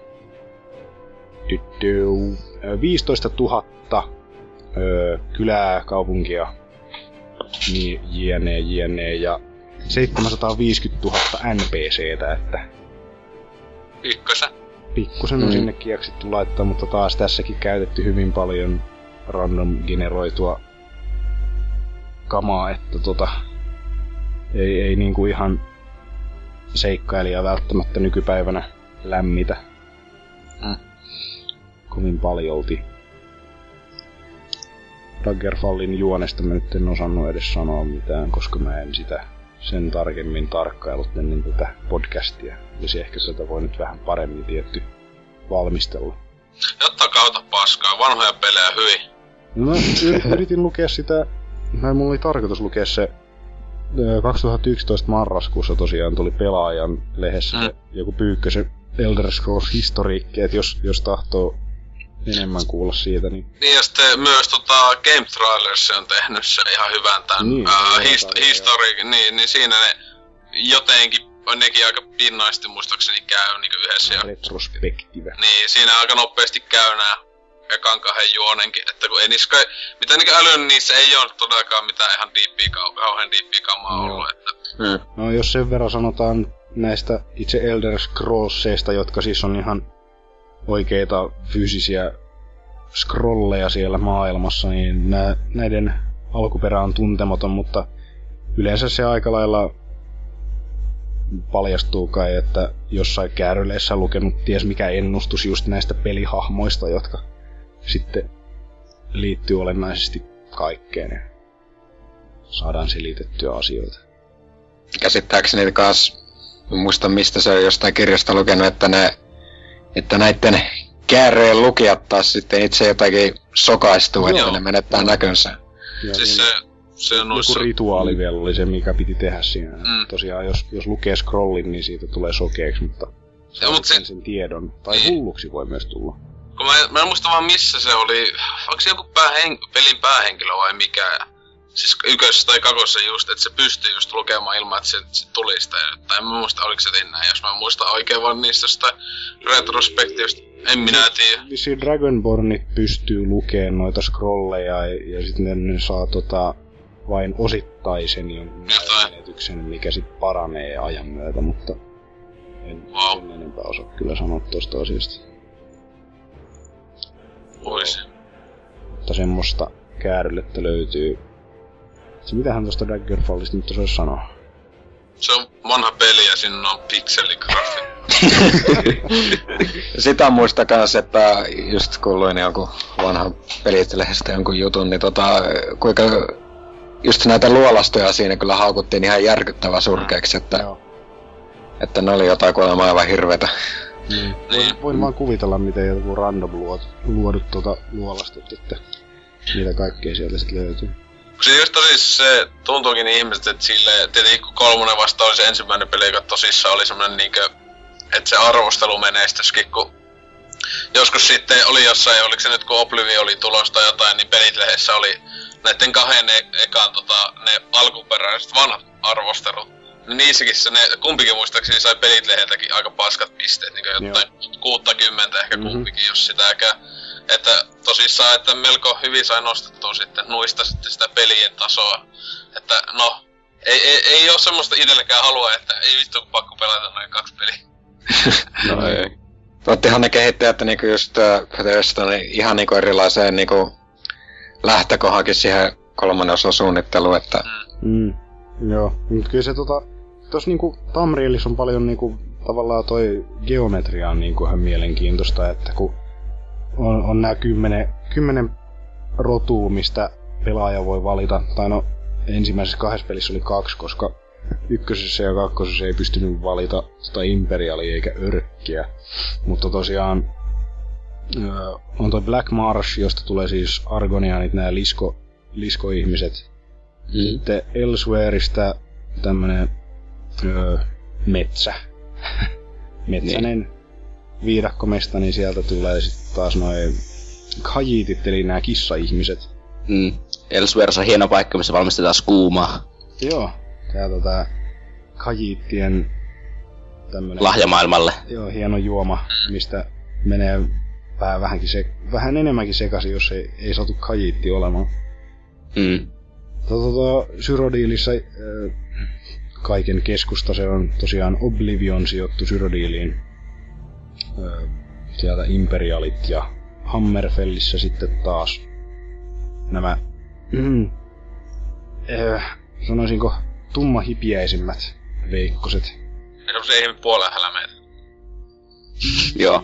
viisitoistatuhatta öö, kylää, kaupunkia, niin jne, jne, ja seitsemänsataaviisikymmentätuhatta N P C:tä, että pikkusen. Pikkusen on mm. sinnekin jaksittu laittaa, mutta taas tässäkin käytetty hyvin paljon random generoitua kamaa, että tota ei, ei niinku ihan seikkailija välttämättä nykypäivänä lämmitä mm. kovin paljolti. Daggerfallin juonesta mä nyt en osannut edes sanoa mitään, koska mä en sitä sen tarkemmin tarkkailut ennen tätä podcastia. Olisi ehkä sitä voi nyt vähän paremmin tietty valmistella. Jotta kautta paskaa, vanhoja pelejä hyvin. No yritin lukea sitä, näin mulla oli tarkoitus lukea se kaksituhattayksitoista marraskuussa tosiaan tuli Pelaajan lehdessä mm. joku pyykkö se Elder Scrolls historiikki, että jos, jos tahtoo enemmän kuulla siitä, niin... Niin ja sitten myös tota Game Trailers on tehnyt se ihan hyvän tän niin, uh, hist- historiikin, niin, niin siinä ne jotenkin, nekin aika pinnaisesti muistaakseni käy niinku yhdessä ja... Retrospektive. Niin, siinä aika nopeasti käy nää ekan kahden juonenkin, että kun ei niissä kai... Mitä niinku älyn, niissä ei oo todellakaan mitään ihan diippiä, kauhean diippiä kamaa ollut, että... Hmm. No jos sen verran sanotaan näistä itse Elder Scrollseista, jotka siis on ihan oikeita fyysisiä scrolleja siellä maailmassa, niin nää, näiden alkuperä on tuntematon, mutta yleensä se aika lailla paljastuu kai, että jossain kääryleissä lukenut ties mikä ennustus just näistä pelihahmoista, jotka sitten liittyy olennaisesti kaikkeen ja saadaan selitettyä asioita. Käsittääkseni kans, muista mistä se on jostain kirjasta lukenut, että ne että näitten kääröjen lukijat taas sitten itse jotakin sokaistuu, joo, että ne menettää näkönsä. Joo, siis se, se on joku rituaali vielä oli se, mikä piti tehdä siinä. Mm. Tosiaan, jos, jos lukee scrollin, niin siitä tulee sokeeksi, mutta ja, mut sen, sen tiedon. Tai niin. Hulluksi voi myös tulla. kun mä, mä en muista vaan missä se oli, onko se joku päähen, pelin päähenkilö vai mikä? Siis ykkössä tai kakossa just, että se pystyy just lukemaan ilman, että se, se tuli sitä. Tai en mä muista, oliko se näin, jos mä muistan oikein vaan niistä sitä retrospektiivista. En minä tiedä. Vissiin Dragonbornit pystyy lukemaan noita scrolleja ja, ja sitten ne saa tota vain osittaisen jonkun menetyksen, mikä sit paranee ajan myötä, mutta en wow. sen enempää osaa kyllä sanoa tosta asiasta. Voisi. Mutta semmoista kääryllettä löytyy. Se mitähän tosta Daggerfallista nyt osaisi sanoa? Se on vanha peli ja siinä on pikseligrafi. Sitä muista kans, että just kun luin jonkun vanhan pelittelehdestä jonkun jutun, niin tota, kuinka just näitä luolastoja siinä kyllä haukuttiin ihan järkyttävän surkeaksi, että, mm. että ne oli jotain kuulemma aivan hirveetä. Niin. Voin, voin vaan kuvitella, miten joku random luot, luodut tuota luolastot, että mitä kaikkea sieltä sit löytyy. Se just siis se tuntuukin ihmiset, että silleen, tietenkin kun kolmonen vasta oli se ensimmäinen peli, joka tosissaan oli semmonen niinkö, että se arvostelu menestyskin, kun joskus sitten oli jossain, oliko se nyt kun Oblivion oli tulossa tai jotain, niin Pelitlehdessä oli näitten kahden e- ekan tota, ne alkuperäiset vanhat arvostelut. Niin niissäkin se ne, kumpikin muistaakseni sai Pelitlehdeltäkin aika paskat pisteet, niinkö jotain kuusikymmentä ehkä mm-hmm. kumpikin, jos sitäkään. Että tosissaan, että melko hyvin sai nostettua sitten nuista sitten sitä pelien tasoa. Että no, ei, ei, ei oo semmoista itsellekään halua, että ei vittu kun pakko pelata noin kaksi peliä. No ei. Ottihan ne kehittäjät niinku just Bethesda niin ihan niinku erilaiseen niinku lähtökohankin siihen kolmannen osan suunnitteluun, että... Mm. Joo, mut kyllä se tota... Tos niinku Tamrielissa on paljon niinku tavallaan toi geometria on niinku ihan mielenkiintoista, että kun on, on nää kymmenen, kymmenen rotua, mistä pelaaja voi valita, tai no ensimmäisessä kahdessa pelissä oli kaksi, koska ykkösessä ja kakkosessa ei pystynyt valita tota Imperialia eikä Örkkiä. Mutta tosiaan öö, on toi Black Marsh, josta tulee siis Argonianit, nää lisko, liskoihmiset. Mm. Sitten Elsewhereista tämmönen öö, metsä. Metsänen niin. Viidakkomesta, niin sieltä tulee sitten taas noin Khajiitit, eli nää kissa-ihmiset. Mm. Elsewhere on hieno paikka, missä valmistetaan skuumaa. Joo. Tää tää Khajiittien tämmönen... lahjamaailmalle. Joo, hieno juoma, mistä menee vähän, vähänkin se, vähän enemmänkin sekaisin, jos ei, ei satu Khajiitti olemaan. Mm. Tota, Cyrodiilissa äh, kaiken keskusta se on tosiaan Oblivion sijoittu Cyrodiiliin. Äh, sieltä Imperialit ja Hammerfellissä sitten taas nämä... Mm, äh, sanoisinko tummahipiäisimmät veikkoset. Ja semmosia ihme puoleen hälämeitä. Joo.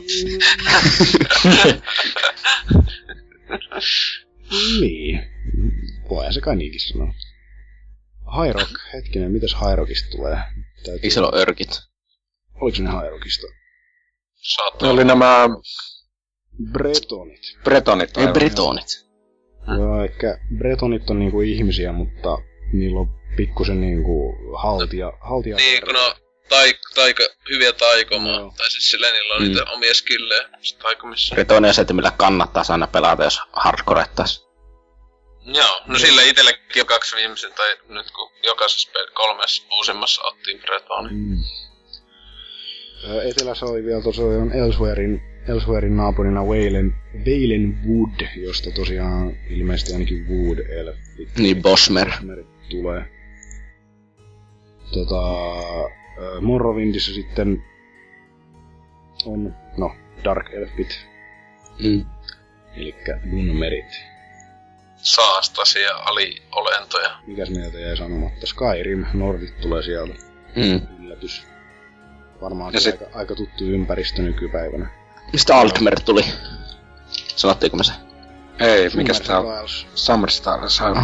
Niin. Voihan se kai niinkin sanoa. Hyrok, hetkinen, mitäs Hyrokista tulee? Täytyy... Eikö siellä ole örkit? Oliko ne Hyrokista? Ne oli nämä... Bretonit. Bretonit. Ei bretonit. Joo, ehkä bretonit on niinku ihmisiä, mutta niillä on pikkusen niinku haltia... haltia niin, kun on taik, taika, hyviä taikomaa. No. Tai siis silleen niillä on mm. niitä omia skillejä taikomissa. Bretonia se, että millä kannattaa aina pelata, jos hardcorettais. Joo, no sillä itsellekin on kaksi viimeisen, tai nyt kun jokaisessa kolmessa uusimmassa ottiin Bretoni. Mm. Etelässä oli vielä tosiaan Elsewherein, Elsewherein naapurina Wailen, Wailen Wood, josta tosiaan ilmeisesti ainakin Wood Elfit. Niin, Bosmer. Bosmerit tulee. Tota, Morrowindissä sitten on, no, Dark Elfit. Mm. Elikkä Dunmerit. Saastaisia aliolentoja. Mikäs meiltä jäi sanomatta? Skyrim, Nordit tulee sieltä. Mm. Yllätys. Varmaan sit... aika, aika tuttu ympäristö nykypäivänä. Mistä Altmer tuli? Sanottiinko me se? Ei, mikäs tää on? Summerstar Sound.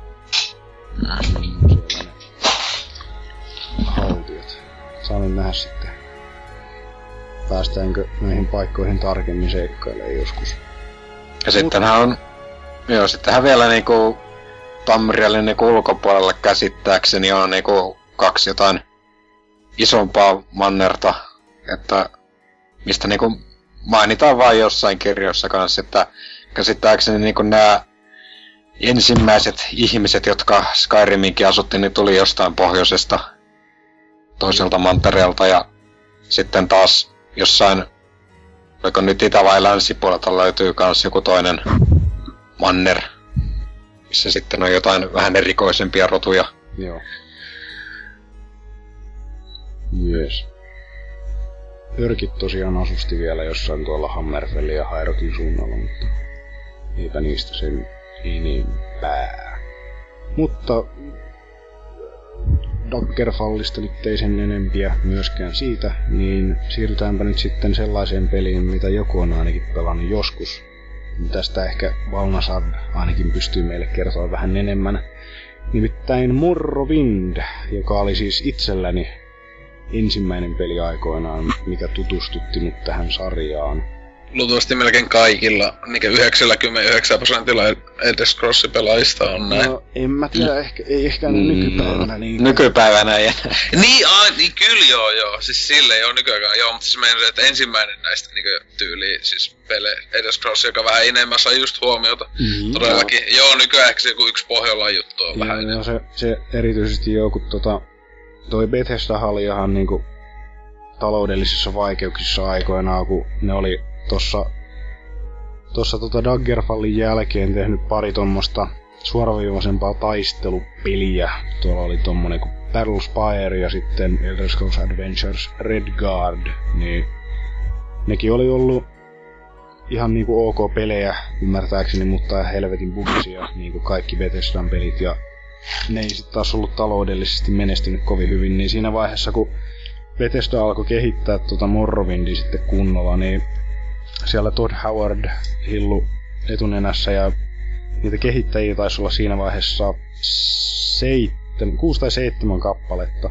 Haltijat. Saa nyt nähdä sitten. Päästäänkö näihin paikkoihin tarkemmin seikkailemaan joskus. Ja sittenhän on... Joo, sittenhän vielä niinku... Tamrielin niinku ulkopuolella käsittääkseni on niinku kaksi jotain isompaa mannerta, että mistä niinku mainitaan vain jossain kirjoissa kanssa, että käsittääkseni niinku nämä ensimmäiset ihmiset, jotka Skyriminkin asutti, niin tuli jostain pohjoisesta toiselta mantereelta ja sitten taas jossain, oliko nyt itä- vai länsipuolelta löytyy kans joku toinen manner, missä sitten on jotain vähän erikoisempia rotuja. Joo. Jees. Örkit tosiaan asusti vielä jossain tuolla Hammerfellin ja Hairokin suunnalla, mutta eipä niistä sen enempää. Mutta Daggerfallista nyt ei sen enempiä myöskään siitä, niin siirrytäänpä nyt sitten sellaiseen peliin, mitä joku on ainakin pelannut joskus. Tästä ehkä Valnasad ainakin pystyy meille kertoa vähän enemmän. Nimittäin Morrowind, joka oli siis itselläni ensimmäinen peli aikoinaan, mikä tutustutti mut tähän sarjaan. Luultavasti melkein kaikilla, niin yhdeksänkymmentäyhdeksän prosentilla Elder Scrolls-pelaajista on näin. No, en mä tiedä, mm. ehkä, ei ehkä mm. nykypäivänä niin. Nykypäivänä ei enää. Niin, a, niin kyllä joo, joo. Siis sille ei oo nykyään. Joo, mutta siis meidän että ensimmäinen näistä niin tyyliä, siis pelejä, Elder Scrolls, joka vähän enemmän sai just huomiota. Mm, todellakin. Joo, joo nykyään ehkä se joku yksi Pohjolan juttu on joo, vähän enemmän. Se, se erityisesti joku tota, toi Bethesda oli ihan niinku taloudellisissa vaikeuksissa aikoinaan, kun ne oli tossa, tossa tota Daggerfallin jälkeen tehnyt pari tommosta suoraviivaisempaa taistelupeliä. Tuolla oli tommonen kuin Battlespire ja sitten Elder Scrolls Adventures Redguard, niin nekin oli ollut ihan niinku ok pelejä ymmärtääkseni, mutta helvetin bugisia niinku kaikki Bethesdan pelit, ja ne ei sit taas ollut taloudellisesti menestynyt kovin hyvin, niin siinä vaiheessa kun Bethesda alkoi kehittää tota Morrowindia sitten kunnolla, niin siellä Todd Howard hillu etunenässä ja niitä kehittäjiä taisi olla siinä vaiheessa seitsemän, kuusi tai seitsemän kappaletta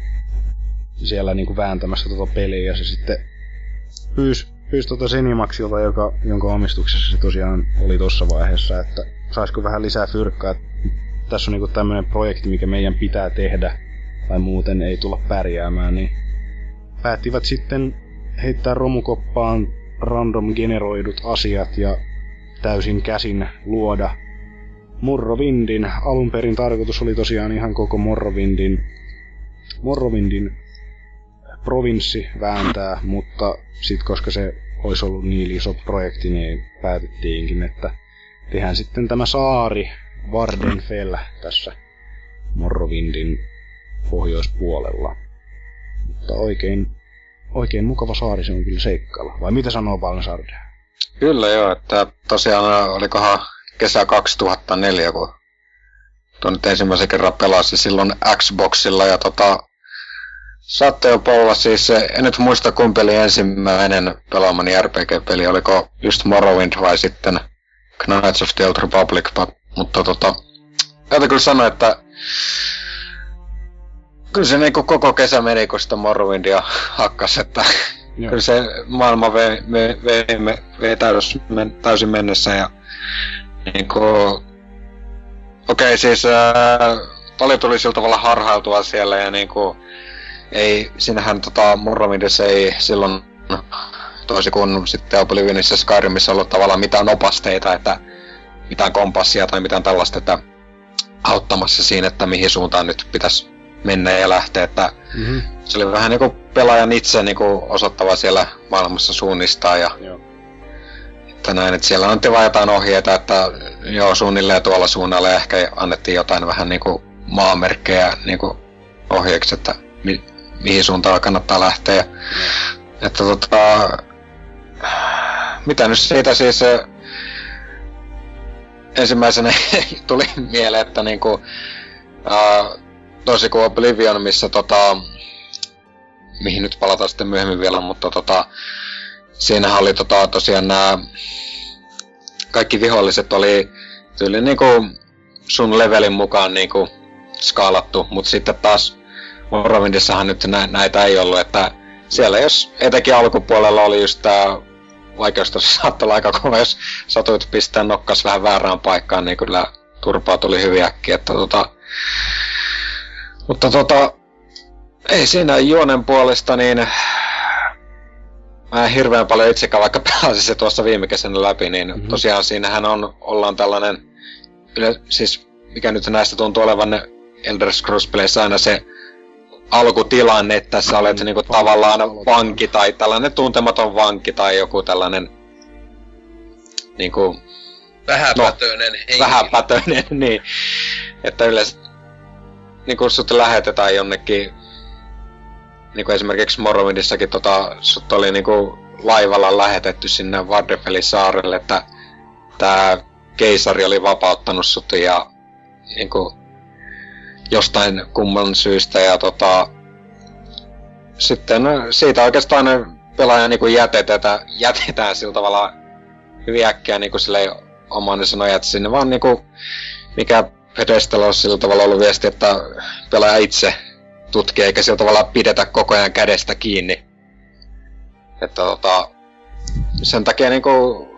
siellä niinku vääntämässä tota peliä, ja se sitten pyysi, pyysi tota Zenimaxilta, joka, jonka omistuksessa se tosiaan oli tossa vaiheessa, että saisiko vähän lisää fyrkkaa, että tässä on niinku tämmönen projekti, mikä meidän pitää tehdä, tai muuten ei tulla pärjäämään, niin päättivät sitten heittää romukoppaan random generoidut asiat ja täysin käsin luoda Morrowindin. Alun perin tarkoitus oli tosiaan ihan koko Morrowindin, Morrowindin provinssi vääntää, mutta sit koska se olisi ollut niin iso projekti, niin päätettiinkin, että tehdään sitten tämä saari Vardenfell tässä Morrowindin pohjoispuolella. Mutta oikein, oikein mukava saari se on kyllä seikkailla. Vai mitä sanoo Balnasard? Kyllä joo, että tosiaan olikohan kesä kaksituhattaneljä, kun tuon nyt ensimmäisen kerran pelasi silloin Xboxilla, ja tota saattoi jopa olla siis, en nyt muista kumpi oli ensimmäinen pelaamani R P G-peli, oliko just Morrowind vai sitten Knights of the Old Republic, mutta tota täytyy kyllä sanoa, että kyllä se niinku koko kesä meni, kun sitä Morrowindia hakkas, että joo. Kyllä se maailma vei, vei, vei, vei täys, men, täysin mennessä, ja niinku okei okay, siis ää, paljon tuli sillä tavalla harhailtua siellä, ja niinku ei, siinähän tota Morrowindissa ei silloin toisin kuin sitten Oblivionissa ja Skyrimissa ollut tavallaan mitään opasteita, että mitään kompassia tai mitään tällaista, että auttamassa siinä, että mihin suuntaan nyt pitäisi mennä ja lähteä, että mm-hmm. se oli vähän niinku pelaajan itse niinku osoittava siellä maailmassa suunnistaa, ja joo. Että näin, että siellä annettiin vaan jotain ohjeita, että joo, suunnilleen tuolla suunnalla, ja ehkä annettiin jotain vähän niinku maamerkkejä niinku ohjeeksi, että mi- mihin suuntaan kannattaa lähteä, ja mm. että tota mitä nyt siitä siis ensimmäisenä tuli mieleen, että niinku ää, tosi kuin Oblivion, missä tota mihin nyt palataan sitten myöhemmin vielä, mutta tota siinähän oli tota tosiaan nää kaikki viholliset oli tyyli niinku sun levelin mukaan niinku skaalattu, mut sitten taas Morrowindissahan nyt nä- näitä ei ollut, että siellä jos etenkin alkupuolella oli just tää vaikeustaso saattoi olla aika kova, jos satuit pistää nokkas vähän väärään paikkaan, niin kyllä turpaa tuli hyvin äkkiä, että tota mutta tota ei siinä juonen puolesta, niin mä en hirveän paljon itsekään, vaikka pelasin se tuossa viime kesänä läpi, niin mm-hmm. tosiaan siinähän on, ollaan tällainen, yle, siis mikä nyt näistä tuntuu olevan ne Elder Scrolls-peleissä aina se alkutilanne, että sä olet mm, niinku vanki, tavallaan vanki tai tällainen tuntematon vanki tai joku tällainen niinku... Vähäpätöinen no, henkilö. Vähäpätöinen, niin. Että yleensä niinku sut lähetetään jonnekin, niinku esimerkiksi Morrowindissakin tota, sut oli niinku laivalla lähetetty sinne Vardefellin saarelle, että tää keisari oli vapauttanut sut ja niinku jostain kumman syystä ja tota sitten siitä oikeastaan pelaaja niinku jätetään, jätetään sillä tavalla hyvin äkkiä niinku silleen oman sanoi, että sinne vaan niinku mikä Pedestalla on sillä tavalla ollut viesti, että pelaaja itse tutkii eikä sillä tavalla pidetä koko ajan kädestä kiinni. Että tota sen takia niinku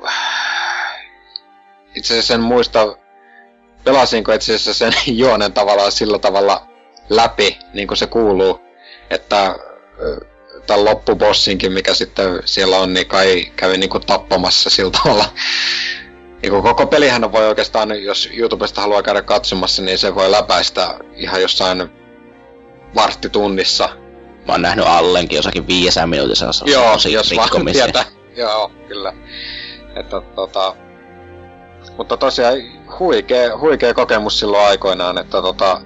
itse asiassa en muista pelasinko itse asiassa sen juonen tavallaan sillä tavalla läpi, niin kuin se kuuluu, että tämän loppubossinkin, mikä sitten siellä on, niin kai kävi niin kuin tappamassa sillä tavalla. Niin kuin koko pelihän voi oikeastaan, jos YouTubesta haluaa käydä katsomassa, niin se voi läpäistä ihan jossain varttitunnissa. Mä oon nähnyt Allenkin jossakin viiesään minuutissa. Joo, jos vaan tietää. Joo, kyllä. Että tota... Mutta tosiaan huikea, huikea kokemus silloin aikoinaan, että tota...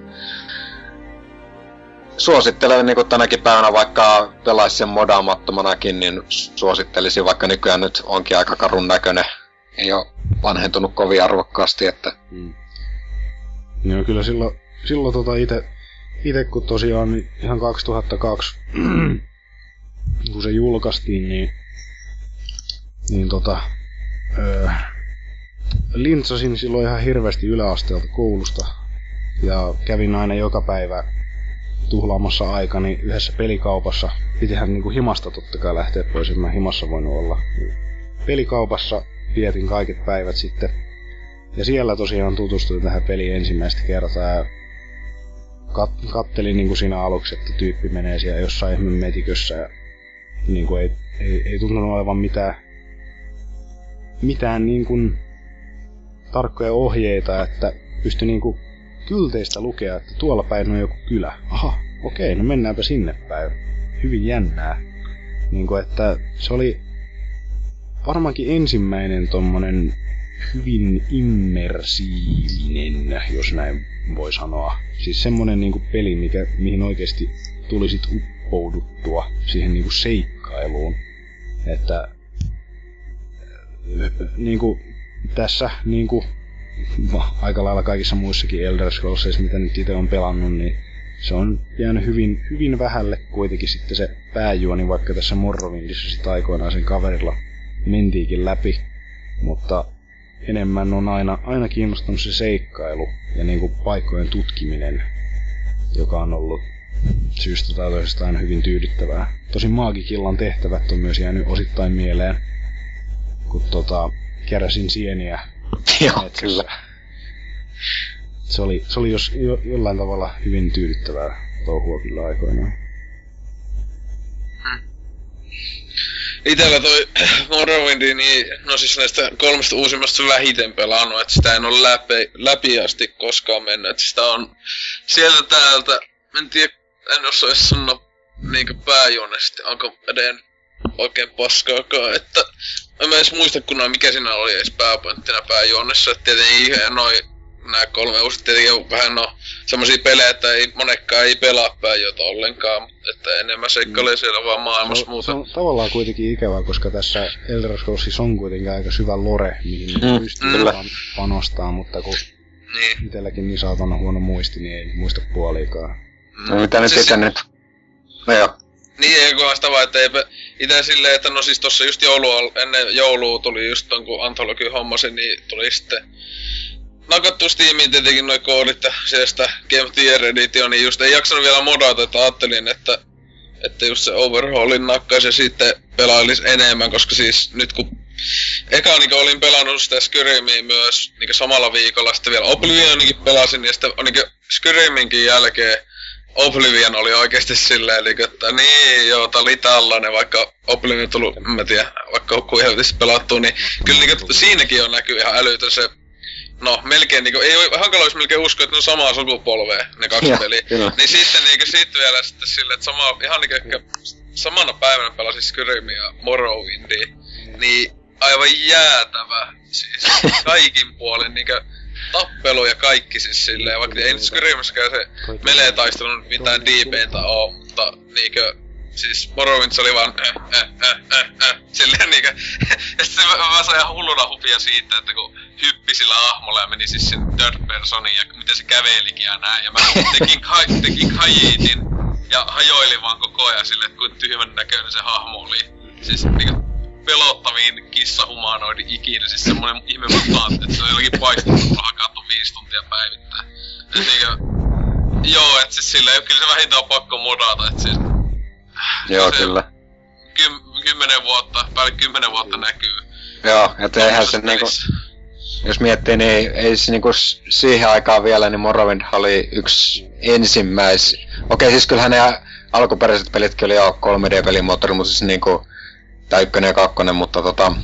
Suosittelen niinku tänäkin päivänä, vaikka pelaisi sen modaamattomanakin, niin suosittelisin, vaikka nykyään nyt onkin aika karun näköinen. Ei oo vanhentunut kovin arvokkaasti, että... Mm. Joo, kyllä silloin, silloin tota ite, ite kun tosiaan niin ihan kaksituhattakaksi, kun se julkaistiin, niin... Niin tota... Öö, lintsasin silloin ihan hirveästi yläasteelta koulusta ja kävin aina joka päivä tuhlaamassa aikani yhdessä pelikaupassa. Pitihän niinku himasta totta kai lähteä pois, en mä himassa voinut olla. Pelikaupassa vietin kaiket päivät sitten. Ja siellä tosiaan tutustuin tähän peliin ensimmäistä kertaa ja kat- kattelin niinku siinä aluksi, että tyyppi menee siellä jossain ihmeen metikössä ja niinku ei, ei, ei tuntunut olevan mitään mitään niinku tarkkoja ohjeita, että pystyi niinku kylteistä lukea, että tuolla päin on joku kylä. Aha, okei, no mennäänpä sinne päin. Hyvin jännää. Niinku, että se oli varmaankin ensimmäinen tommonen hyvin immersiivinen, jos näin voi sanoa. Siis semmonen niinku peli, mikä, mihin oikeesti tuli sit uppouduttua siihen niinku seikkailuun. Että niinku tässä niinku aika lailla kaikissa muissakin Elder Scrollsissa, mitä nyt itse on pelannut, niin se on jäänyt hyvin, hyvin vähälle kuitenkin sitten se pääjuoni, vaikka tässä Morrowindissa sit aikoinaan sen kaverilla mentiikin läpi. Mutta enemmän on aina, aina kiinnostanut se seikkailu ja niinku paikkojen tutkiminen, joka on ollut syystä tai toisesta aina hyvin tyydyttävää. Tosin Maagikillan tehtävät on myös jäänyt osittain mieleen, kun tota, keräsin sieniä. Joo, kyllä. Se oli, se oli jos, jo, jollain tavalla hyvin tyydyttävää touhua kyllä aikoinaan. Hmm. Itellä toi Morrowind, niin no siis näistä kolmesta uusimmasta vähiten pelannut, että sitä en ole läpi, läpi asti koskaan mennyt, että sitä on sieltä täältä, en tiedä, en osaa sanoa niinkö pääjuonesti, onko edelleen oikein paskaakaan, että en mä edes muista kunnoin mikä siinä oli edes pääpointtina pääjuonnessa, että tietenkin noin nää kolme uusit tietenkin vähän no semmosia pelejä, että ei monekkaan ei pelaa pääjuota ollenkaan, että enemmän seikkailee mm. siellä vaan maailmassa se, muuta. Se on tavallaan kuitenkin ikävää, koska tässä Elder Scrollsissa on kuitenkin aika syvä lore, mihin mm. pystyy mm. panostaa, mutta kun niin. Itelläkin niin saatana huono muisti, niin ei muista puoliikaan. No mitä nyt itse nyt? No joo. Niin, ei kun sitä vaan, että eipä ite silleen, että no siis tossa just joulua, ennen joulua tuli just ton kun Anthology hommasin, niin tuli sitten nakattu Steamiin tietenkin noi koodit ja sieltä Game of the Year Edition, niin just ei jaksanut vielä modata, että ajattelin, että että just se Overhaulin nakkaisi ja sitten pelailis enemmän, koska siis nyt kun eka niin olin pelannut sitä Skyrimia myös niin samalla viikolla, sitten vielä Oblivioninkin pelasin, ja sitten niin Skyriminkin jälkeen Oblivion oli oikeesti silleen, että niin joo, tää oli tällainen, vaikka Oblivion tullut, en mä tiedä, vaikka kuin helvetissä pelattu, niin kyllä niinku siinäkin on näkyy ihan älytön se, no melkein niinku, ei hankala olisi melkein uskoa, että ne on samaa sukupolvea, ne kaksi ja, peliä. Kyllä. Niin sitten niinku siitä vielä sitten silleen, että sama, ihan niinku ehkä samana päivänä pelasin Skyrimia ja Morrowindia, niin aivan jäätävä, siis kaikin puolin niinku tappelu ja kaikki siis silleen, vaikka ei nyt Skyrimissäkään se melee-taistelun mitään diipeintä oo, mutta niinkö, siis Morrowind oli vaan äh, äh, äh, äh, äh, silleen niinkö, ja sit mä, mä sain ihan hulluna hupia siitä, että kun hyppi sillä ahmolla ja meni siis sen third personiin ja miten se kävelikin ja näin, ja mä tekin, kai, tekin kajiitin ja hajoilin vaan koko ajan silleen, että kuinka tyhmän näköinen se hahmo oli, siis niinkö pelottaviin kissahumanoidi ikinä, siis semmonen ihme mutantti, että se on jollakin paistunut, kun hakattu viisi tuntia päivittäin. Et niinkö, joo, et siis silleen, kyllä se vähintään on pakko modata, et siis... Joo, kyllä. Kym, kymmenen vuotta, päälle kymmenen vuotta näkyy. Joo, et eihän se niinku... Jos miettii, niin ei se niinku siihen aikaan vielä, niin Morrowind oli yksi ensimmäis... Okei, siis kyllähän ne alkuperäiset pelitkin oli jo kolme D-pelimoottori, mutta siis niinku... Tai ykkönen ja kakkonen, mutta tota...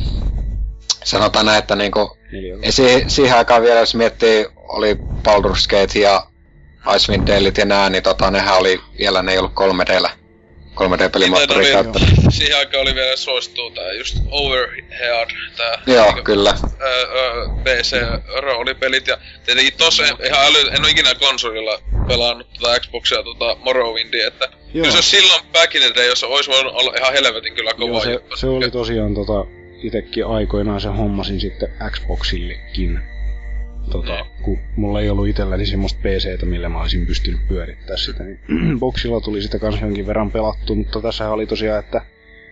Sanotaan näin, että niinku... Ei si- siihen aikaan vielä, jos miettii, oli Baldur's Gate ja Icewind Dalet ja nää, niin tota, nehän oli vielä, ne ei ollut kolme D:llä. kolme D-pelimoottoria käyttänyt. Siihen aikaan oli vielä suosittuu tää just Overhead, tää... Joo, niinku, kyllä. Öö, öö, P C-roolipelit ja tietenkin tossa ihan äly... En oo ikinä konsolilla pelannut tota Xboxia tota Morrowindia, että... Joo. Kyllä se silloin back in the day, jos ois voinut olla ihan helvetin kyllä kova Joo, se, juttu. se oli tosiaan tota... Itekin aikoinaan sen hommasin sitten Xboxillekin. Tota, mm. kun mulla ei ollut itselläni semmoista P C:tä, millä mä olisin pystynyt pyörittää sitä, niin boxilla tuli sitä kans jonkin verran pelattu, mutta tässä oli tosiaan, että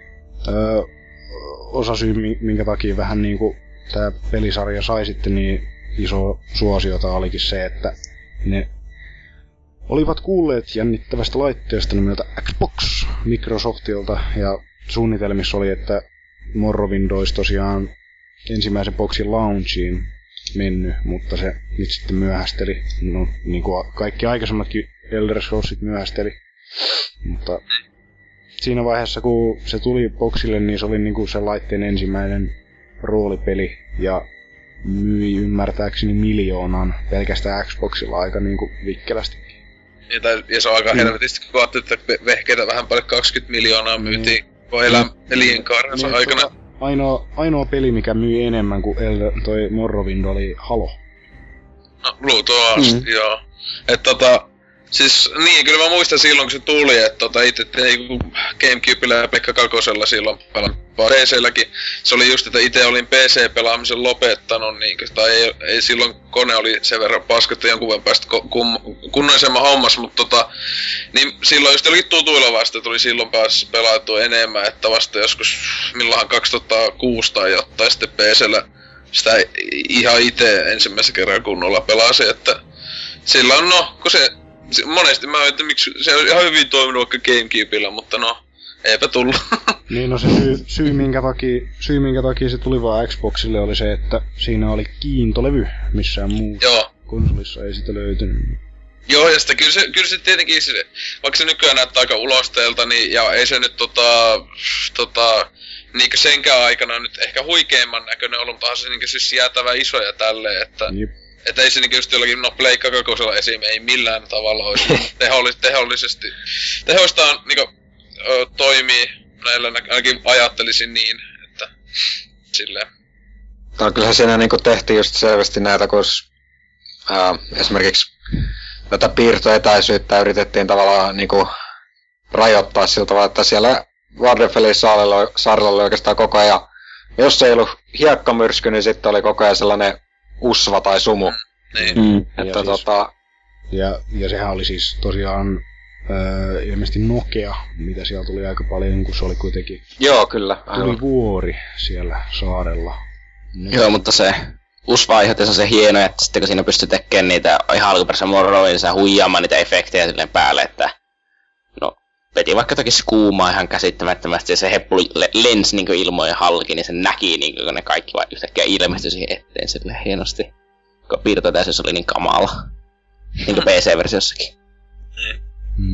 öö, osa syy, minkä takia vähän niinku tää pelisarja sai sitten niin iso suosiota olikin se, että ne olivat kuulleet jännittävästä laitteesta nimeltä Xbox Microsoftilta, ja suunnitelmissa oli, että Morrowind olisi tosiaan ensimmäisen boxin launchiin mennyt, mutta se nyt sitten myöhästeli. No, niin kuin kaikki aikaisemmatkin Elder Scrollsit myöhästeli. Mutta siinä vaiheessa, kun se tuli boxille, niin se oli niin kuin se laitteen ensimmäinen roolipeli ja myi ymmärtääkseni miljoonan pelkästään Xboxilla aika niin kuin vikkelästikin. Ja, tai, ja se on aika mm. helvetisti, kun ajattelit, että vehkeitä vähän paljon kaksikymmentä miljoonaa myytiin mm. koko elän elinkaarensa niin, aikana. Tuota, ainoa, ainoa peli, mikä myi enemmän kuin Elder, toi Morrowind, oli Halo. No, luultavasti, mm. joo. Et tota, siis niin, kyllä mä muistan silloin, kun se tuli, että tota itse niinku Gamecubella ja Pekka Kakosella silloin pelan P C:lläkin. Se oli just, että itse olin P C-pelaamisen lopettanut, niin, tai ei, ei silloin kone oli sen verran paska, että jonkun verran päästä kum- kunnoisemman hommas, mutta tota, niin silloin just olikin tutuilla vasta, tuli silloin päässä pelattua enemmän, että vasta joskus milloinhan kaksituhattakuusi tai jotain sitten P C:llä sitä ihan itse ensimmäisen kerran kunnolla pelasi, että silloin no, kun se monesti mä ajattelin, miksi se on ihan hyvin toiminut vaikka Gamecubella, mutta no, eipä tullut. Niin no se syy, syy, minkä takia, syy minkä takia se tuli vaan Xboxille oli se, että siinä oli kiintolevy, missään muussa Joo. konsolissa ei sitä löytynyt. Joo, ja sitä kyllä se, kyllä se tietenkin, se, vaikka se nykyään näyttää aika ulosteelta, niin ja ei se nyt tota, tota, niinkö senkään aikana nyt ehkä huikeimman näköinen ollut, mutta se niinkö siis jäätävä iso ja tälleen, että... Jep. Että ei se niinku just jollakin, no Pleikka kakosella esim. Ei millään tavalla olisi tehollis, tehollisesti. Tehostaan niinku ö, toimii näillä, ainakin ajattelisin niin, että silleen. No kyllähän siinä niinku tehtiin just selvästi näitä, kun ää, esimerkiksi tätä piirtoetäisyyttä yritettiin tavallaan niinku rajoittaa sillä tavalla, että siellä Vardefellin saarella, saarella oli oikeastaan koko ajan, jos ei ollut hiekkamyrsky, niin sitten oli koko ajan sellainen usva tai sumu. Niin. Mm. Että ja, tota... siis, ja, ja sehän oli siis tosiaan öö, ilmeisesti Nokia, mitä siellä tuli aika paljon, kun se oli kuitenkin... Joo, kyllä. Aivan. Tuli vuori siellä saarella. Ne. Joo, mutta se usva aiheutti se hieno, että sitten kun siinä pystyi tekemään niitä ihan alkuperäisen Morrowindissa huijaamaan niitä efektejä silleen päälle, että... No, veti vaikka jotakin kuumaa ihan käsittämättömästi ja se heppuli lensi niin ilmojen halki, niin se näki niin kun ne kaikki vaan yhtäkkiä ilmestyi siihen eteen silleen hienosti. Kun piirtotäisyys oli niin kamala. Niin kuin P C-versiossakin. Mm.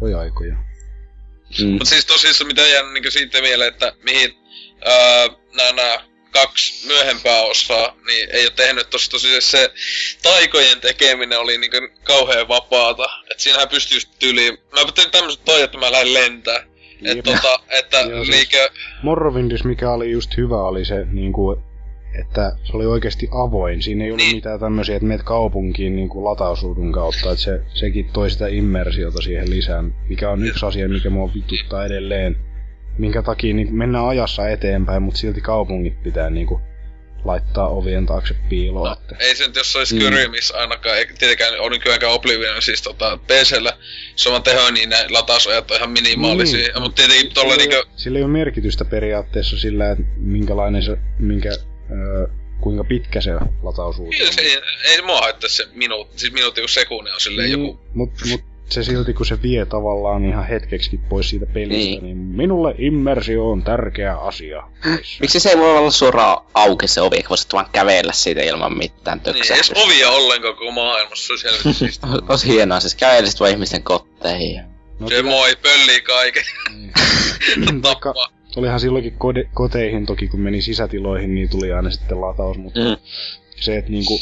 Oi aikoja. Mm. Mut siis tosissaan mitä jää niinku siitä mieleen, että mihin öö, nää, nää kaksi myöhempää osaa, niin ei oo tehnyt tossa tosiaan se taikojen tekeminen oli niinku kauheen vapaata. Et siinähän pystyy just tyyliin, mä tein tämmöset toi, että mä lähden lentää. Et tota, että liike... Morrowindis mikä oli just hyvä oli se niinku, että se oli oikeesti avoin. Siinä ei ollut niin. mitään tämmösiä, että meet kaupunkiin niinku latausruudun kautta. Että se, sekin toi sitä immersiota siihen lisään, mikä on yksi asia, mikä mua vituttaa edelleen. Minkä takia niin mennään ajassa eteenpäin, mutta silti kaupungit pitää niinku laittaa ovien taakse piiloon. No, että... ei se nyt jos olisi Skyrimis mm. ainakaan, ei tietenkään ole nykyäänkään Oblivion, siis tota P C:llä, jos on tehoin, niin nämä latausajat on ihan minimaalisia, mm. mutta tietenkin tuolla niinku... Sillä ei ole merkitystä periaatteessa sillä, että minkälainen se, minkä, öö, kuinka pitkä se latausruutu on. Ei, ei mua haittaa se minuutti, siis minuutti kun sekunnin on silleen niin, joku... Mut, mut se silti kun se vie tavallaan ihan hetkeksi pois siitä pelistä, niin, niin minulle immersio on tärkeä asia. Miksi se ei voi olla suoraan auki se ovi, voisit vaan kävellä siitä ilman mitään töksähdystä. Niin, jos ovia ollenkaan koko maailmassa, se olisi helvetti siistiä. Ois hienoa, siis kävelisit vaan ihmisten kotteihin. No, se moi, pöllii kaiken. Niin. Tappaa. Olihan silloinkin kode- koteihin toki, kun meni sisätiloihin, niin tuli aina sitten lataus, mutta mm. se, että niinku...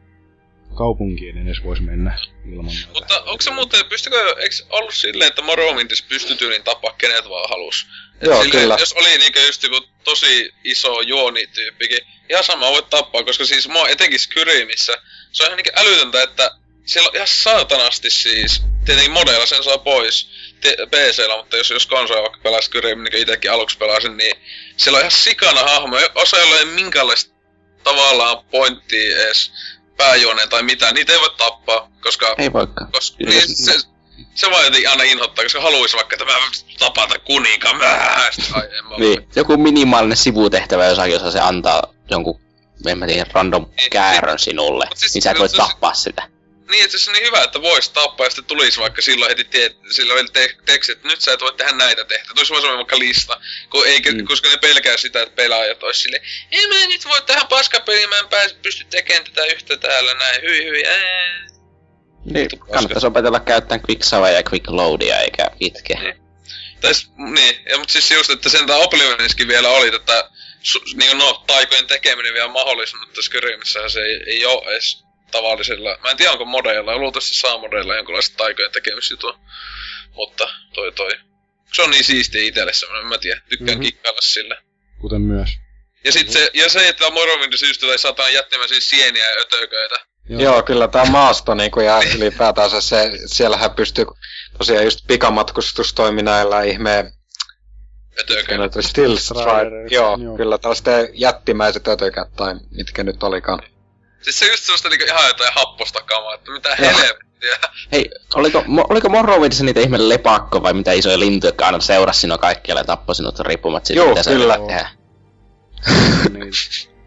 kaupunkiin edes vois mennä ilman näitä. Mutta onko se muuten, pystykö, eiks ollut silleen, että Morrowindissa pystyi tyyliin tapaa kenet vaan halus? Et Joo, silleen, kyllä. Jos oli niinkö just joku tosi iso juonityyppikin, ihan sama voit tappaa, koska siis mua etenkin Skyrimissä, se on ihan niinkö älytöntä, että siellä on ihan saatanasti siis, tietenkin modella sen saa pois P C:llä, mutta jos, jos konsoja vaikka pelaa Skyrim, niin itekin aluksi pelasin, niin siellä on ihan sikana hahmoja, osa ei ole minkäänlaista tavallaan pointtia edes pääjuoneen tai mitään, niitä ei voi tappaa, koska... Ei voikaan. Koska, niin, se, se vaan jotenkin aina inhottaa, koska haluaisi vaikka, että mä tapata kuninkaan, mä ai, en mä niin, joku minimaalinen sivutehtävä jossakin, jossa se antaa jonkun, en mä tiedä, random niin, käärön sinulle, siis, niin sä et voi tappaa se, sitä. Niin, että se on niin hyvä, että vois tappaa ja sitten tulisi vaikka silloin heti tie, silloin vielä te- teksti, että nyt sä et voi tehdä näitä tehtäviä. Tulisi vaan semmoinen vaikka lista, kun eikä, mm. koska ne pelkää sitä, että pelaajat ois silleen, ei mä nyt voi tähän paskapeliin, mä en pääs, pysty tekemään tätä yhtä täällä näin, hyi hyi, ää. Niin, kannattaisi opetella käyttämään quicksavea ja quickloadia eikä itkeä. Niin. Tais, niin, ja mut siis just, että sentään Oblivionissakin vielä oli tätä, su, niinku no, taikojen tekeminen vielä mahdollista, mutta Skyrimissähän se ei, ei oo edes tavallisilla, mä en tiedä onko modeilla, luultavasti saa modeilla jonkinlaista taikojen tekemisjutua, mutta toi toi. Se on niin siistiä itelle semmonen, mä tiedän, tykkään mm-hmm. kikkailla sille. Kuten myös. Ja sit se, ja se, että Morrowindissa just tai sataan jättämäisiä sieniä ja ötököitä. Joo, Joo kyllä tää maasto niinku ja ylipäätänsä se, siellähän pystyy tosiaan just pikamatkustus toimi näillä ihmeen... Ötököitä. Still Stride, joo, joo, kyllä tällaiset jättimäiset ötökät tai mitkä nyt olikaan. Siis se just semmoista niinku ihan jotain happostakamaa, että mitä helvettiä. Hei, oliko, mo, oliko Morrowindissa niitä ihme lepakko vai mitä isoja lintuja, jotka aina seurasi sinua kaikkialle ja tappoi sinut riippumatta siitä, joo, mitä kyllä. sä tehdä? Niin.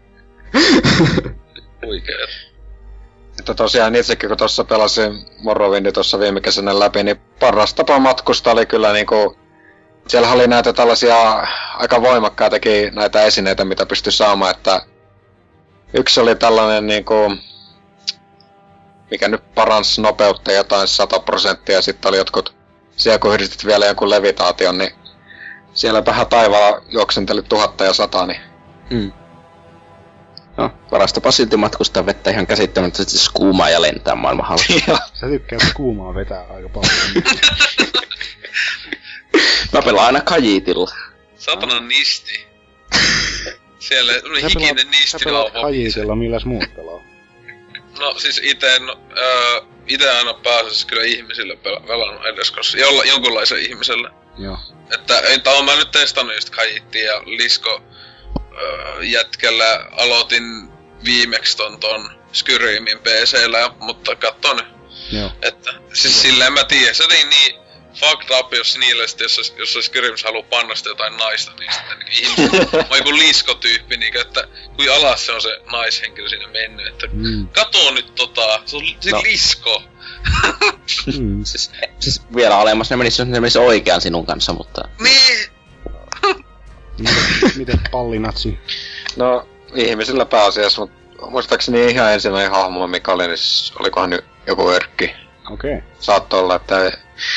Huikeet. Että tosiaan itsekin kun tossa pelasin Morrowindin tossa viime kesänä läpi, niin paras tapa matkusta oli kyllä niinku... Siellä oli näitä tällaisia aika voimakkaitakin näitä esineitä, mitä pystyi saamaan, että... Yksi oli tällainen niinku... Mikä nyt paransi nopeutta jotain sata prosenttia, ja sitten oli jotkut... Siellä kun yhdistit vielä jonkun levitaation, niin... Siellä vähän taivaalla juoksenteli tuhatta ja sata, niin... Mm. No, paras tapa silti matkustaa vettä ihan käsittämättä, se kuumaa ja lentää maailman halki. Sä tykkäät kuumaa vetää aika paljon. Mä pelaan aina Khajiitilla. Satana nisti. Siellä semmonen hikinen nisti. Sä pelaat Khajiitilla, milläs muut pelaa? No siis ite, no, öö, ite aina pääasiassa kyllä ihmisille pela- pelannut edes, koska jolla, jonkunlaisen ihmiselle. Joo. Että ei tää on mä nyt testannut just Khajiittia ja Lisko öö, jätkellä aloitin viimeksi ton ton Skyrimin P C:llä, mutta katso nyt. Joo. Että siis silleen mä tiedän, se oli niin fucked up, jos niille sit, jos, jos olisi Skyrims haluu panna sitä jotain naista, niin sitten niin ihmiset, mä joku Lisko-tyyppi, niin että kui alas se on se naishenkilö siinä mennyt, että mm. kato nyt tota, se on se no. Lisko. mm. siis, siis vielä olemassa, ne menis, ne menis oikean sinun kanssa, mutta... Niin! Miten, miten pallinatsi? No, ihmisillä pääasiassa, mutta muistaakseni ihan ensimmäinen hahmo, mikä oli, niin olikohan nyt joku örkki. Okei. Okay. Saattoi olla, että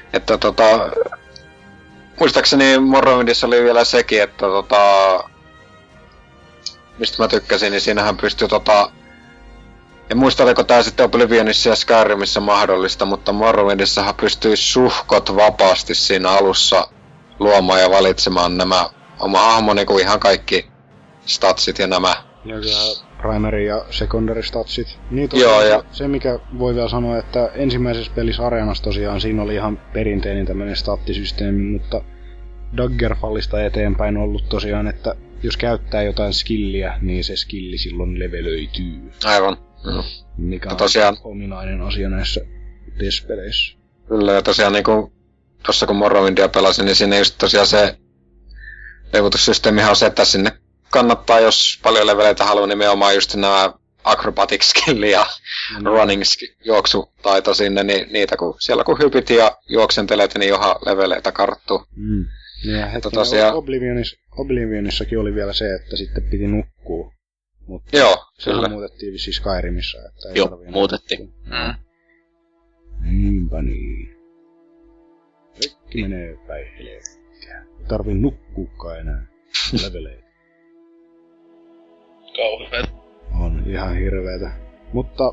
että tota... Muistaakseni Morrowindissa oli vielä sekin, että tota... Mistä mä tykkäsin, niin siinähän pystyi tota... En muista, oliko tää sitten Oblivionissa ja Skyrimissa mahdollista, mutta Morrowindissahan pystyi suhkot vapaasti siinä alussa luomaan ja valitsemaan nämä oma hahmo niinku ihan kaikki statsit ja nämä. Ja primary ja secondary statsit. Niin Joo, ja... se mikä voi vielä sanoa, että ensimmäisessä pelissä Areenassa tosiaan siinä oli ihan perinteinen tämmönen stattisysteemi, mutta Daggerfallista eteenpäin on ollut tosiaan, että jos käyttää jotain skilliä, niin se skilli silloin levelöityy. Aivan. Mm. Mikä on tosiaan... ominainen asia näissä T E S-peleissä. Kyllä, ja tosiaan niinku tossa kun Morrowindia pelasin, niin siinä just tosiaan se levutussysteemihan on se, että sinne kannattaa, jos paljon leveleitä haluaa, nimenomaan just nämä acrobatic skilli ja mm. running sk- juoksutaito sinne, niin niitä kun siellä kun hypit ja juoksentelet, niin johan leveleitä karttuu. Mm. Ja hetken, tosiaan... Oblivionis, Oblivionissakin oli vielä se, että sitten piti nukkua. Mutta joo, se muutettiin vissiin Skyrimissa, että ei joo, muutettiin. Mm. Niinpä niin. Kaikki menee päin helvettiä. Ei tarvii nukkuukaan enää leveleitä. Kauheet. On ihan hirveetä. Mutta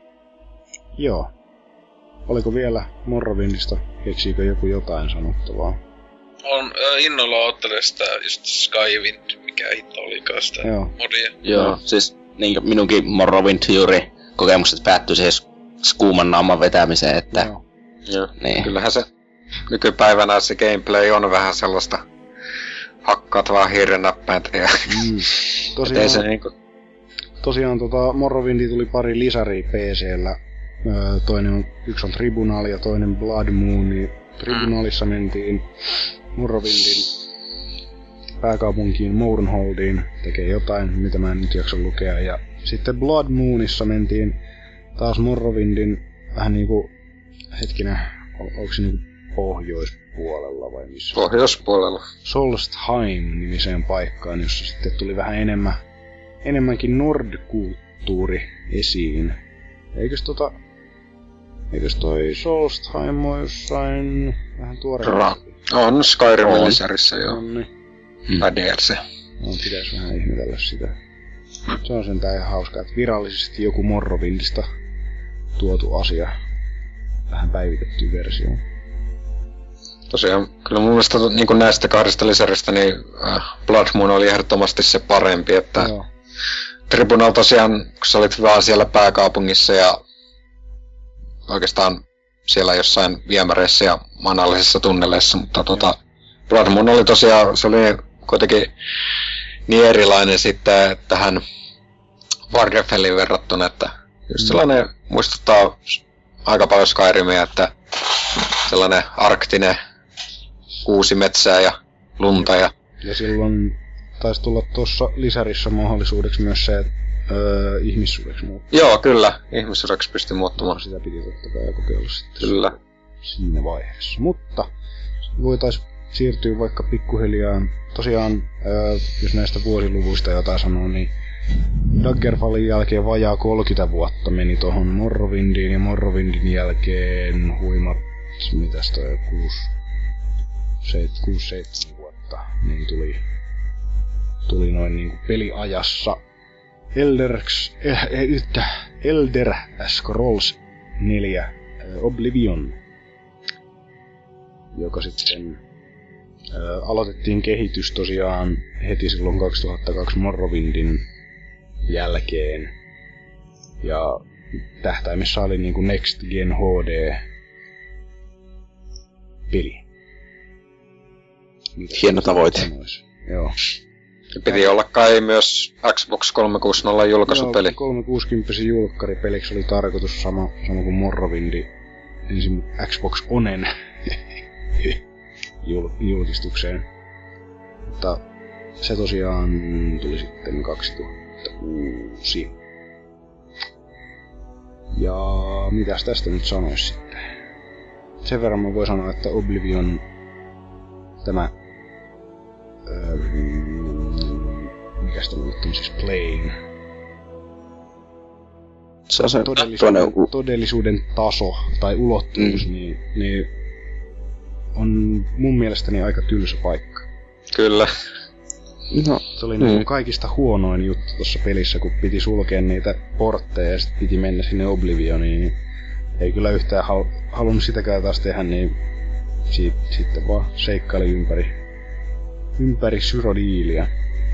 joo. Oliko vielä Morrowindista? Keksiikö joku jotain sanottavaa? On äh, innolla oottelee sitä just Skywind, mikä hitto olikaan sitä Joo. modia. Joo, no. Siis niin minunkin Morrowind juuri kokemukset päättyi siihen kuuman naaman vetämiseen, että... Joo. Joo. Niin. Kyllähän se nykypäivänä se gameplay on vähän sellaista hakkaat vaan hiirennäppäintä ja... Mm. Tosiaan, se niinku... tosiaan tota, Morrowindi tuli pari lisäriä P C:llä. Öö, toinen on, yksi on Tribunal ja toinen Blood Moon. Niin Tribunalissa mentiin Morrowindin pääkaupunkiin Mournholdiin tekee jotain, mitä mä en nyt jaksa lukea. Ja sitten Blood Moonissa mentiin taas Morrowindin vähän niinku, hetkinen, on, onko se niinku pohjoispuolella vai missä? Pohjoispuolella. Solstheim-nimiseen paikkaan, jossa sitten tuli vähän enemmän, enemmänkin nordkulttuuri esiin. Eikös tota... Eikös toi Solstheim ole jossain vähän tuoreella? On Skyrimin lisärissä, joo. Nonni. Hmm. Tai D L C. No, pitäis vähän ihmetellä sitä. Se on sentään ihan hauskaa, että virallisesti joku Morrowindista tuotu asia. Vähän päivitetty versio. Tosiaan, kyllä mun mielestä niin näistä kahdesta lisäristä, niin äh, Blood Moon oli ehdottomasti se parempi, että joo. Tribunal tosiaan, kun sä olit vaan siellä pääkaupungissa ja oikeastaan siellä jossain viemäreissä ja manallisissa tunneleissa, mutta tota, Blood Moon oli tosiaan, se oli kuitenkin niin erilainen sitten tähän Vardefellin verrattuna, että just sellainen muistuttaa aika paljon Skyrimia, että sellainen arktinen kuusi metsää ja lunta ja... Ja silloin taisi tulla tuossa lisärissä mahdollisuudeksi myös se, että öö, ihmissuudeksi muuttuu. Joo, kyllä. Ihmissuudeksi pystyi muuttumaan. Sitä piti totta kai kokeilla sitten. Kyllä. Siinä vaiheessa. Mutta voitaisiin siirtyä vaikka pikkuhiljaa. Tosiaan, öö, jos näistä vuosiluvuista jotain sanoo, niin Daggerfallin jälkeen vajaa kolmekymmentä vuotta meni tohon Morrowindiin, ja Morrowindin jälkeen huimat, mitäs toi, kuusi seitsemän vuotta, niin tuli, tuli noin niinku peliajassa Elder, eh, eh, Elder Scrolls neljä äh, Oblivion, joka sitten äh, aloitettiin kehitys tosiaan heti silloin kaksituhattakaksi Morrowindin jälkeen. Ja tähtäimessä oli niinku Next Gen H D-peli. Mitä hieno tavoite. Sanois? Joo. Ja piti olla kai myös Xbox kolmesataakuusikymmentä julkaisupeli. Joo, kolmesataakuusikymmentä julkkaripeliksi oli tarkoitus sama, sama kuin Morrowindi ensin Xbox Onen jul, julkistukseen. Mutta se tosiaan tuli sitten kaksituhattakuusi. Ja mitäs tästä nyt sanois sitten? Sen verran mä voin sanoa, että Oblivion tämä öö, mikäs tämä nyt on siis Plane. Se on se todellisuuden, todellisuuden taso tai ulottuvuus, mm. niin, niin on mun mielestäni aika tylsä paikka. Kyllä. No, se oli mm. niinku kaikista huonoin juttu tuossa pelissä, kun piti sulkea niitä portteja ja sit piti mennä sinne Oblivioniin, niin ei kyllä yhtään hal- halunnut sitäkään taas tehdä, niin si- sitten vaan seikkaili ympäri, ympäri Cyrodiilia.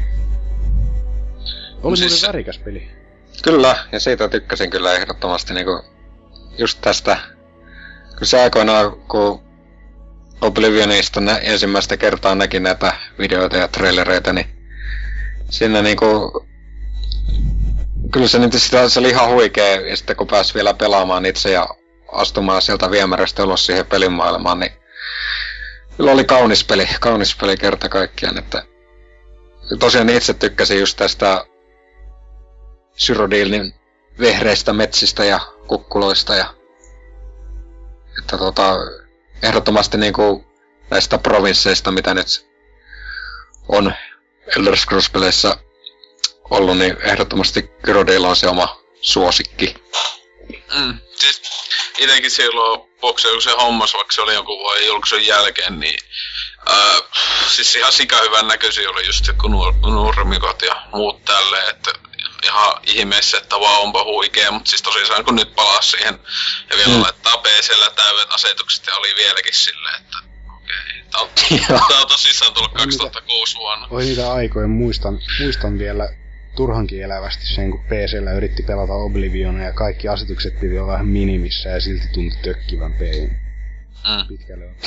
Oli siis muuten värikäs peli. Kyllä, ja siitä tykkäsin kyllä ehdottomasti niinku just tästä, kun se aikoinaan, kun Oblivionista nä- ensimmäistä kertaa näki näitä videoita ja trailereita, niin siinä niinku, kyllä se, nyt sitä, se oli ihan huikee, ja sitten kun pääsi vielä pelaamaan itse ja astumaan sieltä viemärästä ulos siihen pelimaailmaan, niin kyllä oli kaunis peli, kaunis peli kerta kaikkiaan, että tosiaan itse tykkäsin just tästä Cyrodiilin vehreistä metsistä ja kukkuloista ja että tota, ehdottomasti niinku näistä provinsseista, mitä nyt on Elder Scrolls-peleissä ollut, niin ehdottomasti Cyrodiil on se oma suosikki. Mm, siis itekin silloin Boxe, kun se hommas, vaikka se oli jonkun vuoden julkaisun jälkeen, niin ää, siis ihan sikahyvän näköisiä oli just kun nuor- nurmikot ja muut tälleen, että ihan ihmeessä, että vaan onpa huikee, mutta siis tosissaan kun nyt palasi siihen ja vielä mm. laittaa P C:llä täydet asetukset ja oli vieläkin silleen, että okei, tää on, tää on tosissaan tullut kaksituhattakuusi vuonna. Oi niitä aikoja, muistan, muistan vielä turhankin elävästi sen, kun P C:llä yritti pelata Oblivionia ja kaikki asetukset piti olla vähän minimissä ja silti tuntui tökkivän pelin. Mm. Pitkälle on.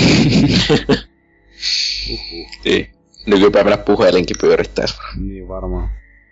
Uhuh. Niin. Nykypäivänä puhelinkin pyörittäis. Niin varmaan.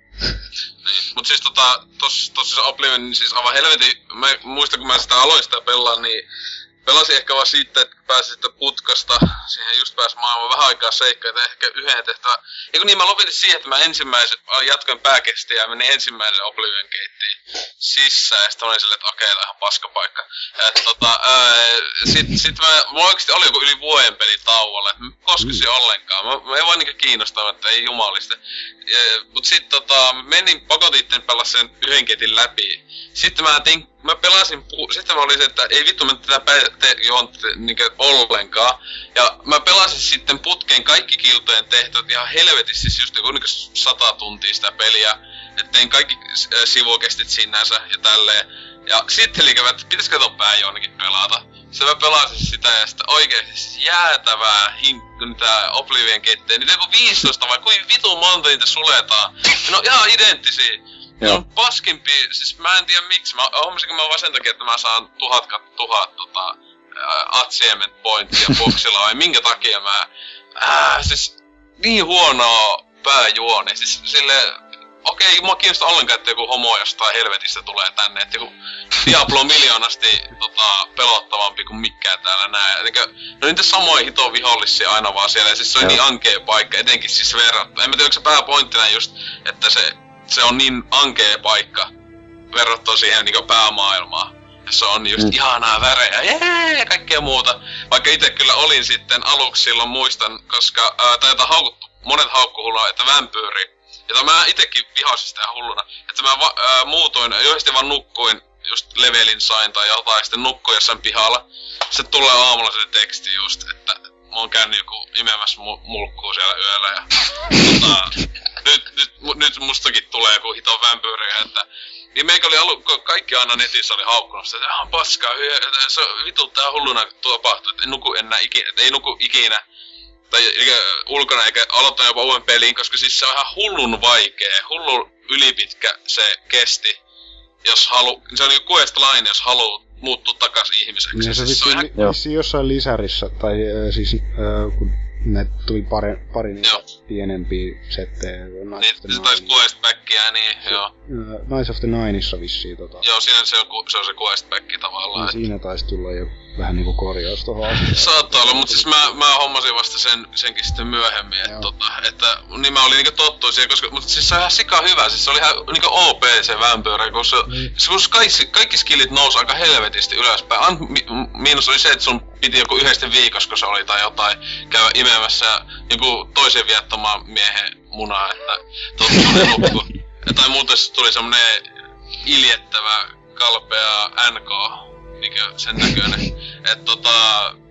Niin, mut siis tota, tos, tossa Oblivion, niin siis aivan helvetin, mä muistan kun mä sitä aloin sitä pelaa, niin pelasin ehkä vaan siitä, että pääsin sitten putkasta, siihen just pääsi maailman vähän aikaa seikkaan, että ehkä yhden tehtävän. Eiku niin, mä lopetin siihen, että mä ensimmäisen, jatkoin pääkestiä ja menin ensimmäisen Oblivion keittiin sisään, ja sitten olin silleen, että okei, tää on ihan paskapaikka. Et tota, ää, sit, sit mä, mulla oikeesti oli joku yli vuoden peli tauolla, että mä koskisin mm. ollenkaan. Mä, mä en vaan niinku kiinnostaa, että ei jumalista. Ja, mut sit tota, menin pakotitten pelaa sen yhden keitin läpi. Sitten mä tein, mä pelasin, pu- sitten mä olin se, että ei vittu mä tätä pä- te- juon niinkö ollenkaan. Ja mä pelasin sitten putkeen kaikki kiltojen tehtävät ihan helvetissä, siis just joku niinkö sata tuntia sitä peliä. Et tein kaikki äh, sivukestit sinänsä ja tälleen. Ja sitten liikävä, että pitäisikö ton pääjuonikin pelata. Sitten mä pelasin sitä ja sitten oikeesti siis jäätävää hinkku niitä Oblivion keittejä. Niitä joku viisitoista vai kuin vitun monta niitä suletaan. Ne on ihan identtisiä. Ne on paskimpi, siis mä en tiedä miksi. Mä hommasin kun mä vaan sen takia, että mä saan tuhat kautta tuhat tota, äh, achievement pointtia boxilla vai minkä takia mä... Äh, siis niin huonoa pääjuoni, siis silleen... Okei, okay, mua kiinnostaa ollenkaan, että joku homo jostain helvetistä tulee tänne, että joku Diablo miljoonasti tota, pelottavampi kuin mikään täällä nää. Etenkö, no niitä samoja hitoa vihollisia aina vaan siellä, ja siis se on niin ankea paikka, etenkin siis verrattuna. En mä tiedä, onko se pääpointtina just, että se, se on niin ankea paikka verrattuna siihen niin päämaailmaan. Ja se on just mm. ihanaa värejä, jee, ja kaikkea muuta. Vaikka ite kyllä olin sitten aluksi silloin muistan, koska ää, tätä haukuttu, monet haukkuhulla, että vampyyri. Jota mä itekin vihasin sitä hulluna, että mä va- ää, muutoin, johdesti vaan nukkuin, just levelin sain tai jotain, sitten nukkuin jossain pihalla. Sitten tulee aamulla se teksti just, että mä oon käynyt joku imemässä mu- mulkkuu siellä yöllä ja tota, nyt, nyt, nyt mustakin tulee joku hiton vampyyri, että niin meikä oli alu, kaikki aina netissä oli haukkunut sitä, että ihan paskaa, se vituttaa hulluna tapahtuu, että ei nuku enää ikinä, ei nuku ikinä. Tai eikä ulkona eikä aloittaa jopa uuden peliin, koska siis se on ihan hullun vaikee, hullun ylipitkä se kesti, jos halu, se on niinku quest-line, jos haluu muuttua takas ihmiseksi. Niin se, siis se on ihan... Vissi jossain lisärissä, tai äh, siis äh, kun ne tuli pari, pari niitä pienempiä settejä. Niin, se taisi quest-backia, niin se, joo. Knights of the Nineissa vissiin tota. Joo, siinä se on se, on se quest-back tavallaan. Niin, siinä taisi tulla jo vähän niinku korjaus tohon asiaan. Saattaa olla, mut siis mä, mä hommasin vasta sen, senkin sitten myöhemmin, että tota, että niin mä olin niinku tottuin siihen, koska, mutta siis se on ihan sika hyvä, siis se oli ihan niinku O P se vampyyrä, kun se, mm. se kun kaikki, kaikki skillit nousi aika helvetisti ylöspäin. An, mi, miinus oli se, että sun piti joku yhdesti viikossa, kun se oli tai jotain, käydä imemässä joku toisen viattomaan miehen munaa, että tottuun nukkuu. Tai muuten tuli semmonen iljettävä, kalpea N K, niinkö sen näköinen. Et tota,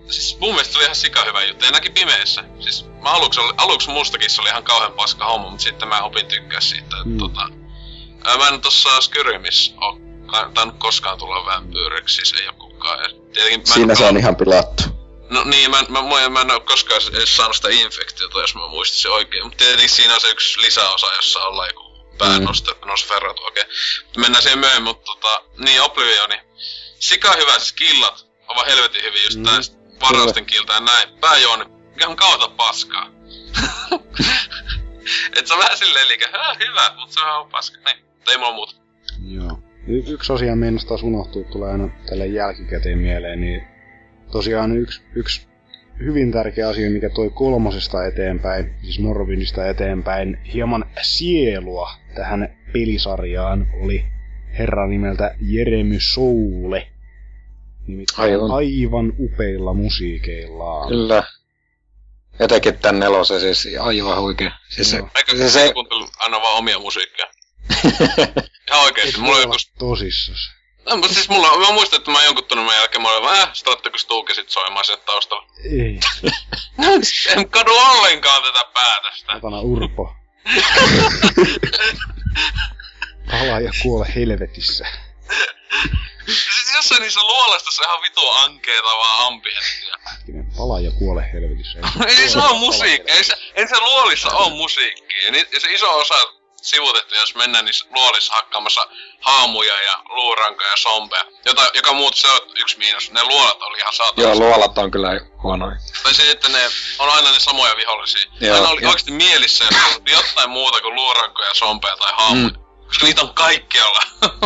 siis mun mielestä se oli ihan sika hyvä juttu, ja näki pimeessä. Siis mä aluksi, oli, aluksi mustakin se oli ihan kauhean paska homma, mutta sitten mä opin tykkää siitä, että mm. tota... Ää, mä en tossa Skyrimis oo tainnut koskaan tulla vampyyriksi, siis ei oo kukaan. Tietenkin, siinä se on ihan pilattu. No niin, mä, mä, mä, mä en oo koskaan edes saanut sitä infektiota, jos mä muistin oikein. Mutta tietenkin siinä on se yksi lisäosa, jossa ollaan joku päännoste, mm. Nosferatu, okei. Okay. Mennään siihen myöhemmin, mutta tota... Niin, Oblivioni. Sika hyvä, siis killat ovat helvetin hyvin, just mm. tää varausten kilta ja näin. Pääjooni, ihan kautta paskaa. Et se on vähän silleen liikä, hyvä, mutta se on ihan paska. Niin, ei mulla muuta. Joo. Y- yksi asia meinas taas unohtuu, tulee aina tälle jälkikäteen mieleen, niin tosiaan yksi, yksi hyvin tärkeä asia, mikä toi kolmosesta eteenpäin, siis Morrowindista eteenpäin, hieman sielua tähän pelisarjaan oli herra nimeltä Jeremy Soule. Nimittäin aivan, aivan upeilla musiikeillaan. Kyllä. Jotenkin tän nelosen siis aivan huikea. Siis se, Eikö se, se kuuntelu aina vaan omia musiikkia? Ihan oikeesti, mulla on joku... tosissas. No, mutta siis mulla, mä muistan, että mä jonkun tunnin jälkeen mä olin vaan, äh, starttiko Stuuke sit soimaan sinne taustalla? Ei. En kadu ollenkaan tätä päätöstä. Otana Urpo. Palaa ja kuole helvetissä. Siis jossain niissä luolastossa ihan vitu ankeeta vaan ambienttia. Palaa ja kuole helvetissä. Ei, ei se oo musiikkia, ei se, ei se luolissa oo musiikkia. Ja se iso osa sivutettu, jos mennään niissä luolissa hakkaamassa haamuja ja luurankoja ja sompea. Jota, joka muut se on yksi miinus. Ne luolat oli ihan saatavissa. Joo, luolat on kyllä huonoja. Tai se, että ne on aina ne samoja vihollisia. Joo, aina oli jo. Oikeesti mielissä, jos on jotain muuta kuin luurankoja, sompea tai haamuja. Mm. Koska niitä on kaikkialla.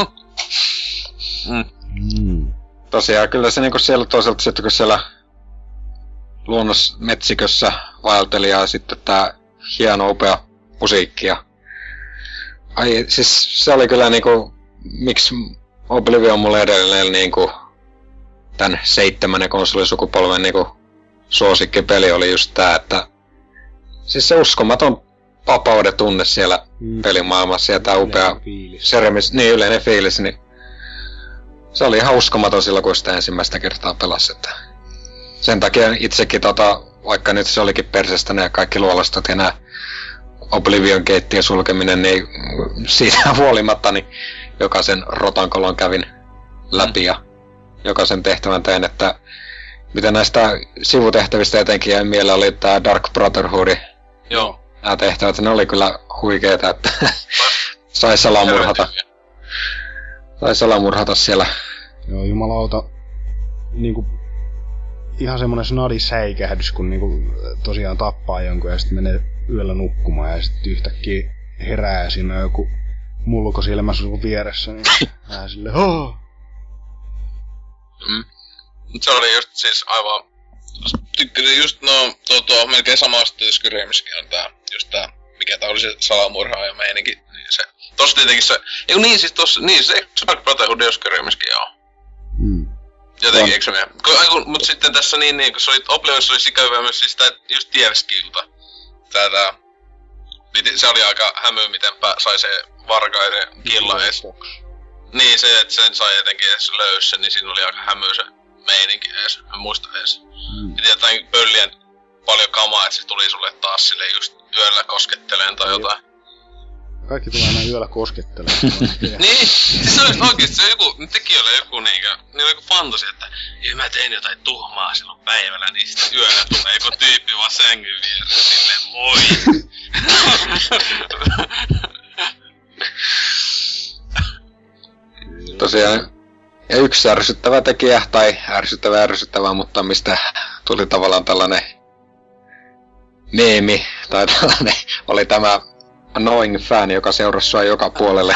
mm. Mm. Tosiaan, kyllä se niinku siellä toisaalta sitten, kun siellä luonnosmetsikössä vaelteli ja sitten tää hieno upea musiikki ja... Ai, siis se oli kyllä niinku, miksi Oblivion on mulle edelleen niinku tän seitsemännen konsolisukupolven niinku suosikkipeli oli just tää, että siis se uskomaton vapauden tunne siellä mm. pelimaailmassa ja tää upea seremis, niin yleinen fiilis, niin se oli ihan uskomaton silloin, kun sitä ensimmäistä kertaa pelasi, että sen takia itsekin tota, vaikka nyt se olikin persestä ne kaikki luolastot ja nää Oblivion geittien sulkeminen, niin siitä huolimatta niin jokaisen rotankolon kävin läpi ja jokaisen tehtävän tein, että mitä näistä sivutehtävistä etenkin jäi mieleen oli tää Dark Brotherhood. Joo. Nää tehtävät, ne oli kyllä huikeeta, että sai salamurhata. Sai salamurhata siellä. Joo, jumalauta. Niinku ihan semmonen snadi säikähdys, kun niinku tosiaan tappaa jonkun ja sit menee yöllä nukkumaan ja sit yhtäkkiä herää ja siinä on joku mulko silmä sun vieressä, niin vähän silleen hoo! Mm. Se oli just siis aivan... Tykkäsin just no, tuo, tuo melkein samasta Skyrimissäkin on tää, just tää, mikä tää oli se salamurhaaja meininki, niin se... Tossa tietenkin se... Eiku niin siis tossa, niin se Dark Brotherhood ja Skyrimissäkin joo. Mm. Jotenkin, eikö se mene? Mut sitten tässä niin, niin kun se oli, Oblivionissa oli sikäyvää myös siis tää just Tierskilta. Tää tää... Se oli aika hämyä, miten sai se varkaiden killa ees. Niin se, että sen sai jotenkin edes löysä, niin siinä oli aika hämyä se meininki ees. En muista ees. Mm. Piti jotain pöllien paljon kamaa, että se tuli sulle taas sille just yöllä kosketteleen tai jotain. Kaikki tulee aina yöllä koskettelemaan. Niin, siis se oli oikeesti se joku, tekijöillä joku niinkö, niin joku fantasia, että ja mä tein jotain tuhmaa silloin päivällä, niin sitten yöllä tulee joku tyyppi vaan sängyn vieressä silleen moi. Tosiaan, ja yksi ärsyttävä tekijä, tai ärsyttävä ärsyttävä, mutta mistä tuli tavallaan tällainen meemi, tai tällainen, oli tämä annoying fan, joka seurasi sua joka puolelle.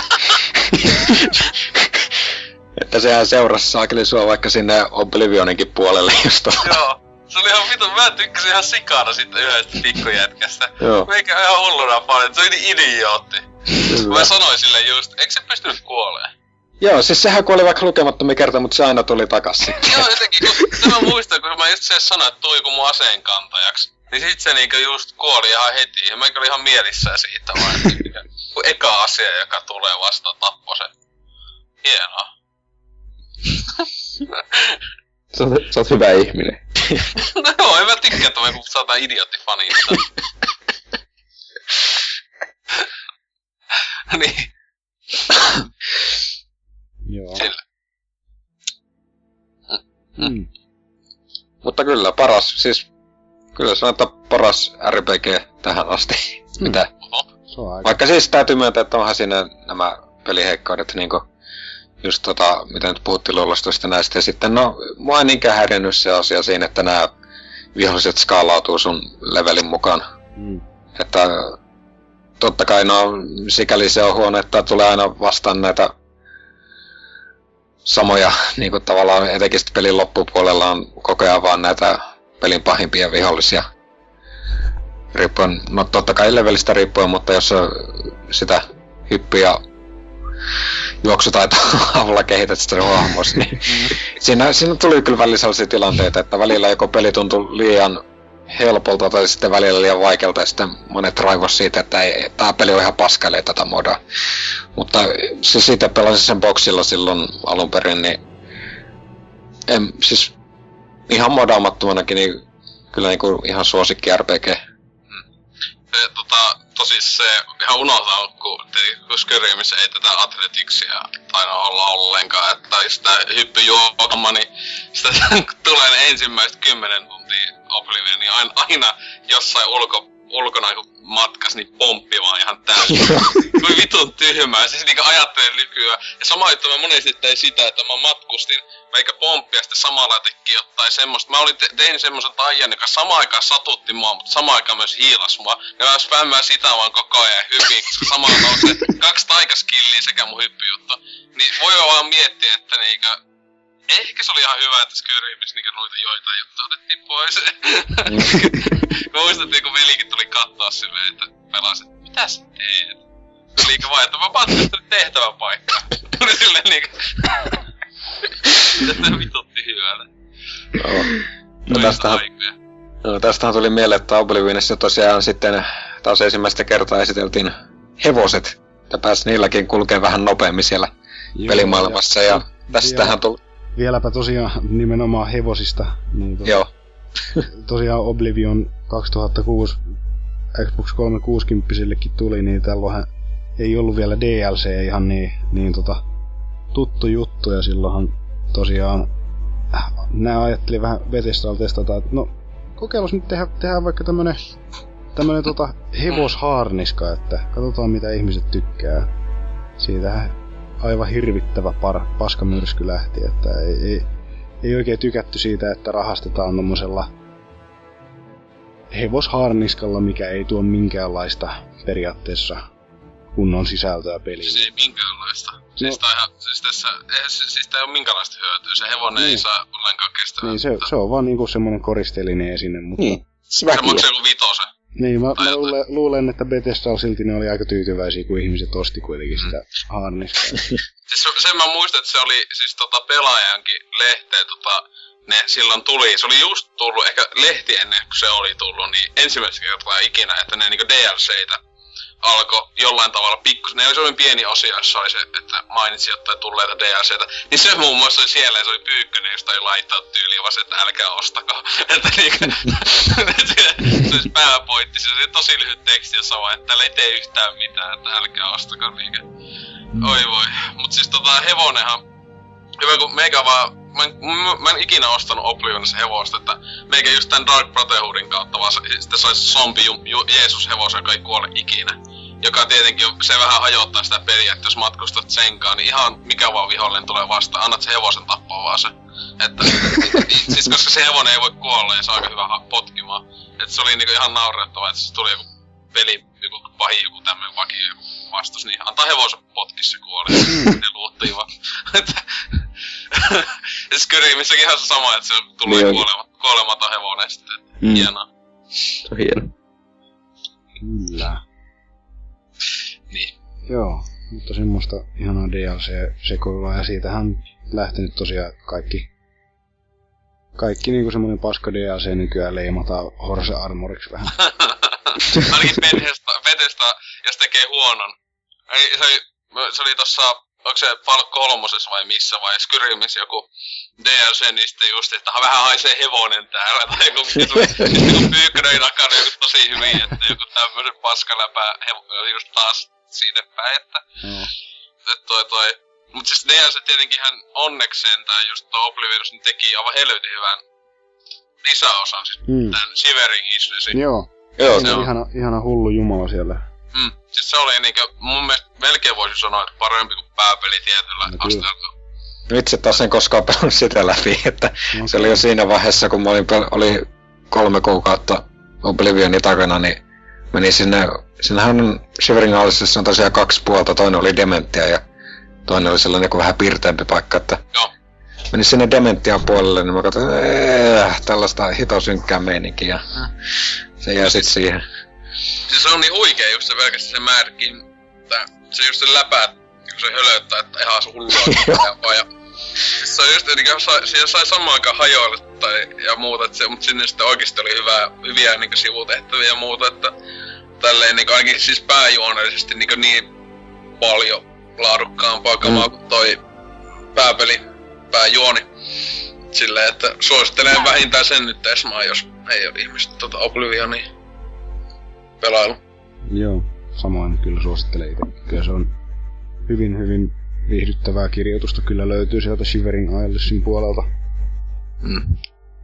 Että sehän seurasi saakeli sua vaikka sinne Oblivioninkin puolelle just tuolla. Joo, se oli ihan vitun, mä tykkäsin ihan sikana sitten yhdestä pikkujätkästä. Joo. Meikä ihan hulluna paljon, se oli niin idiootti. Mä sanoin sille just, eikö se pystynyt kuoleen? Joo, siis sehän kuoli vaikka lukemattomia kertaa, mutta se aina tuli takas sitten. Joo, jotenkin, kun mä muistan, kun mä just se sanoin, että tuli kun mun aseenkantajaksi. Niin sit se niinku just kuoli ihan heti, ja mä olin ihan mielissään siitä vaan, että kun eka asia, joka tulee vastaan, tappoi sen. Hienoa. Sä oot, sä oot hyvä ihminen. No joo, en mä tykkää, että me puhutaan idioottifanista. Niin. Joo. Sillä. Mm. Mutta kyllä paras, siis kyllä sanotaan paras R P G tähän asti. Mm. Mitä? Vaikka siis täytyy myöntää, että onhan siinä nämä peliheikkaudet niinku just tota, mitä nyt puhuttiin luolastoista näistä. Ja sitten no, mua ei niinkään häirinyt se asia siinä, että nämä viholliset skaalautuu sun levelin mukaan. Mm. Että totta kai no, sikäli se on huono, että tulee aina vastaan näitä samoja, niinku tavallaan etenkin pelin loppupuolella on koko ajan vaan näitä pelin pahimpia vihollisia. Riippuen, no totta kai levelistä riippuen, mutta jos sitä hyppiä juoksutaito avulla kehität sitä hahmossa, niin siinä, siinä tuli kyllä välillä sellaisia tilanteita, että välillä joko peli tuntui liian helpolta tai sitten välillä liian vaikealta ja sitten monet raivos siitä, että ei, tää peli on ihan paskailee tätä modaa. Mutta se siitä pelasin sen boksilla silloin alun perin, niin en, siis ihan modaamattomanakin, niin kyllä niinku ihan suosikki R P G. Se, tota, tosis se ihan unohtaa, kun, kun Skyrimissa ei tätä atletiksia taina olla ollenkaan, että sitä hyppyjuokama, niin sitä tulee ne ensimmäiset kymmenen tuntia Oblivion, niin aina, aina jossain ulko, ulkona kun matkas, niin pomppi vaan ihan täysin. Kuin vitun tyhmää, siis niinku ajattelen nykyään. Ja sama juttu mä monesti tein sitä, että mä matkustin, meikä pomppia sitten samalla teki jotain semmoista. Mä olin te- tein semmosen taian, joka samaan aikaan satutti mua, mutta samaan aikaan myös hiilas mua. Ja mä spämmään sitä vaan koko ajan hypin, koska samalla nousee kaksi taikaskilliä sekä mun hyppyjuttu. Niin voi vaan miettiä, että niinkö... Ehkä se oli ihan hyvä, että Skyrimissä niinkö noita joitain juttuja otettiin pois. Mä muistettiin, kun velikin tuli kattoo silleen, että pelasin, että mitä sä teet? Niinkö vaan, että mä patkustelin tehtävän paikkaa. Tuli silleen niinkö... Tätä vitutti hyvällä. Joo. No tästähän, no tästähän tuli mieleen, että Oblivionissa tosiaan sitten taas ensimmäistä kertaa esiteltiin hevoset. Että pääsi niilläkin kulkee vähän nopeammin siellä Joo, pelimaailmassa ja, ja tästähän tuli... Vieläpä tosiaan nimenomaan hevosista. Niin to... Joo. Tosiaan Oblivion kaksituhattakuusi Xbox kolmesataakuusikymmentällekin tuli, niin tällöinhän ei ollut vielä D L C ihan niin, niin tota, tuttu juttu, ja silloinhan tosiaan äh, nää ajattelin vähän Bethesdalla testata, että no kokeilus nyt tehdä, tehdään vaikka tämmönen, tämmönen tota hevoshaarniska, että katsotaan mitä ihmiset tykkää. Siitähän aivan hirvittävä par, paskamyrsky lähti, että ei, ei, ei oikein tykätty siitä, että rahastetaan tommosella hevoshaarniskalla, mikä ei tuo minkäänlaista periaatteessa kunnon sisältöä peliin. Siis ei minkäänlaista. Siis, no. ihan, siis tässä ei, siis tää ei oo minkäänlaista hyötyä, se hevonen niin. Ei saa ollenkaan kestävää. Niin, se, se on vaan niinku semmonen koristeellinen esine, mutta... Niin, se maksaa joku vitosen. Niin, mä, mä luulen, luulen, että Bethesda silti ne oli aika tyytyväisiä, kun ihmiset osti kuitenkin sitä mm. haarniskaa. Siis sen mä muistan, että se oli siis tota pelaajankin lehteen tota... Ne silloin tuli, se oli just tullut, ehkä lehti ennen kuin se oli tullut, niin ensimmäistä kertaa ikinä, että ne niinku D L C:tä alkoi jollain tavalla pikkusen, ne oli sellainen pieni osio, jossa oli se, että mainitsi jotain tulleita D L C:tä, niin se muun muassa oli siellä ja se oli Pyykkönen, josta ei laittaa tyyliin, vaan se, että älkää ostako. Että niinku, se olisi pääpointti, se oli tosi lyhyt teksti, jossa vaan, että täällä ei tee yhtään mitään, että älkää ostako niinkö. Oi voi, mut siis tota hevonenhan, hyvä kun meikä vaan, Mä en, mä, mä en ikinä ostanut Oblivionissa hevosta, että meikä just tän Dark Brotherhoodin kautta vaan sitten sais zombi ju, ju, Jeesus hevosen, joka ei kuole ikinä. Joka tietenkin se vähän hajottaa sitä peliä, että jos matkustat senkaan, niin ihan mikä vaan vihollinen tulee vastaan, annat se hevosen tappaa vaan se. Että, siis koska se hevonen ei voi kuolla ja se on aika hyvä potkimaan. Että se oli niinku ihan naurettavaa, että se tuli joku peli, joku pahi, joku tämmönen vakio, joku vastus, niin antaa hevosen potkis se kuoli. Ne luuttiin vaan. Ja Skyrimissäkin ihan se sama, että se tulee niin kuolema, kuolematon hevonen sitten. Mm. Hienoa. Se on hieno. Kyllä. Niin. Joo, mutta semmoista ihanaa D L C-sekoilua ja siitähän lähtenyt tosiaan kaikki kaikki niinku semmonen paska D L C nykyään leimataan Horse Armoriksi vähän. Ainakin Bethesda, Bethesda, jos tekee huonon. Se oli, se oli tossa onko se Fallout kolmosessa vai missä vai Skyrimis joku D L C, niin sitten just, että vähän haisee hevonen täällä, tai joku, sitten kun Pyykkönen takana joku tosi hyvin, että joku tämmösen paskaläpää hevo, just taas sinne päin, että, mm. että toi toi. Mut siis D L C tietenkin hän onnekseen tää just tuo Oblivious niin teki aivan helvetin hyvän lisäosan, siis mm. tän Shivering Islesin. Joo. Joo, se on ihana, ihana hullu jumala siellä. Mm. Siis se oli niinkö, mun mielestä melkein voisin sanoa, että parempi kuin pääpeli tietyllä no, asteella. Itse taas en koskaan pelannut sitä läpi, että okay. Se oli jo siinä vaiheessa, kun mä olin, pel- oli kolme kuukautta Oblivionin takana, niin menin sinne, sinnehän on Shivering Islandissa on tosiaan kaksi puolta, toinen oli Dementia ja toinen oli sellainen joku vähän pirteämpi paikka, että joo. Menin sinne Dementian puolelle, niin mä katsoin, eee, tällaista hitosynkkää meininkiä ja se jää sit siihen. Siis se on niin huikee just se pelkästään se määräkin, että se just se läpää, kun se hölöttää, että ihan se hullua ja siis se on just, että sai, siinä sai samaan aikaan hajoilla tai ja muuta, että se, mut sinne sitten oikeesti oli hyvää, hyviä niinku sivutehtäviä ja muuta, että tälleen niinku ainakin siis pääjuonellisesti niinku niin paljon laadukkaampaa kamaa kuin toi pääpeli, pääjuoni. Silleen, että suosittelen vähintään sen nyt Esmaa, jos ei oo ihmiset tota Oblivionia pelailu. Joo, samoin kyllä suosittelen itse. Kyllä se on hyvin hyvin viihdyttävää kirjoitusta kyllä löytyy sieltä Shivering Islesin puolelta. Mm.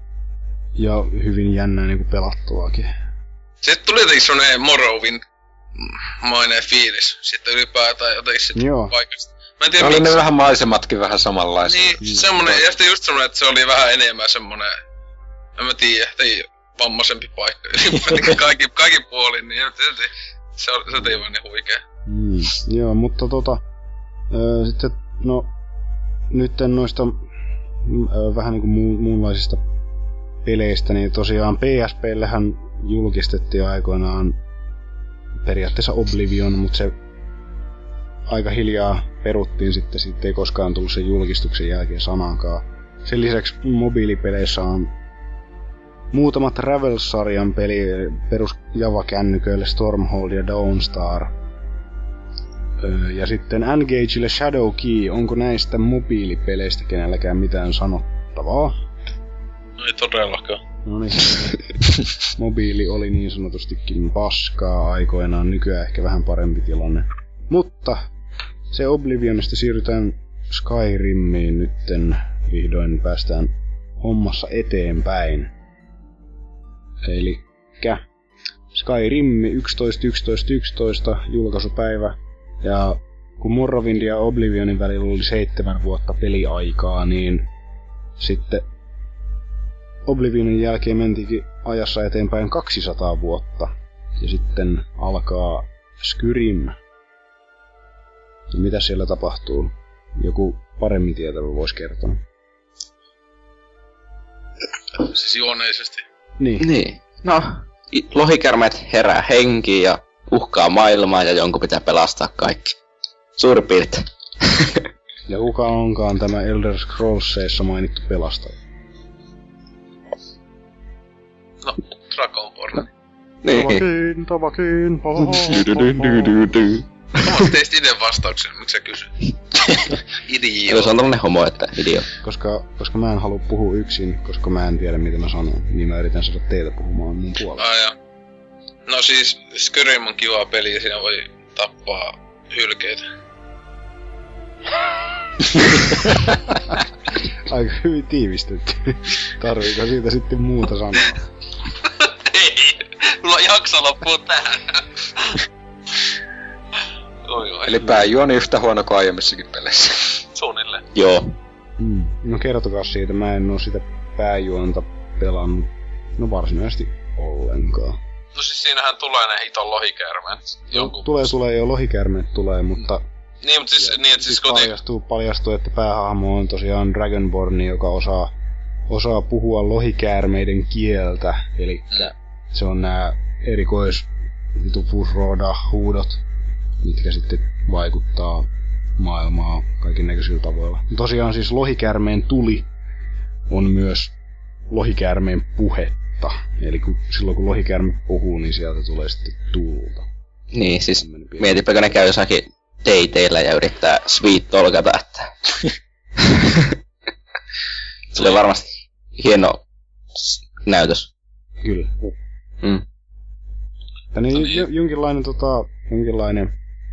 Ja hyvin jännää niinku pelattavaakin. Sitten tuli jotenkin semmonen Morrowind-mainen fiilis sitten ylipäätään jotenkin sit paikasta. Mä en tiedä oli miksi. Ne vähän maisematkin vähän samanlaisia. Niin, mm. semmonen, ja sitten just semmonen, että se oli vähän enemmän semmonen, en mä tiedä, ei vammaisempi paikka. kaikki, kaikki puolin, niin se, se tei vaan niin huikee. Mm, joo, mutta tota, öö, sitten, no, nytten noista öö, vähän niinku mu- muunlaisista peleistä, niin tosiaan P S P:llähän julkistettiin aikoinaan periaatteessa Oblivion, mutta se aika hiljaa peruttiin sitten, siitä ei koskaan tullut sen julkistuksen jälkeen sanankaan. Sen lisäksi mobiilipeleissä on muutamat Travel-sarjan peli perus Java-kännyköille Stormhold ja Dawnstar. Öö, ja sitten N-Gageille Shadow Key, onko näistä mobiilipeleistä kenelläkään mitään sanottavaa? No ei todellakaan. No niin. Mobiili oli niin sanotustikin paskaa aikoinaan, nykyään ehkä vähän parempi tilanne. Mutta se Oblivionista siirrytään Skyrimiin nytten, vihdoin päästään hommassa eteenpäin. Elikkä Skyrim yksitoista yksitoista yksitoista julkaisupäivä, ja kun Morrowind ja Oblivionin välillä oli seitsemän vuotta peliaikaa, niin sitten Oblivionin jälkeen mentiinkin ajassa eteenpäin kaksisataa vuotta, ja sitten alkaa Skyrim. Ja mitä siellä tapahtuu? Joku paremmin tietävä voisi kertoa. Siis juoneisesti. Niin. Niin. No, lohikärmeet herää henkiin ja uhkaa maailmaa ja jonkun pitää pelastaa kaikki. Suurin piirtein. Ja kuka onkaan tämä Elder Scrollsseissa mainittu pelastaja? No, Dragonborn. Niin. Tavakin, tavakin, Mä teist ite vastauksen, miksi sä kysyt? Idiot. Se on tollanen homo, että idiot. Koska, koska mä en halua puhua yksin, koska mä en tiedä mitä mä sanon, niin mä yritän saada teitä puhumaan mun puolesta. Ah, ja. No siis, Skyrim on kiva peli ja siinä voi tappaa hylkeitä. Aika hyvin tiivistetty. Tarviiko siitä sitten muuta sanoa? Ei, mulla on jakso loppuu tähän. Oi, oi. Eli pääjuoni yhtä huono kuin aiemmissakin peleissä. Suunnilleen. Joo. Mm. No kertokaa siitä, mä en oo sitä pääjuonta pelannut. No varsinaisesti ollenkaan. No siis siinähän tulee ne hiton lohikäärmeet. No, tulee, tulee jo lohikäärmeet tulee, mutta... Niin, mutta siis, niin, että siis koti... Paljastuu, paljastuu, että päähahmo on tosiaan Dragonborn, joka osaa, osaa puhua lohikäärmeiden kieltä. Elikkä mm. se on nää erikois... vitu Fusroda-huudot, mitkä sitten vaikuttaa maailmaa kaikin näköisillä tavoilla. Tosiaan siis lohikäärmeen tuli on myös lohikäärmeen puhetta. Eli kun, silloin kun lohikäärme puhuu, niin sieltä tulee sitten tuulta. Niin, siis mietipä, kun ne käy jossakin dateilla ja yrittää sweet tolkata, että... Se oli varmasti hieno näytös. Kyllä. Mm. Että niin, j- jonkinlainen tota... Jonkinlainen...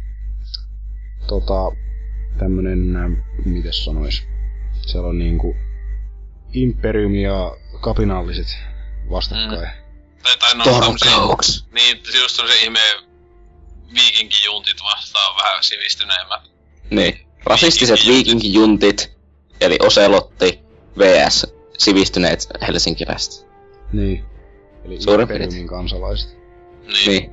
Tota... Tämmönen... Äh, mites sanois? Siellä on niinku... Imperium ja kapinalliset vastakkain. Mm. Tai, tai no tämmösiä... Niin, just tämmösiä ihmeen... Viikinkijuntit vastaan vähän sivistyneemmät. Niin. Rasistiset viikinkijuntit, eli Oselotti vs. sivistyneet helsinkiläiset. Niin. Eli suurin Imperiumin kansalaiset. Niin. niin.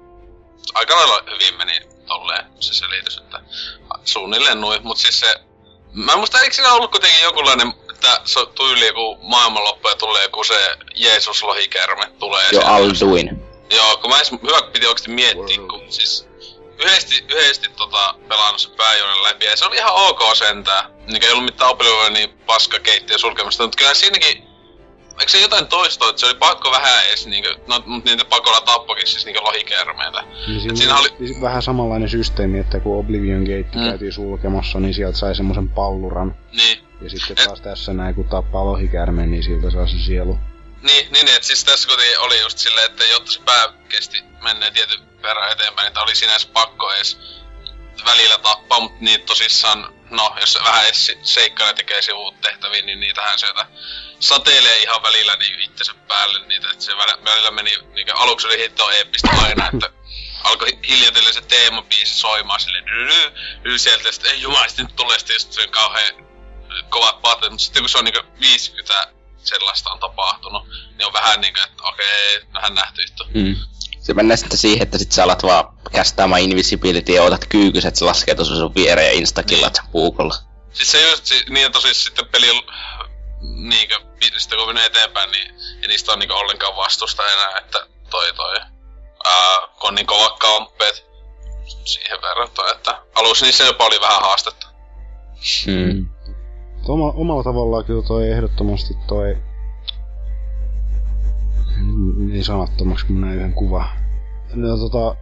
Aika lailla hyvin meni tolleen se selitys, että suunnilleen noin, mut siis se... Mä en muista, eikö siinä ollut kuitenkin jokunlainen, että se tyyli joku maailmanloppu ja tulee joku se Jeesus-lohikerme tulee. Joo, Alduin. Joo, kun mä edes hyvä piti oikeesti miettiä, kun siis... Yhdesti, yhdesti tota, pelannut se pääjuonen läpi, ja se oli ihan ok sentään. Niinkä ei ollut mitään Oblivion niin paska keittiö sulkemista, mutta kyllä siinäkin... Eikö se jotain toistoa, että se oli pakko vähän edes niinkö... No, mut niitä pakolla tappokin siis niinkö lohikermeitä. Niin siinä, siinä oli... vähän samanlainen systeemi, että kun Oblivion Gate mm. käytiin sulkemassa, niin sieltä sai semmosen palluran. Niin. Ja sitten taas Et... tässä näin, kun tappaa lohikäärmeen, niin siltä saa se sielu. Niin, niin, että siis tässä kuitenkin oli just silleen, että jotta se pää kesti menneen tietyn verran eteenpäin, niin oli sinänsä pakko edes välillä tappaa, mutta niitä tosissaan, no, jos se vähän edes seikkailee tekee sivuut tehtäviä, niin niitähän sieltä sateilee ihan välillä niin itsensä päälle niitä, että se välillä meni, niin aluksi oli hitto eeppistä aina, että alkoi hiljatellen se teemabiisi soimaan silleen dyy sieltä, ja sitten ei jumala, sitten nyt tulee sitten just sen kauhean kovat paatteet, mutta sitten kun se on niinku viisikymmentä sellaista on tapahtunut, niin on vähän niinkö, että okei, vähän nähty juttu. Mm. Se mennään sitten siihen, että sit sä alat vaan kästäämään invisibility ja otat kyykyset, että se laskee tossa sun viereen ja instakillat sen puukolla. Siis se just, si- niin tosis sitten peli niinkö, sitten kun menee eteenpäin, niin ei niistä on niinkö ollenkaan vastusta enää, että toi toi, ää, kun on niin kovat kamppeet siihen verrattuna, että alussa niissä jopa oli vähän haastetta. Mm. Oma, omalla tavallaan kyllä toi ehdottomasti toi... Niin sanattomaksi kun mä näin yhden kuvan. No tota...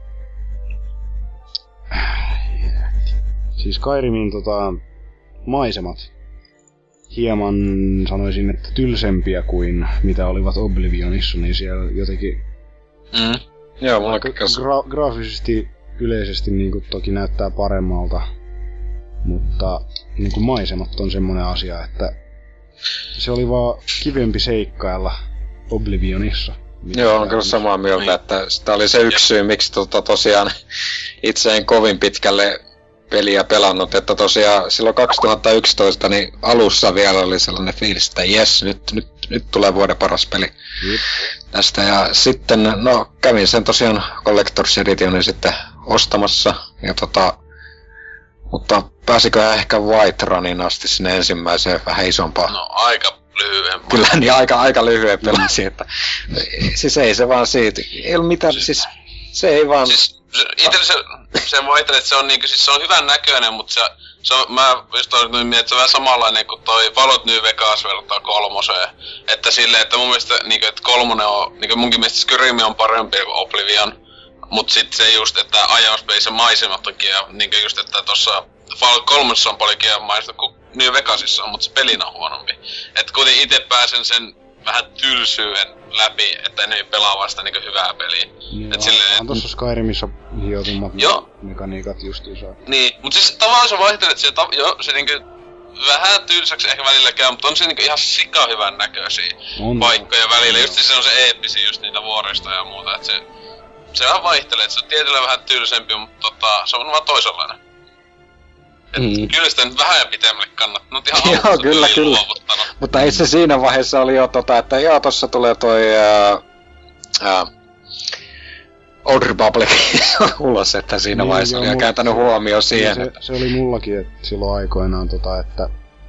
Siis Skyrimin tota... maisemat. Hieman sanoisin, että tylsempiä kuin mitä olivat Oblivionissa, niin siellä jotenkin... Mm. Joo, mulla gra- graafisesti yleisesti niinku toki näyttää paremmalta. Mutta niinku maisemat on semmonen asia, että se oli vaan kivempi seikkailla Oblivionissa. Joo, on kyllä samaa mieltä, että sitä oli se yksi syy, miksi tota tosiaan itse en kovin pitkälle peliä pelannut, että tosiaan silloin kaksituhattayksitoista niin alussa vielä oli sellainen fiilis, että jes, nyt, nyt, nyt tulee vuoden paras peli Jep. tästä. Ja sitten, no kävin sen tosiaan Collector's Editionin sitten ostamassa, ja tota, mutta pääsikö ehkä White Runin asti sinne ensimmäiseen vähän isompaan? No aika lyhyen. Kyllä, niin aika, aika lyhyen pelasi, että siis ei se vaan siitä, ei ole mitään, siis se ei vaan... Siis itse se, se voi että se on niinku, siis se on hyvän näköinen, mutta se, se on, mä just olen nyt miettinyt, että se on vähän samanlainen kuin toi Fallout New Vegas vertaa kolmoseen. Että silleen, että mun mielestä niinku, että kolmonen on, niinku munkin mielestä Skyrim on parempi kuin Oblivion. Mut sit se just, että Ion Space ja maisemat onkin, ja niinku just, että tossa Fallout kolmosessa on paljon kielmaista kuin New Vegasissa on, mutta se pelinä on huonompi. Et kuitenkin ite pääsen sen vähän tylsyyden läpi, että ne pelaa vasta niinku hyvää peliä. Niin, et on, silleen, on tossa Skyrimissa hiotummat mekaniikat justiinsa. Niin, mut siis tavallaan se vaihtelee, että se, ta- jo, se niinku vähän tylsäksi ehkä välillä käy, mutta on se niinku ihan sika hyvän näköisiä on, paikkoja välillä. Just se on se eeppisiä just niitä vuorista ja muuta, et se... Se vähän vaihtelee, että se on tietyllä vähän tylsempi, mutta tota, se on vaan toisenlainen. Et mm. Kyllä sitä nyt vähän pitemmälle kannattaa. No ihan joo, kyllä, kyllä. Luovuttanut. Mutta ei se siinä vaiheessa oli jo tota, että joo, tossa tulee toi ää, ää, Old Republic ulos, että siinä niin, vaiheessa oli jo kääntänyt huomioon siihen. Se, se oli mullakin et silloin aikoinaan tota, että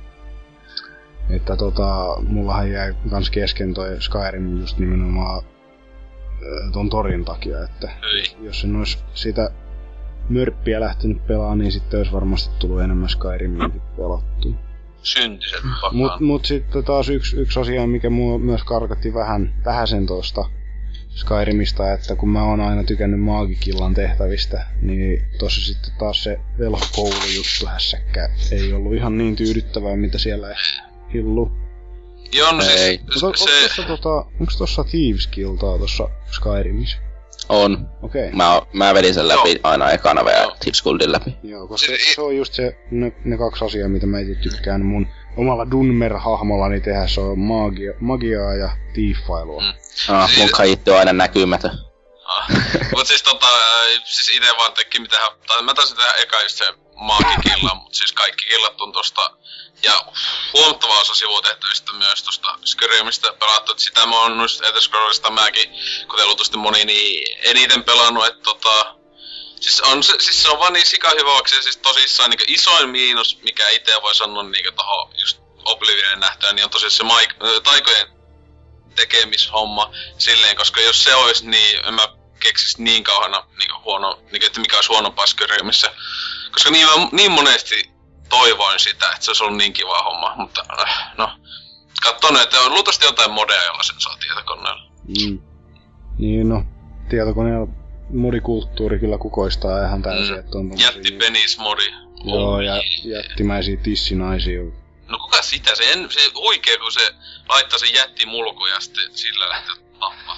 että tota, mullahan jäi kans kesken toi Skyrim just nimenomaan ton torin takia, että Ei. jos en ois sitä mörppiä lähtenyt pelaamaan, niin sitten ois varmasti tullut enemmän Skyriminkin pelattua. Syntiset pakaan. Mut, mut sitten taas yksi, yksi asia, mikä mua myös karkatti vähän, vähäsen tosta Skyrimista, että kun mä oon aina tykännyt Maagikillan tehtävistä, niin tossa sitten taas se velhokoulujuttu hässäkkä ei ollut ihan niin tyydyttävää, mitä siellä hillu. Joo, no siis ei. se... Onko tossa, tota, onks tossa Thieves-kiltaa tossa Skyrimissa? On. Okei. Okay. Mä, mä vedin sen läpi Joo. aina ekana vielä Thieves Guildin läpi. Joo, koska Siis se, i- se on just se, ne, ne kaksi asiaa, mitä mä itse tykkään mun omalla Dunmer-hahmollani tehdä, se on magia, magiaa ja tiiffailua. Mm. Ah, mun kaiitti on aina näkymätön. Ah. Mut siis tota, äh, siis ite vaan teki mitähän, tai mä taisin tehdä eka just se maagikilla, mut siis kaikki killat on tosta, ja huomattava osa sivutehtävistä myös tosta Skyrimistä pelattu, et sitä mä oon just Elder Scrollsista mäkin, kuten luultavasti moni, niin eniten pelannut, et tota, siis on se, siis se on vaan niin sikahyväksi, ja siis tosissaan niinku isoin miinus, mikä ite voi sanoa niinku tohon just Oblivionin nähtyä, niin on tosiaan se maik- taikojen tekemishomma silleen, koska jos se olisi niin, en mä keksis niin kauhana niin huono, niin, että mikä olisi huonompaa Skyrimissä. Koska niin, mä, niin monesti toivoin sitä, että se olisi ollut niin kiva homma, mutta äh, no, katso nyt, että on luultavasti jotain modeja, jolla sen saa tietokoneella. Mm. Niin no, tietokoneella modikulttuuri kyllä kukoistaa ihan täysin, mm. että on tommosia... Jätti penismodi. Joo, ja jättimäisiä tissinaisia. No kuka sitä? Se, en, se oikee, kun se laittaa sen jättimulku ja sitten sillä lähtee tappaa.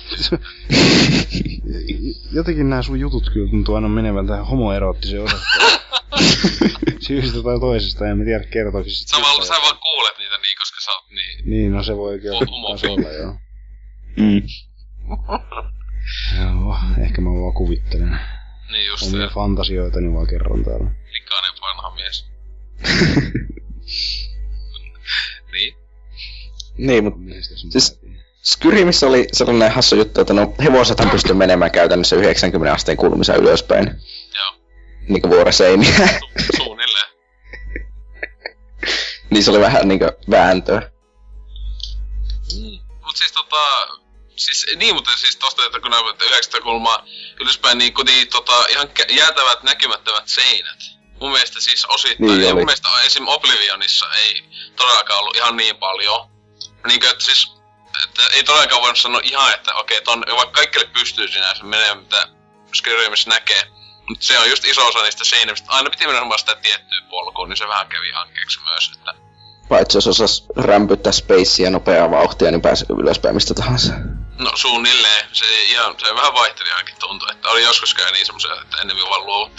Jotenkin nämä sun jutut kyllä tuntuu aina menevän tähän homoeroottiseen osastoon. Syystä tai toisesta, en mä tiedä kertooko sit Sä vaan, sä vaan kuulet niitä niin, koska sä oot niin... Niin, no se voi kyllä olla, joo. Mm. Joo, ehkä mä vaan kuvittelen. Niin just omia se. fantasioitani vaan kerron täällä. Likainen vanha mies. Niin? Niin, mut siis Skyrimissä oli sellainen hassu juttu, että no hevosethan pystyi menemään käytännössä yhdeksänkymmentä asteen kulmissa ylöspäin. Joo. Niinku vuoreseiniä. Su- suunnilleen. Niin se oli vähän niinku vääntöä. Mm. Mut siis tota... Siis niin, mutta siis tosta, että kun näyvät yhdeksänkymmentä kulmaa ylöspäin, niin kun niin tota ihan kä- jäätävät näkymättömät seinät. Mun mielestä siis osittain, Niin ja oli. mun mielestä esim. Oblivionissa ei todellakaan ollut ihan niin paljon. Niinkö, että siis, että ei todellakaan voinut sanoa ihan, että okei, ton, vaikka kaikille pystyy sinänsä menee, mitä Skyrimissä näkee. Mut se on just iso osa niistä seinämistä. Aina piti mennä vaan sitä tiettyä polkuun, niin se vähän kävi hankkeeksi myös, että... Paitsi jos osas rämpyttää spacea nopeaa vauhtia, niin pääsee ylöspäin mistä tahansa. No suunnilleen, se ihan, se vähän vaihteli ainakin tuntui, että oli joskus käy niin semmosia, että enemmän vaan luovutti.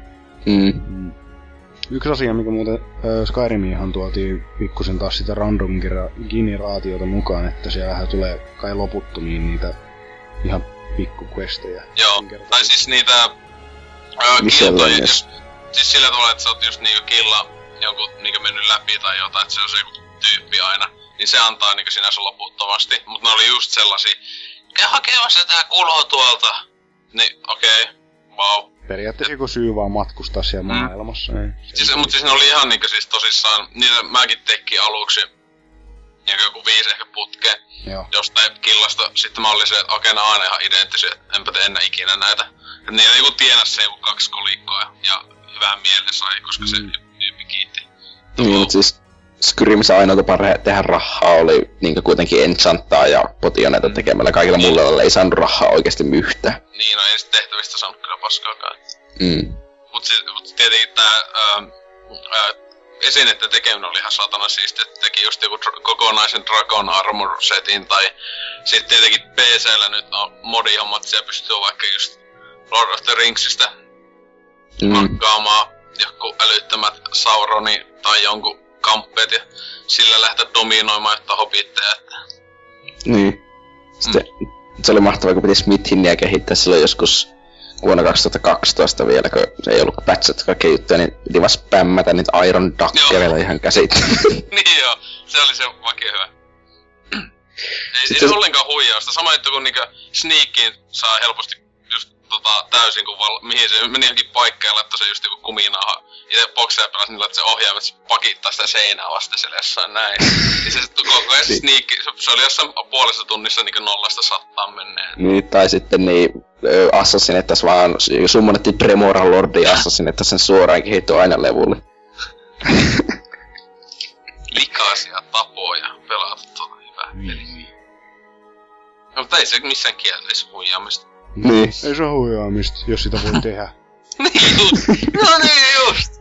Mm. Yksi asia, mikä muuten äh, Skyrimiinhan tuotiin pikkusen taas sitä random-generaatiota mukaan, että siellähän tulee kai loputtomiin niitä ihan pikkuquestejä. Joo, tai siis niitä öö, kiltoja, jos, siis sillä tavalla, että sä oot just niinku killa jonkun niinku mennyt läpi tai jotain, että se on se joku tyyppi aina, niin se antaa niinku sinänsä loputtomasti, mut ne oli just sellaisia, käy hakemassa tää kulo tuolta, niin okei, okay, vau. Wow. Periaatteessa joku syy vaan matkustaa siellä mm. maailmassa. Niin Siis, mut siis ne oli ihan niinku siis tosissaan, niitä mäkin tekin aluksi, niinku joku viisi ehkä putkeen, Joo. jostain killasta. Sitten mä olin se, että okei, ne on aina ihan identtisiä, että enpä tee enää ikinä näitä. Et niillä joku tienasi se joku kaksi kolikkoa ja hyvän mielen sai, koska se Mm. tyyppi kiitti. Niin, mut siis Skyrimissä ainoa tapa re- tehdä rahaa oli niinku kuitenkin enchanttaa ja potioneita Mm. tekemällä. Kaikilla Niin. mulla ei saanut rahaa oikeesti myhtää. Niin, no ei sit tehtävistä saanut kyllä paskaakaan. Mm. Mut, si- mut tietenkin tää ää, ää, esineiden tekeminen oli ihan satana siistiä, että teki just joku dra- kokonaisen Dragon Armor setin, tai sit tietenkin P C:llä nyt on modihommat, siellä pystyy vaikka just Lord of the Ringsistä Mm. hakkaamaan joku älyttömät Sauroni tai jonkun kamppeet ja sillä lähteä dominoimaan jotain hobitteja, että... Niin. Sitten mm. se oli mahtavaa, kun piti Smithinniä kehittää silloin joskus vuonna kaksituhattakaksitoista vielä, kun se ei ollut patchat kaikkea juttuja, niin piti vaan spämmätä niitä Iron Duckereilla ihan käsittelyä. Niin joo, se oli se vakio hyvä. ei Sitten ei se- ollenkaan huijausta, sama juttu kun niinku Sneakin saa helposti just tota täysin, kun val- mihin se meni johonkin paikkaan ja laittoi se just joku kuminaha. Itse bokseja pelasin niillä, että se ohjaimet se pakittaa sitä seinää vasta siellä jossain näin. Ja se sit koko ajan se Sneak, se, se oli jossain puolessa tunnissa niinku nollasta sattaan menneen. Niin, tai sitten niin Assassinettas vaan summonettiin Tremoran Lordi ja Assassinettas sen suoraan kehittyy aina levulle. Likaisia tapoja pelata tuota hyvää peliä. No, Mutta ei se missään kielteisi huijaamista. Niin. Ei se ole huijaamista, jos sitä voi tehdä. Niin just! No niin just!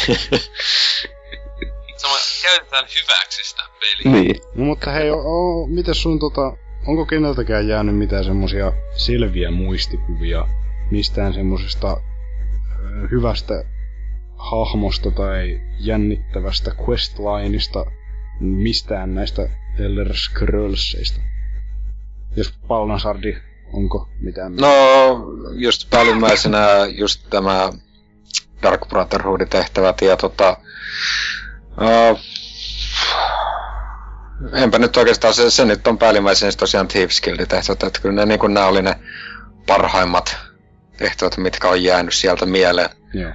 Sama käytetään hyväksi sitä peliä. Niin. No mutta hei, o, o, mites sun tota... Onko keneltäkään jäänyt mitään semmosia selviä muistikuvia mistään semmosesta ö, hyvästä hahmosta tai jännittävästä questlineista mistään näistä Elder Scrollsista? Jos Balnasardi, onko mitään? No, just päällimmäisenä just tämä Dark Brotherhoodin tehtävät ja tota... Uh, enpä nyt oikeastaan, se, se nyt on päällimmäisenä tosiaan Thieves Guildin tehtävät, että kyllä ne, niin kuin nämä oli ne parhaimmat tehtävät, mitkä on jäänyt sieltä mieleen. Joo.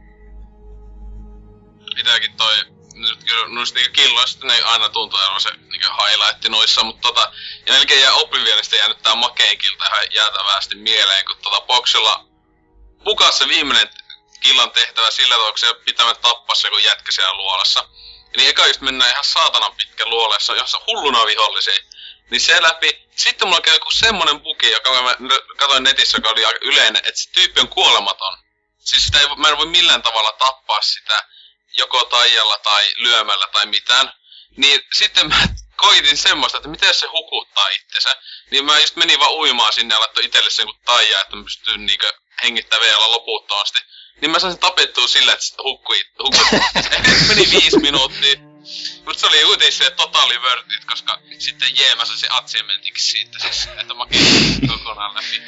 Pitääkin toi, nyt kyllä noista niinku killoista ne aina tuntuu olevan se niinku highlight noissa, mutta tota, ja melkein jää Oblivionista jäänyt tää makein kilta ihan jäätävästi mieleen, kun tota Boxilla pukas se viimeinen killan tehtävä sillä tavalla, kun se pitää tappaa se kun jätkä siellä luolassa. Niin eka just mennään ihan saatanan pitkä luoleessa, jossa hulluna vihollisia. Niin se läpi, sitten mulla käy joku semmonen bugi, joka mä katsoin netissä, joka oli aika yleinen, että se tyyppi on kuolematon. Siis sitä ei, mä en voi millään tavalla tappaa sitä, joko taijalla tai lyömällä tai mitään. Niin sitten mä koitin semmoista, että miten se hukuttaa itsensä. Niin mä just menin vaan uimaan sinne ja laittoi itselle sen kuin taijaa, että mä pystyn niinkö hengittää veellä loputtomasti. Niin mä sain tapettua sillä, että sitä hukkui, hukkui. Ehkä meni viisi minuuttia. Mut se oli kuitenkin se totally worth it, koska sitten jee, mä sain se achievementiksi siitä siis, että mä kiinnostin kokonaan läpi.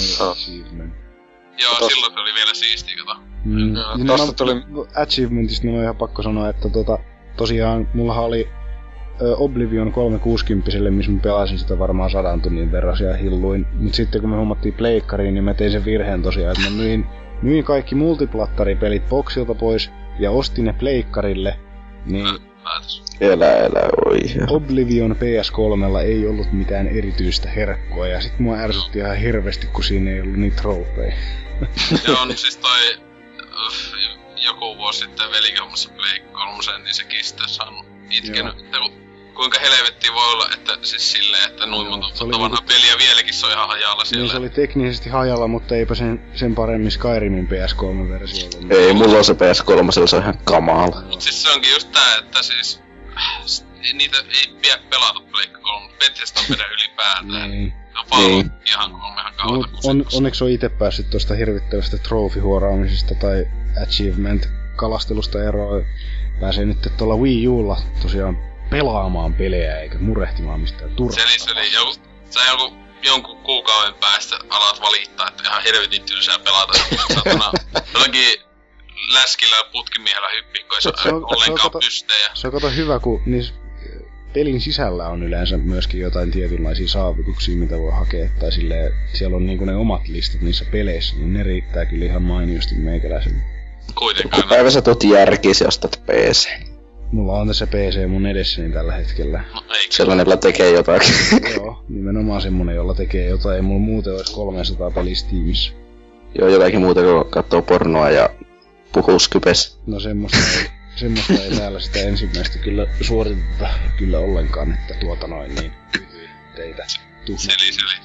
Joo, Tos... silloin se oli vielä siistiä, kato. Mm. Joo, Niin tosta mä, tuli... Achievementista niin on ihan pakko sanoa, että tota, tosiaan mullahan oli ö, Oblivion kolmesataakuusikymmentä, missä mä pelasin sitä varmaan sadan tunnin verran siellä hilluin. Mut sitten kun me hommattiin pleikkariin, niin mä tein sen virheen tosiaan, että mä myin, myin kaikki multiplattaripelit Boxilta pois ja ostin ne pleikkarille. Niin Päätös. Elä, elä, oi. Oblivion P S kolmella ei ollut mitään erityistä herkkua ja sit mua ärsytti ihan hirveesti, kun siinä ei ollut niitä tropeja. Joo, niin siis toi... Uff, joku vuosi sitten velikämmässä Play kolmosen, niin sekin sitten saanut itkenyt. Kuinka helvettiä voi olla, että siis silleen, että noin monta vanhaa niinku... peliä vieläkin se on ihan hajalla siellä. Niin se oli teknisesti hajalla, mutta eipä sen, sen paremmin Skyrimin P S kolme -versiolla. Ei, mulla on se P S kolme, se on ihan kamala. Mut siis se onkin just tää, että siis... Niitä ei pidä pelata Play kolme, Bethesda on pidä ylipäätään. Niin. No Fallout ihan kolme ihan kautta. On, onneksi on ite päässyt tosta hirvittävästä trophy-huoraamisesta tai achievement-kalastelusta eroon. Pääsee nyt tuolla Wii Ulla tosiaan pelaamaan pelejä eikä murehtimaan mistään turhaa. Seli, seli. Joku, sä joku, jonkun kuukauden päästä alat valittaa, että ihan helvetin tylsää pelata. Satana jollakin läskillä putkimiehellä hyppii, kun ei se, se on ollenkaan pystejä. Se on kato hyvä, kun niissä pelin sisällä on yleensä myöskin jotain tietynlaisia saavutuksia, mitä voi hakea. Tai silleen, siellä on niinku ne omat listat niissä peleissä, niin ne riittää kyllä ihan mainiosti meikäläiselle. Kuitenkaan. Päivä sä tuot järkisi ostat P C. Mulla on tässä P C mun edessäni tällä hetkellä. No, sellainen, jolla tekee jotakin. Joo, nimenomaan semmonen, jolla tekee jotain. Ei mulla muuten olisi kolmesataa peliä Steamissa. Joo, jotakin muuta kuin kattoo pornoa ja puhuu Skypes. No semmoista ei, semmoista ei täällä sitä ensimmäistä kyllä suoriteta kyllä ollenkaan, että tuota noin niin teitä tuhma. Seli, seli.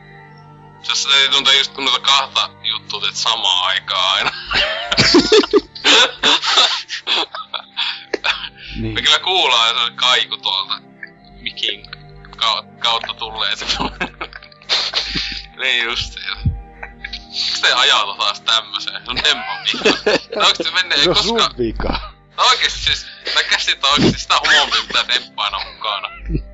Se ei tuntuu just noita kahta juttua teet samaan aikaan aina. Niin. Me kyllä kuullaan se kaiku tuolta mikin kautta tulee se. Niin justiinsa. Miksi te ajautu taas tämmöseen? Se on Demman vika. Onks te menneen se on koska... sun vika. No oikeesti siis, tää käsittää oikeesti sitä homomia, mitä Demppa aina mukana.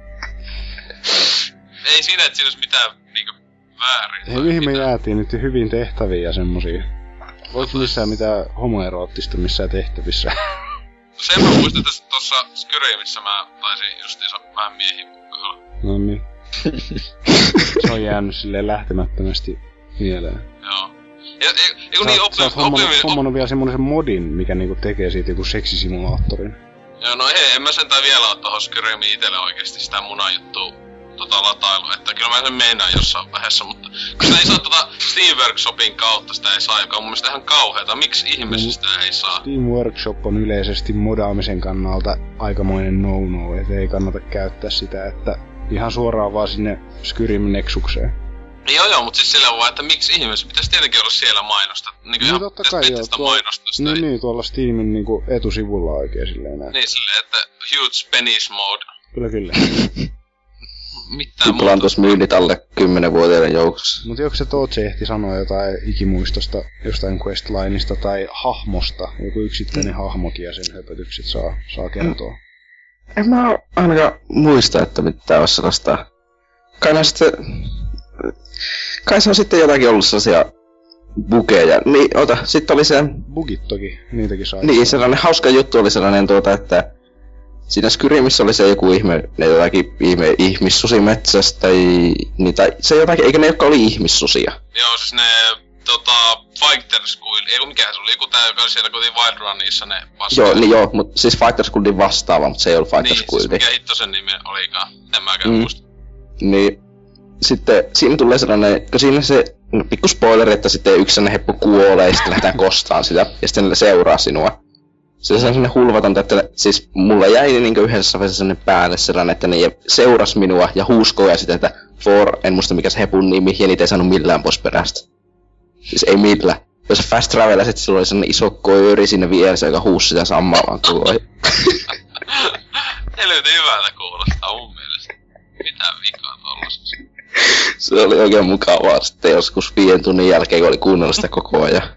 Ei siinä, et siinä ois mitään niinku väärin. Hei, mihin me jäätiin nyt hyvin tehtäviä ja semmosia? Voiko missään mitään homoeroottista missään tehtävissä? Sen mä muistin, että tossa Skyrimissä mä taisin justiinsa vähän miehiä mukaan. No niin. Se on jäänyt silleen lähtemättömästi mieleen. Joo. Ja, ja, ja kun niin Sä oppi... oot hommannut, hommannut vielä semmonen modin, mikä niinku tekee siitä joku seksisimulaattorin. Joo, no ei, en mä sentään vielä oo tohon Skyrimiin itelle oikeesti sitä munajuttua tota latailu, että kyllä mä sen meinaan jossain vaiheessa, mutta kun sitä ei saa tota Steam Workshopin kautta, sitä ei saa, joka on mun mielestä ihan kauheeta. Miksi ihmeessä no, sitä ei saa? Steam Workshop on yleisesti modaamisen kannalta aikamoinen no-no, et ei kannata käyttää sitä, että ihan suoraan vaan sinne Skyrim-neksukseen. Joo joo, mut siis sillä vaan, että miksi ihmeessä pitäis tietenkin olla siellä mainosta. Niinku niin ihan totta kai joo, tuo, mainostusta. niin, niin, tuolla Steamin niinku etusivulla oikein silleen näin. Niin silleen, että huge penis mode. Kyllä kyllä. Mitään muuta. Tuossa myynnit alle kymmenvuotiaiden joukossa. Mut joku se Tootsi ehti sanoa jotain ikimuistosta, jostain questlineista tai hahmosta. Joku yksittäinen hahmokin ja sen höpötykset saa, saa kertoa. En mä ainakaan muista, että mitään olisi sellaista. Kai nää sitten... Kai se on sitten jotakin ollut sellaisia bugeja. Niin, ota, sitten oli se... Bugit toki, niitäkin saa. Niin, sellainen hauska juttu oli sellainen tuota, että... Siinä Skyrimissä oli se joku ihme, ne jotakin ihme ihmissusi metsästä tai... Niin, tai se jotakin, eikö ne jotka oli ihmissusia? Joo, siis ne... Tota... Fighter Squid, ei kun mikähän se oli, joku tää, joka oli siellä kotiin Wild Runissa ne vastaan. Joo, niin joo, mut siis Fighter Squidin vastaava, mut se ei ollut Fighter Squid. Niin, siis mikä hitto sen nimi olikaan, en mäkään mm. muista. Niin... Sitten siinä tulee sellainen, kun siinä se no, pikku spoileri, että sitten yksi sellainen heppu kuolee ja sitten lähdetään kostaan sitä ja sitten ne seuraa sinua. Se on sellainen hulvatonta, että siis mulla jäi niin yhdessä vaiheessa sellainen päälle sellainen, että ne seurasi minua ja huuskoi sitä, että for, en muista mikä se hepun nimi, ja niitä ei saanut millään pois perästä. Siis ei millään. Jos fast travelasit, sillä oli sellainen iso koiri siinä vieressä, joka huusi sitä samaa vaan kuloi. Helvetin hyvältä kuulostaa mun mielestä. Mitä vikaa tollasessa? Se oli oikein mukavaa sitten joskus viiden tunnin jälkeen, kun oli kuunnellut sitä koko ajan.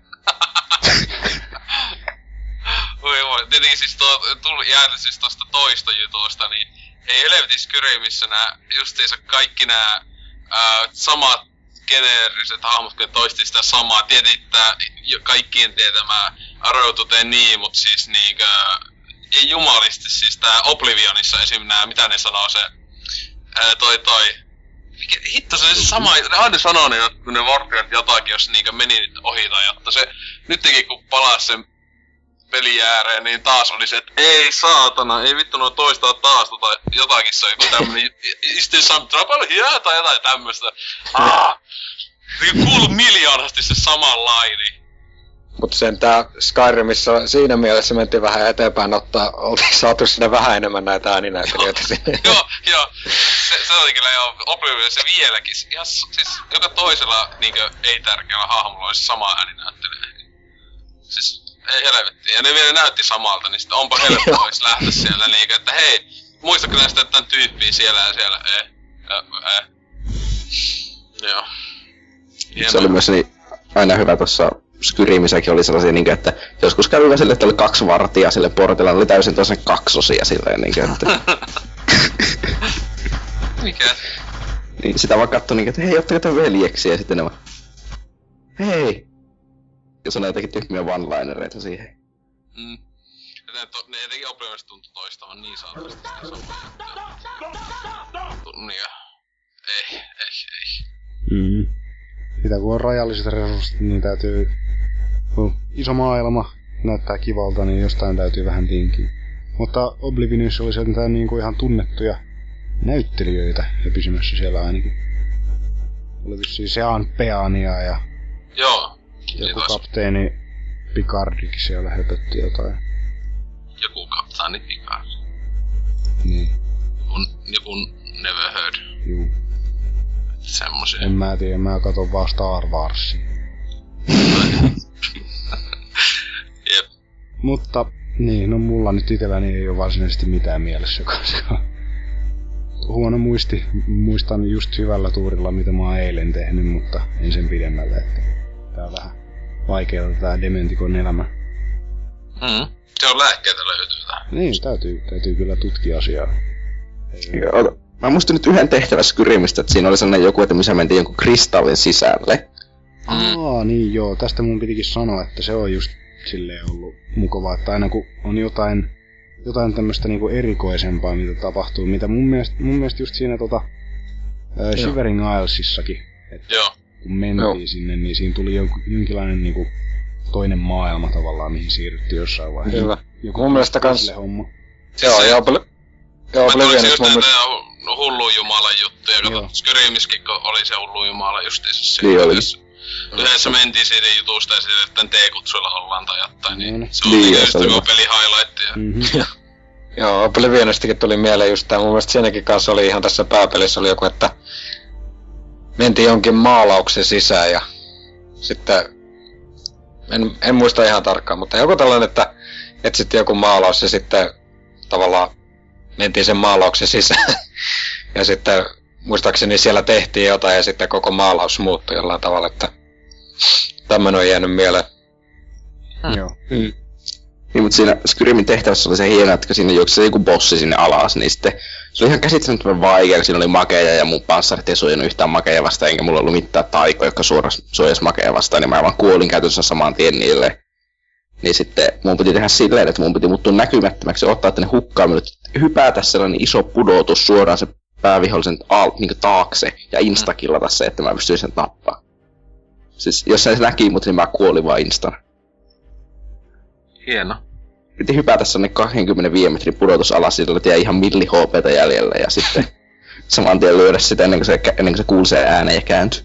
Oi voi, tietenkin siis tuo, tuli jäädä siis tosta toista jutusta, niin ei helvetin Skyrimissä nää, justiinsa kaikki nää ää, samat geneeriset hahmot, kun toisti sitä samaa. Tietenkin tää kaikkien tietämää Road to the Knee, mut siis niinkö, ei jumalisti siis tää Oblivionissa esim. Nää, mitä ne sanoo se, ää, toi toi. Mikä, hitto se, se sama, ne aina sanoo ne, kun ne vartijat jotakin, jos niinkö meni nyt ohi tai jotta se, nytkin kun palas sen pelin ääreen, niin taas oli se, että ei saatana, ei vittu nuo toistaa taas tota jotakin se on joku tämmönen, is there some trouble here tai jotain tämmöstä. Ah! Kuuluu miljoonasti se samanlainen. Mut sen tää Skyrimissä siinä mielessä mentiin vähän eteenpäin ottaa, oltiin saatu sinne vähän enemmän näitä ääninäyttelijöitä sinne. Joo, joo. Se, se oli kyllä joo, Oblivion se vieläkin. Ihan siis joka toisella niinkö ei tärkeällä hahmolla olisi sama ääninäyttelijä. Siis ei helvettiä. Ja ne vielä näytti samalta, niin sitten onpa helppo vois lähteä siellä niinkö, että hei, muistatko näistä tän tyyppiä siellä ja siellä? Eh, eh, eh. Joo. Hienoa. Se oli myös niin aina hyvä tossa Skyrimissäkin oli sellaisia niinkö, että joskus kävi vähän silleen, että oli kaksi vartijaa sille portilla, oli täysin toisen kaksosia silleen niinkö, että... Mikä? Niin sitä vaan katsoi niinkö, että hei, ottakaa tämän veljeksi ja sitten ne vaan... Hei! Ja sanoi jotakin tyhmiä one-linereita siihen. Mm. Ne, to, ne etenkin Oblivionista tuntui toistavan niin saatavasti sitä samaa tunnia. Ei, ei, ei. Mm. Sitä kun on rajalliset resurssit, niin täytyy... Kun iso maailma näyttää kivalta, niin jostain täytyy vähän tinkiä. Mutta Oblivionissa oli sentään niinku ihan tunnettuja näyttelijöitä pysymässä siellä ainakin. Oli vissiin Sean Peania ja... Joo. Joku kapteeni Picardikin siellä höpötti jotain. Joku kapteeni Picard. Niin. On joku Never Heard. Juu. Semmosia. En mä tiedä, mä katon vaan Star Warsia. Jep. Mutta, niin, no mulla nyt itelläni ei oo varsinaisesti mitään mielessä, koska... Huono muisti. Muistan just hyvällä tuurilla, mitä mä oon eilen tehnyt, mutta en sen pidemmälle, että... Tää on vähän vaikeeta tää Dementikon elämä. Mm. Se on lääkkeitä löytyy tähän. Niin, täytyy, täytyy kyllä tutkia asiaa. Joo, mä muistin nyt yhden tehtävän Skyrimistä, että siinä oli sellainen joku, että missä mentiin jonkun kristallin sisälle. Mm. Aa, niin joo, tästä mun pitikin sanoa, että se on just silleen ollut mukavaa, että aina kun on jotain, jotain tämmöstä niinku erikoisempaa, mitä tapahtuu, mitä mun mielestä, mun mielestä just siinä tota ää, Shivering Islesissakin, että joo. Kun mentiin joo. sinne, niin siinä tuli joku, jonkinlainen niinku toinen maailma tavallaan, mihin siirryttiin jossain vaiheessa. Hyvä. Joku mun mielestä kans... homma. Joo, joo, Obl- joo, Oblivionissa mun mielestä... Mä hulluun jumalan juttuja, kato, Skyrimiskin oli se hulluun jumala justiinsa siellä. Niin oli. Yhdessä mentiin siitä jutusta ja siitä, että T-kutsuilla ollaan tai jotain, niin se oli niin just joku peli highlightia. Mm-hmm. Joo, Oblivionistakin tuli mieleen just tää. Mun mielestä siinäkin kanssa oli ihan tässä pääpelissä oli joku, että mentiin jonkin maalauksen sisään ja sitten en, en muista ihan tarkkaan, mutta joku tällainen, että etsittiin joku maalaus ja sitten tavallaan mentiin sen maalauksen sisään. Ja sitten muistaakseni siellä tehtiin jotain ja sitten koko maalaus muuttui jollain tavalla, että tämmönen on jäänyt mieleen. Hmm. Joo. Mm. Niin, mutta siinä Skyrimin tehtävässä oli se hieno, että siinä juoksi se joku bossi sinne alas, niin sitten se oli ihan käsittämättömän vaikea, kun siinä oli makeja ja mun panssarit ei suojannut yhtään makeja vastaan, enkä mulla ollut mitään taikoja, jotka suojasi makeja vastaan, niin mä vaan kuolin käytössä saman tien niille. Niin sitten mun piti tehdä silleen, että mun piti muuttua näkymättömäksi ja ottaa tänne hukkaan minut, hypätä sellainen iso pudotus suoraan se päävihollisen al- niin taakse ja instakillata se, että mä pystyin sen tappaa. Siis jos se näki mut, niin mä kuolin vaan instan. Hieno. Piti hypätä sellainen kaksikymmentäviisi metrin pudotus alas, sillä oli ihan milli H P:tä jäljellä ja sitten saman tien lyödä sitä ennen kuin se, ennen kuin se kuulsee ääneen ja kääntyy.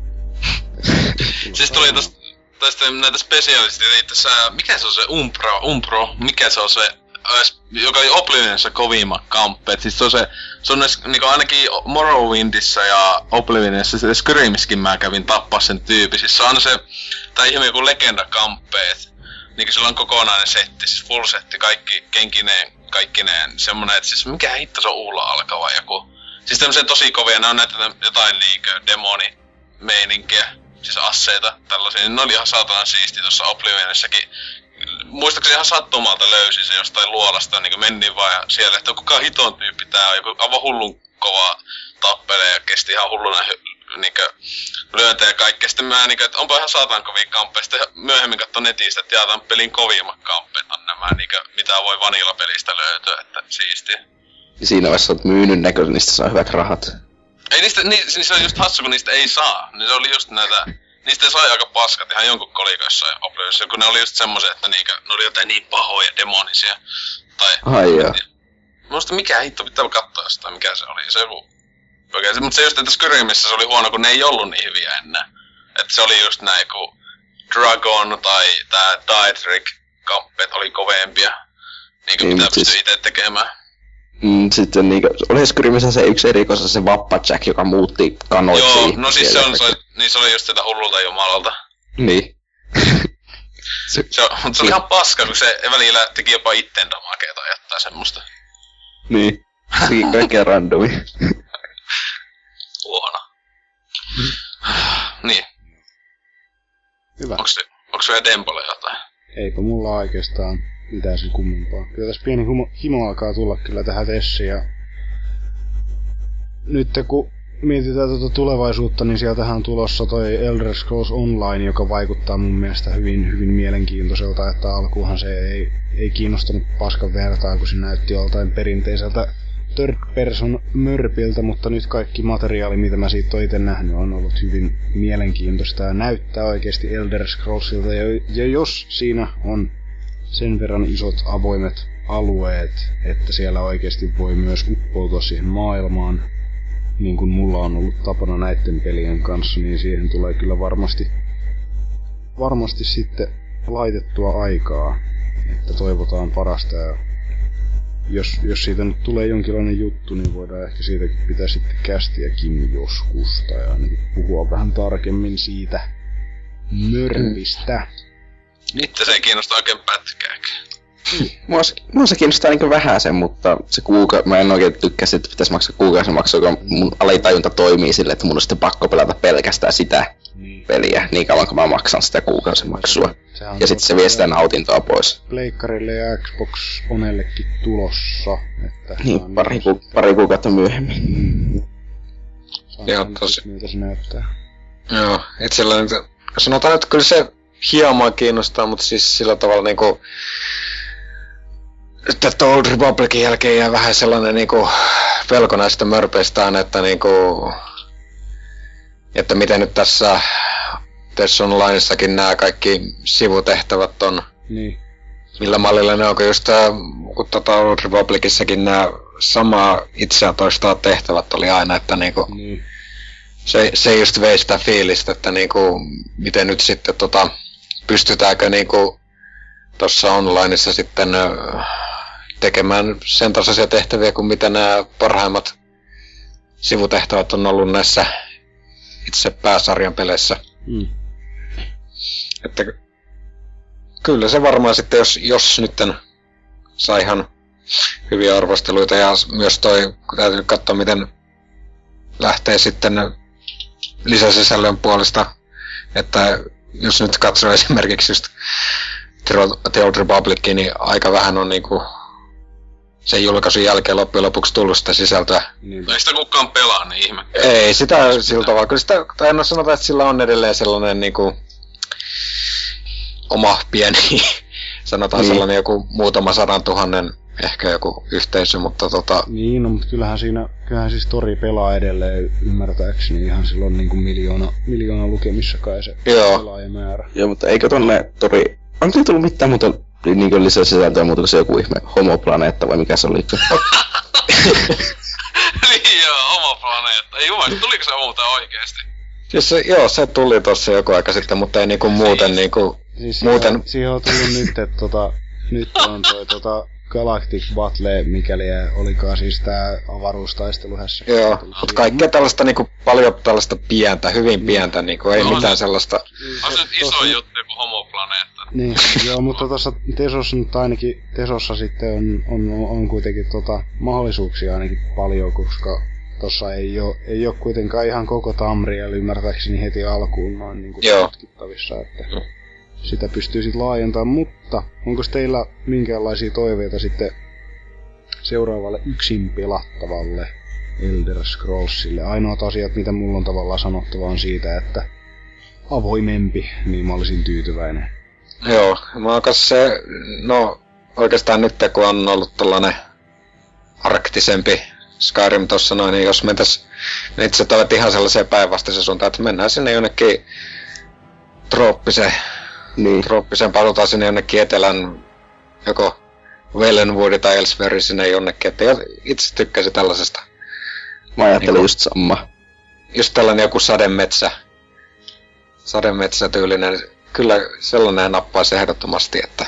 Siis tuli tosta, tästä näitä spesialisteja tässä, mikä se on se Umbro, Umbro, mikä se on se, joka oli Oblivionissa kovimmat kamppeet. Siis se on se, se on näissä, niin ainakin Morrowindissa ja Oblivionissa, ja Skyrimissäkin mä kävin tappaa sen tyypin. Siis se on se, tää ihme joku legenda-kamppeet. Niinkö sillä on kokonainen setti, siis full setti, kaikki kenkineen, kaikkineen, semmonen, että siis mikä hitto se on Ulla alkava joku. Siis tämmösen tosi kovia, ne on näitä jotain niinkö demoni-meininkiä, siis asseita, tällaisia, ne oli ihan saatanan siisti tuossa Oblivionissakin. Muistaakseni ihan sattumalta löysin se jostain luolasta, niin menin vaan ja siellä, että kuka hiton tyyppi tää on, joku aivan hullun kova tappele ja kesti ihan hulluna niinkö lyöntä ja kaikkea. Sitten mä niinkö, että onpa ihan saatan kovia kamppeja. Sitten myöhemmin katso netistä, että jaa, tämän pelin kovimmat kamppeet on nämä niinkö, mitä voi Vanilla-pelistä löytyä, että siistiä. Ja siinä vaiheessa olet myynyt näköisesti, niistä saa hyvät rahat. Ei niistä, ni, siis se on just hassu, kun niistä ei saa. Niin se oli just näitä, niistä sai aika paskat ihan jonkun kolikoissa ja Oblivionissa, kun ne oli just semmosia, että niinkö, ne oli jotain niin pahoja, demonisia. Tai... Ai joo. Muista mikä hitto, pitää katsoa jostain, mikä se oli. Se joku... Okei, mutta se just, että Skyrimissä se oli huono, kun ne ei ollut niin hyviä ennen. Että se oli just näin, kun Dragon tai tää Daedric-kamppeet oli kovempia. Niinku mitä siis... pystyi ite tekemään. Mm, sitten niinku, oli Skyrimissä se yksi erikoisa se Vappa Jack, joka muutti kanoiksi. Joo, no siis se on, se, niin se oli just sitä hullulta jumalalta. Niin. se, se, mutta se oli ihan paska, kun se välillä teki jopa itteen damakea tai jotain semmoista. Niin. Sekin kaikkea randomi. Huono. niin. Hyvä. Onks, onks vielä Dempolle jotain? Eipä mulla oikeastaan mitään sen kummempaa. Kyllä tässä pieni humo, himo alkaa tulla kyllä tähän tessiin ja... Nyt kun mietitään tuota tulevaisuutta, niin sieltähän on tulossa toi Elder Scrolls Online, joka vaikuttaa mun mielestä hyvin, hyvin mielenkiintoiselta, että alkuunhan se ei, ei kiinnostanut paskan vertaa, kun se näytti joltain perinteiseltä third person mörpiltä, mutta nyt kaikki materiaali, mitä mä siitä oon itse nähnyt, on ollut hyvin mielenkiintoista ja näyttää oikeesti Elder Scrollsilta. Ja, ja jos siinä on sen verran isot avoimet alueet, että siellä oikeesti voi myös uppoutua siihen maailmaan, niin kuin mulla on ollut tapana näiden pelien kanssa, niin siihen tulee kyllä varmasti, varmasti sitten laitettua aikaa, että toivotaan parasta. Ja jos, jos siitä nyt tulee jonkinlainen juttu, niin voidaan ehkä siitäkin pitää sitten kästiäkin joskus, tai ainakin puhua vähän tarkemmin siitä mörvistä. Itse se ei kiinnosta oikein pätkääkään. Mua se, mua se kiinnostaa niinku vähäsen, mutta se kuuka... Mä en oikein tykkäsi, että pitäis maksaa kuukausimaksua, kun mun alitajunta toimii silleen, että mun on sitten pakko pelata pelkästään sitä niin. peliä, niin kauan kun mä maksan sitä kuukausimaksua. Ja sitten se vie sitä nautintoa pois. Pleikkarille ja Xbox Onellekin tulossa. Että niin, pari, ku, pari kuukautta myöhemmin. Mm. Joo, tosi. Miltä se näyttää. Joo, itsellä nyt... Sanotaan, että kyllä se hieman kiinnostaa, mutta siis sillä tavalla niinku... Että Old Republicin jälkeen jää vähän sellainen niinku pelko näistä mörpeistään, että niinku... Että miten nyt tässä... Tässä Onlinessakin nämä kaikki sivutehtävät on. Niin. Millä mallilla ne on, kun just tää, kun tota Old Republicissakin nämä samaa itseä toistaa tehtävät oli aina, että niinku... Niin. Se, se just vei sitä fiilistä, että niinku, miten nyt sitten tota, pystytäänkö niinku tossa onlineissa sitten tekemään sen tasoisia tehtäviä kuin mitä nämä parhaimmat sivutehtävät on ollut näissä itse pääsarjan peleissä. Mm. Että kyllä se varmaan sitten, jos, jos nytten saa ihan hyviä arvosteluita ja myös toi, kun täytyy katsoa miten lähtee sitten lisäsisällön puolesta, että jos nyt katsoo esimerkiksi just The Old Republicia, niin aika vähän on niinku sen julkaisun jälkeen loppujen lopuksi tullut sitä sisältöä. Niin. Ei sitä kukaan pelaa, niin ihme. Ei sitä sillä tavalla, kyllä sitä, tai en ole sanota, että sillä on edelleen sellainen niinku oma pieni, sanotaan niin. Sellainen joku muutama sadan tuhannen ehkä joku yhteisö, mutta tota... Niin, no, mutta kyllähän siinä, kyllähän siis Tori pelaa edelleen ymmärtääkseni ihan silloin niinku miljoona, miljoona lukemissa kai se pelaajamäärä. Joo, mutta eikö tonne Tori, onko ei tullut mitään muuta niinku lisää sisältöä muuta kuin se joku ihme homoplaneetta vai mikä se oli? Niin joo, homoplaneetta. Ei jumala, tuliko se muuta oikeesti? Siis se, joo, se tuli tossa joku aika sitten, mutta ei niinku muuten siis, niinku... Siis muuten... Siihen, siihen on tullut nyt, että tota, nyt on toi tota... Galactic Battle, mikäli olikaan siis tää avaruustaisteluhässä. Joo, mutta kaikkea tällaista niinku, paljon tällaista pientä, hyvin pientä, niinku, ei no, mitään se, sellaista... On se iso tossa, juttu, joku homoplaneetta. Niin, joo, mutta tossa Tesossa nyt ainakin, Tesossa sitten on, on, on kuitenkin tota, mahdollisuuksia ainakin paljon, koska tossa ei oo, ei oo kuitenkaan ihan koko Tamriel ymmärtääkseni heti alkuun noin niinku tutkittavissa, että... Mm. Sitä pystyy sitten laajentamaan, mutta onko teillä minkäänlaisia toiveita sitten seuraavalle yksin pelattavalle Elder Scrollsille? Ainoat asiat, mitä mulla on tavallaan sanottava on siitä, että avoimempi, niin mä olisin tyytyväinen. Joo, mä oon kanssa se, no oikeastaan nyt kun on ollut tällainen arktisempi Skyrim tossa noin, niin jos mentäis, niin itse toivat ihan sellaiseen päinvastaisen suuntaan, että mennään sinne jonnekin trooppiseen Niin. Trooppiseen palutaan sinne jonnekin etelän, joko Wellenwood tai Elsewhere sinne jonnekin, että itse tykkäsin tällaisesta. Mä ajattelin niin just sama. Just tällainen joku sademetsä, sademetsätyylinen, kyllä sellainen nappaisi ehdottomasti, että...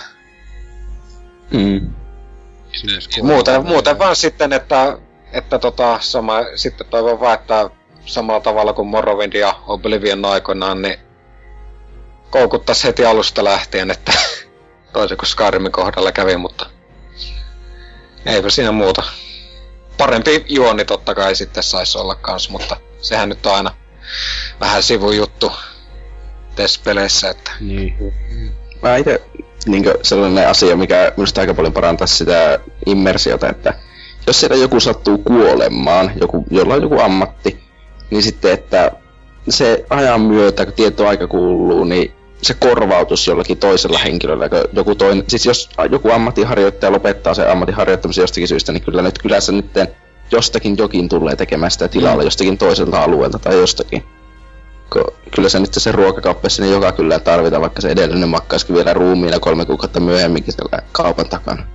Mm. Muuten, muuten vaan sitten, että, että tota, sama, sitten toivon vaan, että samalla tavalla kuin Morrowind ja Oblivion aikoinaan, niin koukuttais heti alusta lähtien, että toisin kuin Skyrimin kohdalla kävi, mutta eipä siinä muuta. Parempi juoni totta kai sitten saisi olla kans, mutta sehän nyt on aina vähän sivujuttu test-peleissä, että... Niin. Mä ite niinkö sellainen asia, mikä minusta aika paljon parantaa sitä immersiota, että jos siellä joku sattuu kuolemaan, joku, jolla on joku ammatti, niin sitten, että se ajan myötä, kun tietty aika kuuluu, niin se korvautus jollakin toisella henkilöllä, joku toinen, siis jos joku ammattiharjoittaja lopettaa sen ammattiharjoittamisen jostakin syystä, niin kyllä nyt kylässä nyt jostakin jokin tulee tekemään sitä tilalla mm. jostakin toiselta alueelta tai jostakin. Ko, kyllä se nyt se ruokakauppa sinne joka kyllä tarvitaan, vaikka se edellinen makkaisikin vielä ruumiina kolme kuukautta myöhemminkin siellä kaupan takana.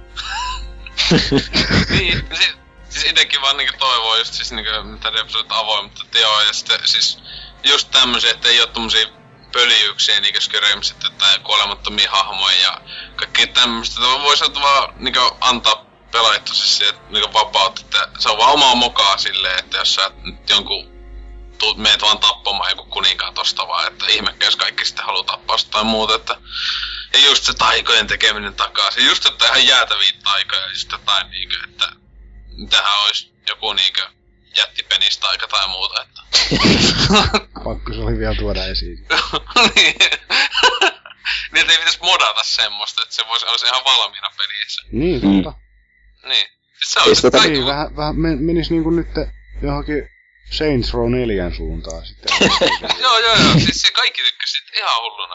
Niin, siis, siis itekin vaan niinku toivoo just siis niinku, mitä Depsoit avoin, mutta joo, ja sitten siis just tämmösiä, että ei oo tommosia pöljyyksiä niinkö Skyrimissa tai kuolemattomia hahmoja ja kaikkea tämmöstä. Voisi vaan niinku antaa pelaajat tosissaan niinku vapautta, että se on vaan omaa mokaa silleen, että jos sä nyt jonkun tuut, meet vaan tappamaan joku kuninkaan tosta vaan, että ihmekkä jos kaikki sitten haluu tappaa tai muuta, että ja just se taikojen tekeminen takaisin, just että ihan jäätäviä taikoja ja just jotain niinkö, että mitähän ois joku niinkö jättipenistä-aika tai muuta, että... Pakko se oli vielä tuoda esiin. Niin. Niin, että ei pitäis modata semmoista, että se voisi olla ihan valmiina pelissä. Niin, totta. Mm. Niin. Siis se on se kaikki... Niin, vähän, vähän menis niinku nyt johonkin Saints Row neljän suuntaan sitten. Joo, joo, joo. Siis se kaikki tykkäsit ihan hulluna.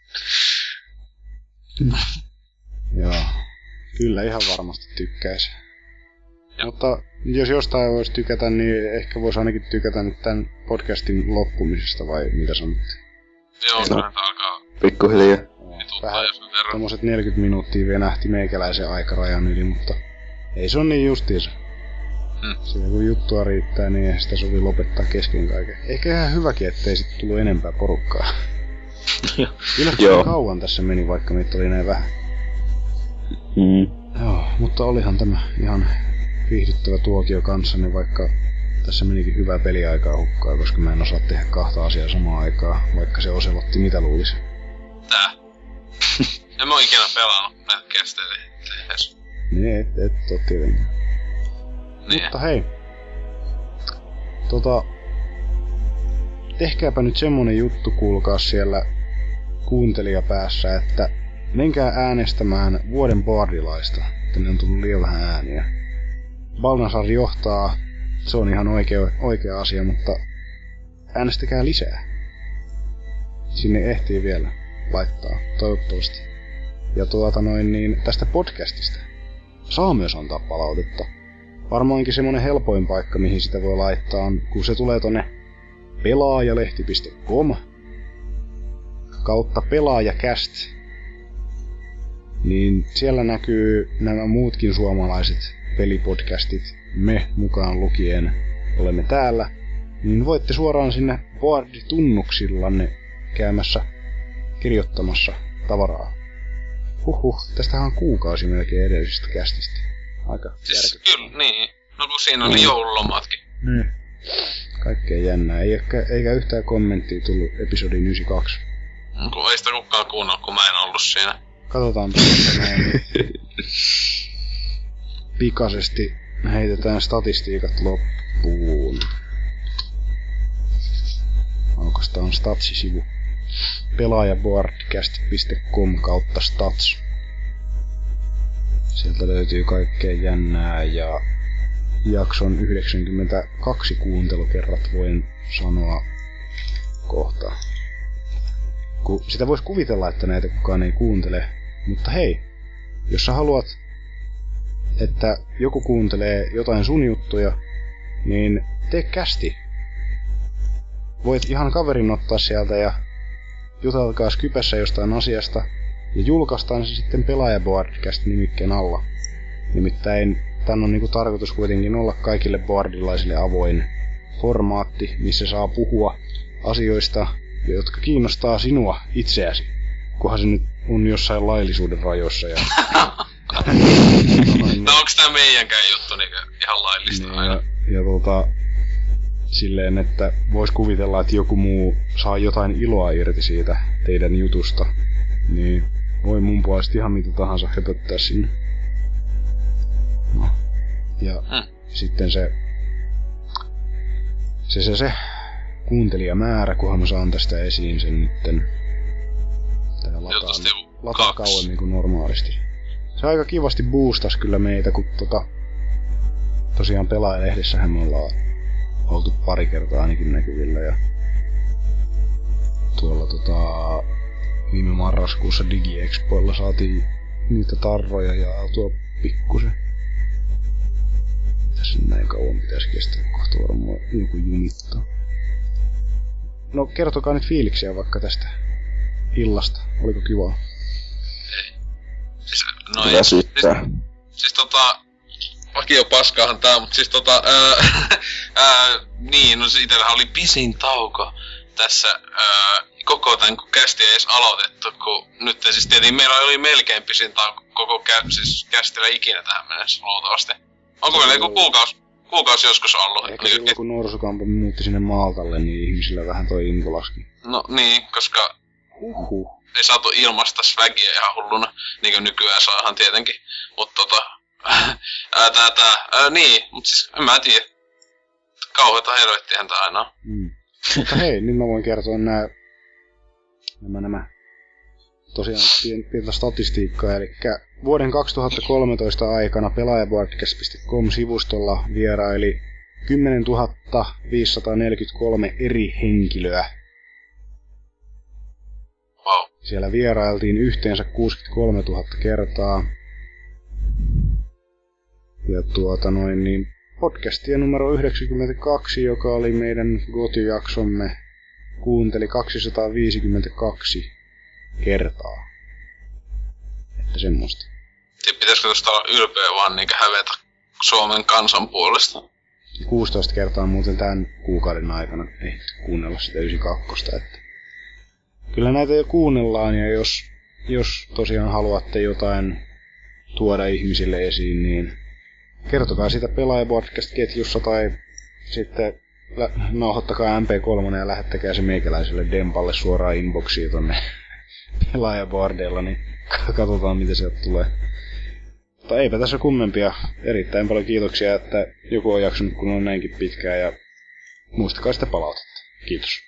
Joo. Kyllä ihan varmasti tykkäisi. Mutta jos jostain voisi tykätä, niin ehkä voisi ainakin tykätä nyt tämän podcastin loppumisesta, vai mitä sanotte? Joo, no. Alkaa... Pikkuhiljaa. Vähän tommoset neljäkymmentä minuuttia venähti meikäläisen aikarajan yli, mutta ei se on niin justiinsa. Hmm. Siinä kun juttua riittää, niin ei sitä sovi lopettaa kesken kaiken. Ehkä ihan hyväkin, ettei sit tullut enempää porukkaa. Yllättävän kauan tässä meni, vaikka meitä oli näin vähän. Mm. Joo, mutta olihan tämä ihan viihdyttävä tuokio kanssani, vaikka tässä menikin hyvää peliaikaa hukkaa, koska mä en osaa tehdä kahta asiaa samaan aikaan, vaikka se Oselotti mitä luulisi. Tää? En mä oo ikinä pelannut näitä kästeitä tehdessä. Niin, et, et oo tietenkin. Niin. Mutta hei. Tota... Tehkääpä nyt semmonen juttu, kuulkaa siellä kuuntelijapäässä, että menkää äänestämään vuoden bardilaista. Tänne on tullut liian vähän ääniä. Balnasar johtaa, se on ihan oikea, oikea asia, mutta äänestäkää lisää. Sinne ehtii vielä laittaa, toivottavasti. Ja tuota noin niin, tästä podcastista saa myös antaa palautetta. Varmaankin semmonen helpoin paikka, mihin sitä voi laittaa on, kun se tulee tonne pelaajalehti piste com kautta pelaajakäst. Niin siellä näkyy nämä muutkin suomalaiset pelipodcastit, me mukaan lukien olemme täällä. Niin voitte suoraan sinne Boardi-tunnuksillanne käymässä kirjoittamassa tavaraa. Huhhuh, tästähän on kuukausi melkein edellisestä kästistä. Aika siis järkyttävää. kyllä, niin. No kun siinä oli mm. joululomatkin. Mm. Kaikkea jännää. Ei, eikä yhtään kommenttia tullut episodi yhdeksänkymmentäkaksi. Kun ei sitä kukaan kuunnella, kun mä en ollut siinä. Katsotaan näin. Pikaisesti heitetään statistiikat loppuun. Onko tää on statsisivu? pelaajaboardcast piste com kautta stats. Sieltä löytyy kaikkea jännää ja jakson yhdeksänkymmentäkaksi kuuntelukerrat voin sanoa kohta. Ku, sitä vois kuvitella, että näitä kukaan ei kuuntele, mutta hei, jos sä haluat, että joku kuuntelee jotain sun juttuja, niin tee kästi. Voit ihan kaverin ottaa sieltä ja jutelkaa Skypessä jostain asiasta ja julkaistaan se sitten Pelaajaboardcast nimikkeen alla. Nimittäin tän on niinku tarkoitus kuitenkin olla kaikille boardilaisille avoin formaatti, missä saa puhua asioista, jotka kiinnostaa sinua itseäsi. Kunhan se nyt on jossain laillisuuden rajoissa. Ja... no onks tää meidänkään juttu niinku ihan laillista niin, aina? Ja, ja tota... Silleen, että vois kuvitella, että joku muu saa jotain iloa irti siitä teidän jutusta. Niin voi mun puolesta ihan mitä tahansa höpöttää sinne. No. Ja hmm. sitten se... Se se se... kuuntelijamäärä, kunhan mä saan tästä esiin sen nytten. Tää lataa, lataa kauemmin kuin normaalisti. Se aika kivasti boostas kyllä meitä, kun tota... Tosiaan Pelaajalehdessähän me ollaan oltu pari kertaa ainakin näkyvillä ja... Tuolla tota... Viime marraskuussa DigiExpoilla saatiin niitä tarroja ja tuo pikkusen. Tässä näin kauan pitäisi kestää, kohta varmaan joku jumittaa. No kertokaa nyt fiiliksiä vaikka tästä illasta. Oliko kivaa? Ei. Siis, no ei. Siis, siis tota... Vakio paskaahan tää, mut siis tota... Ää, ää, niin, no itsellähän oli pisin tauko tässä ää, koko tän kun kästi ei edes aloitettu, kun nyt siis tietenkin meillä oli melkein pisin tauko koko kä- siis kästillä ikinä tähän mennessä luultavasti. Onko meillä joku kuukausi, kuukausi joskus ollut? Ehkä silloin kun Norsukampo muutti sinne Maltalle, niin ihmisillä vähän toi into laski. No niin, koska Huhhuh. ei saatu ilmaista swagia ihan hulluna, niin kuin nykyään saahan tietenkin. Mut tota, ää, tää tää, ää, niin, mut siis en mä tiedä. Kauheeta helvettihän tää aina on. Mm. Mutta hei, nyt mä voin kertoa nää, nämä, nämä tosiaan pientä statistiikkaa, eli vuoden kaksituhattakolmetoista aikana pelaajaboardcast piste com-sivustolla vieraili kymmenentuhatta viisisataaneljäkymmentäkolme eri henkilöä. Wow. Siellä vierailtiin yhteensä kuusikymmentäkolmetuhatta kertaa. Ja tuota noin niin podcastia numero yhdeksänkymmentäkaksi, joka oli meidän Goty-jaksomme, kuunteli kaksisataaviisikymmentäkaksi kertaa. Että semmoista. Tiedä, pitäisikö tosta olla ylpeä vaan niinkä hävetä Suomen kansan puolesta? kuusitoista kertaa muuten tämän kuukauden aikana ehditty kuunnella sitä yhdeksänkymmentäkaksi. Että kyllä näitä jo kuunnellaan, ja jos, jos tosiaan haluatte jotain tuoda ihmisille esiin, niin kertokaa siitä Pelaaja-podcast-ketjussa tai sitten nauhoittakaa M P kolme ja lähettäkää se meikäläiselle Dempalle suoraan inboxiin tonne Pelaaja-boardilla, niin katsotaan mitä sieltä tulee. Mutta eipä tässä kummempia. Erittäin paljon kiitoksia, että joku on jaksanut kun on näinkin pitkään ja muistakaa sitä palautetta. Kiitos.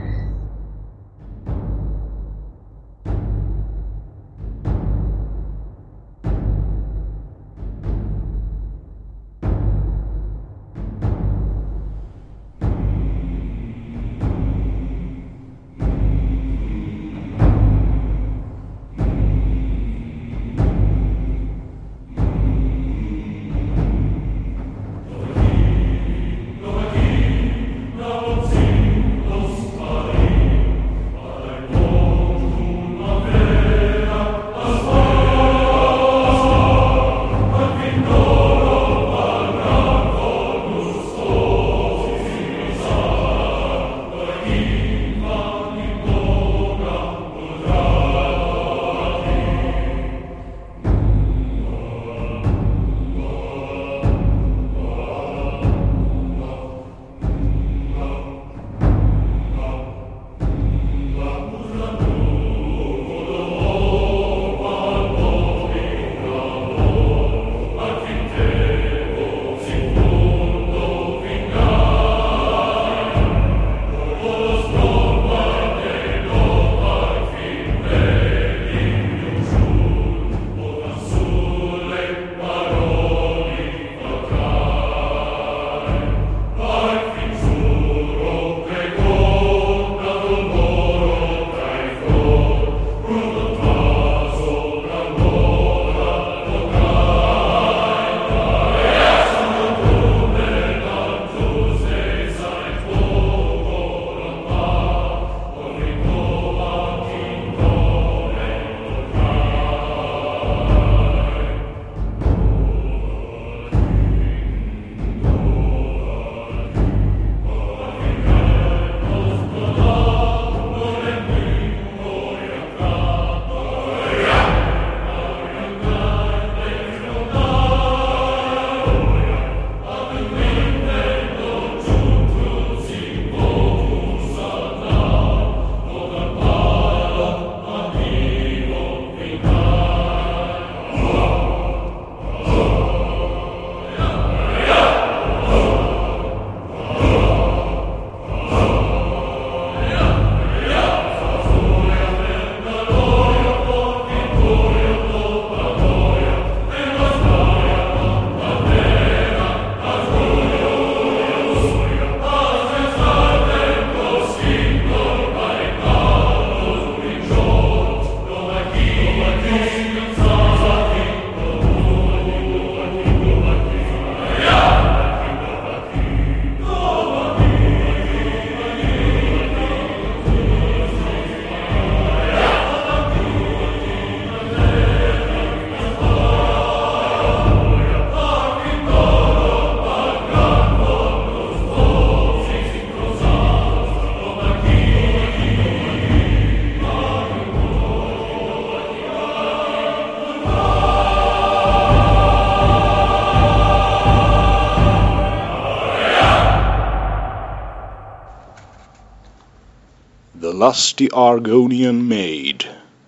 Lusty Argonian Maid,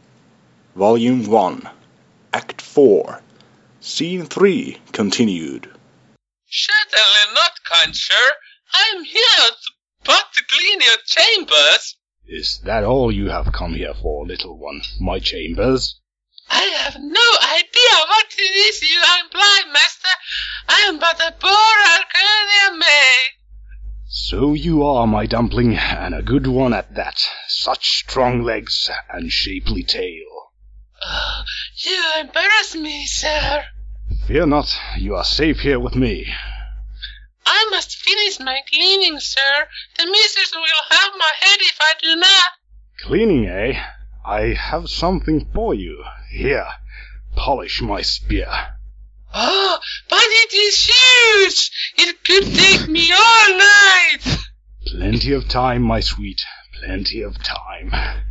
Volume one, Act four, Scene three, continued. Certainly not, kind sir. I am here to, but to clean your chambers. Is that all you have come here for, little one? My chambers? I have no idea what it is you imply, master. I am but a poor Argonian maid. So you are, my dumpling, and a good one at that. Such strong legs and shapely tail. Oh, you embarrass me, sir. Fear not, you are safe here with me. I must finish my cleaning, sir. The missus will have my head if I do not. Cleaning, eh? I have something for you. Here, polish my spear. Oh, but it is huge! It could take me all night! Plenty of time, my sweet. Plenty of time.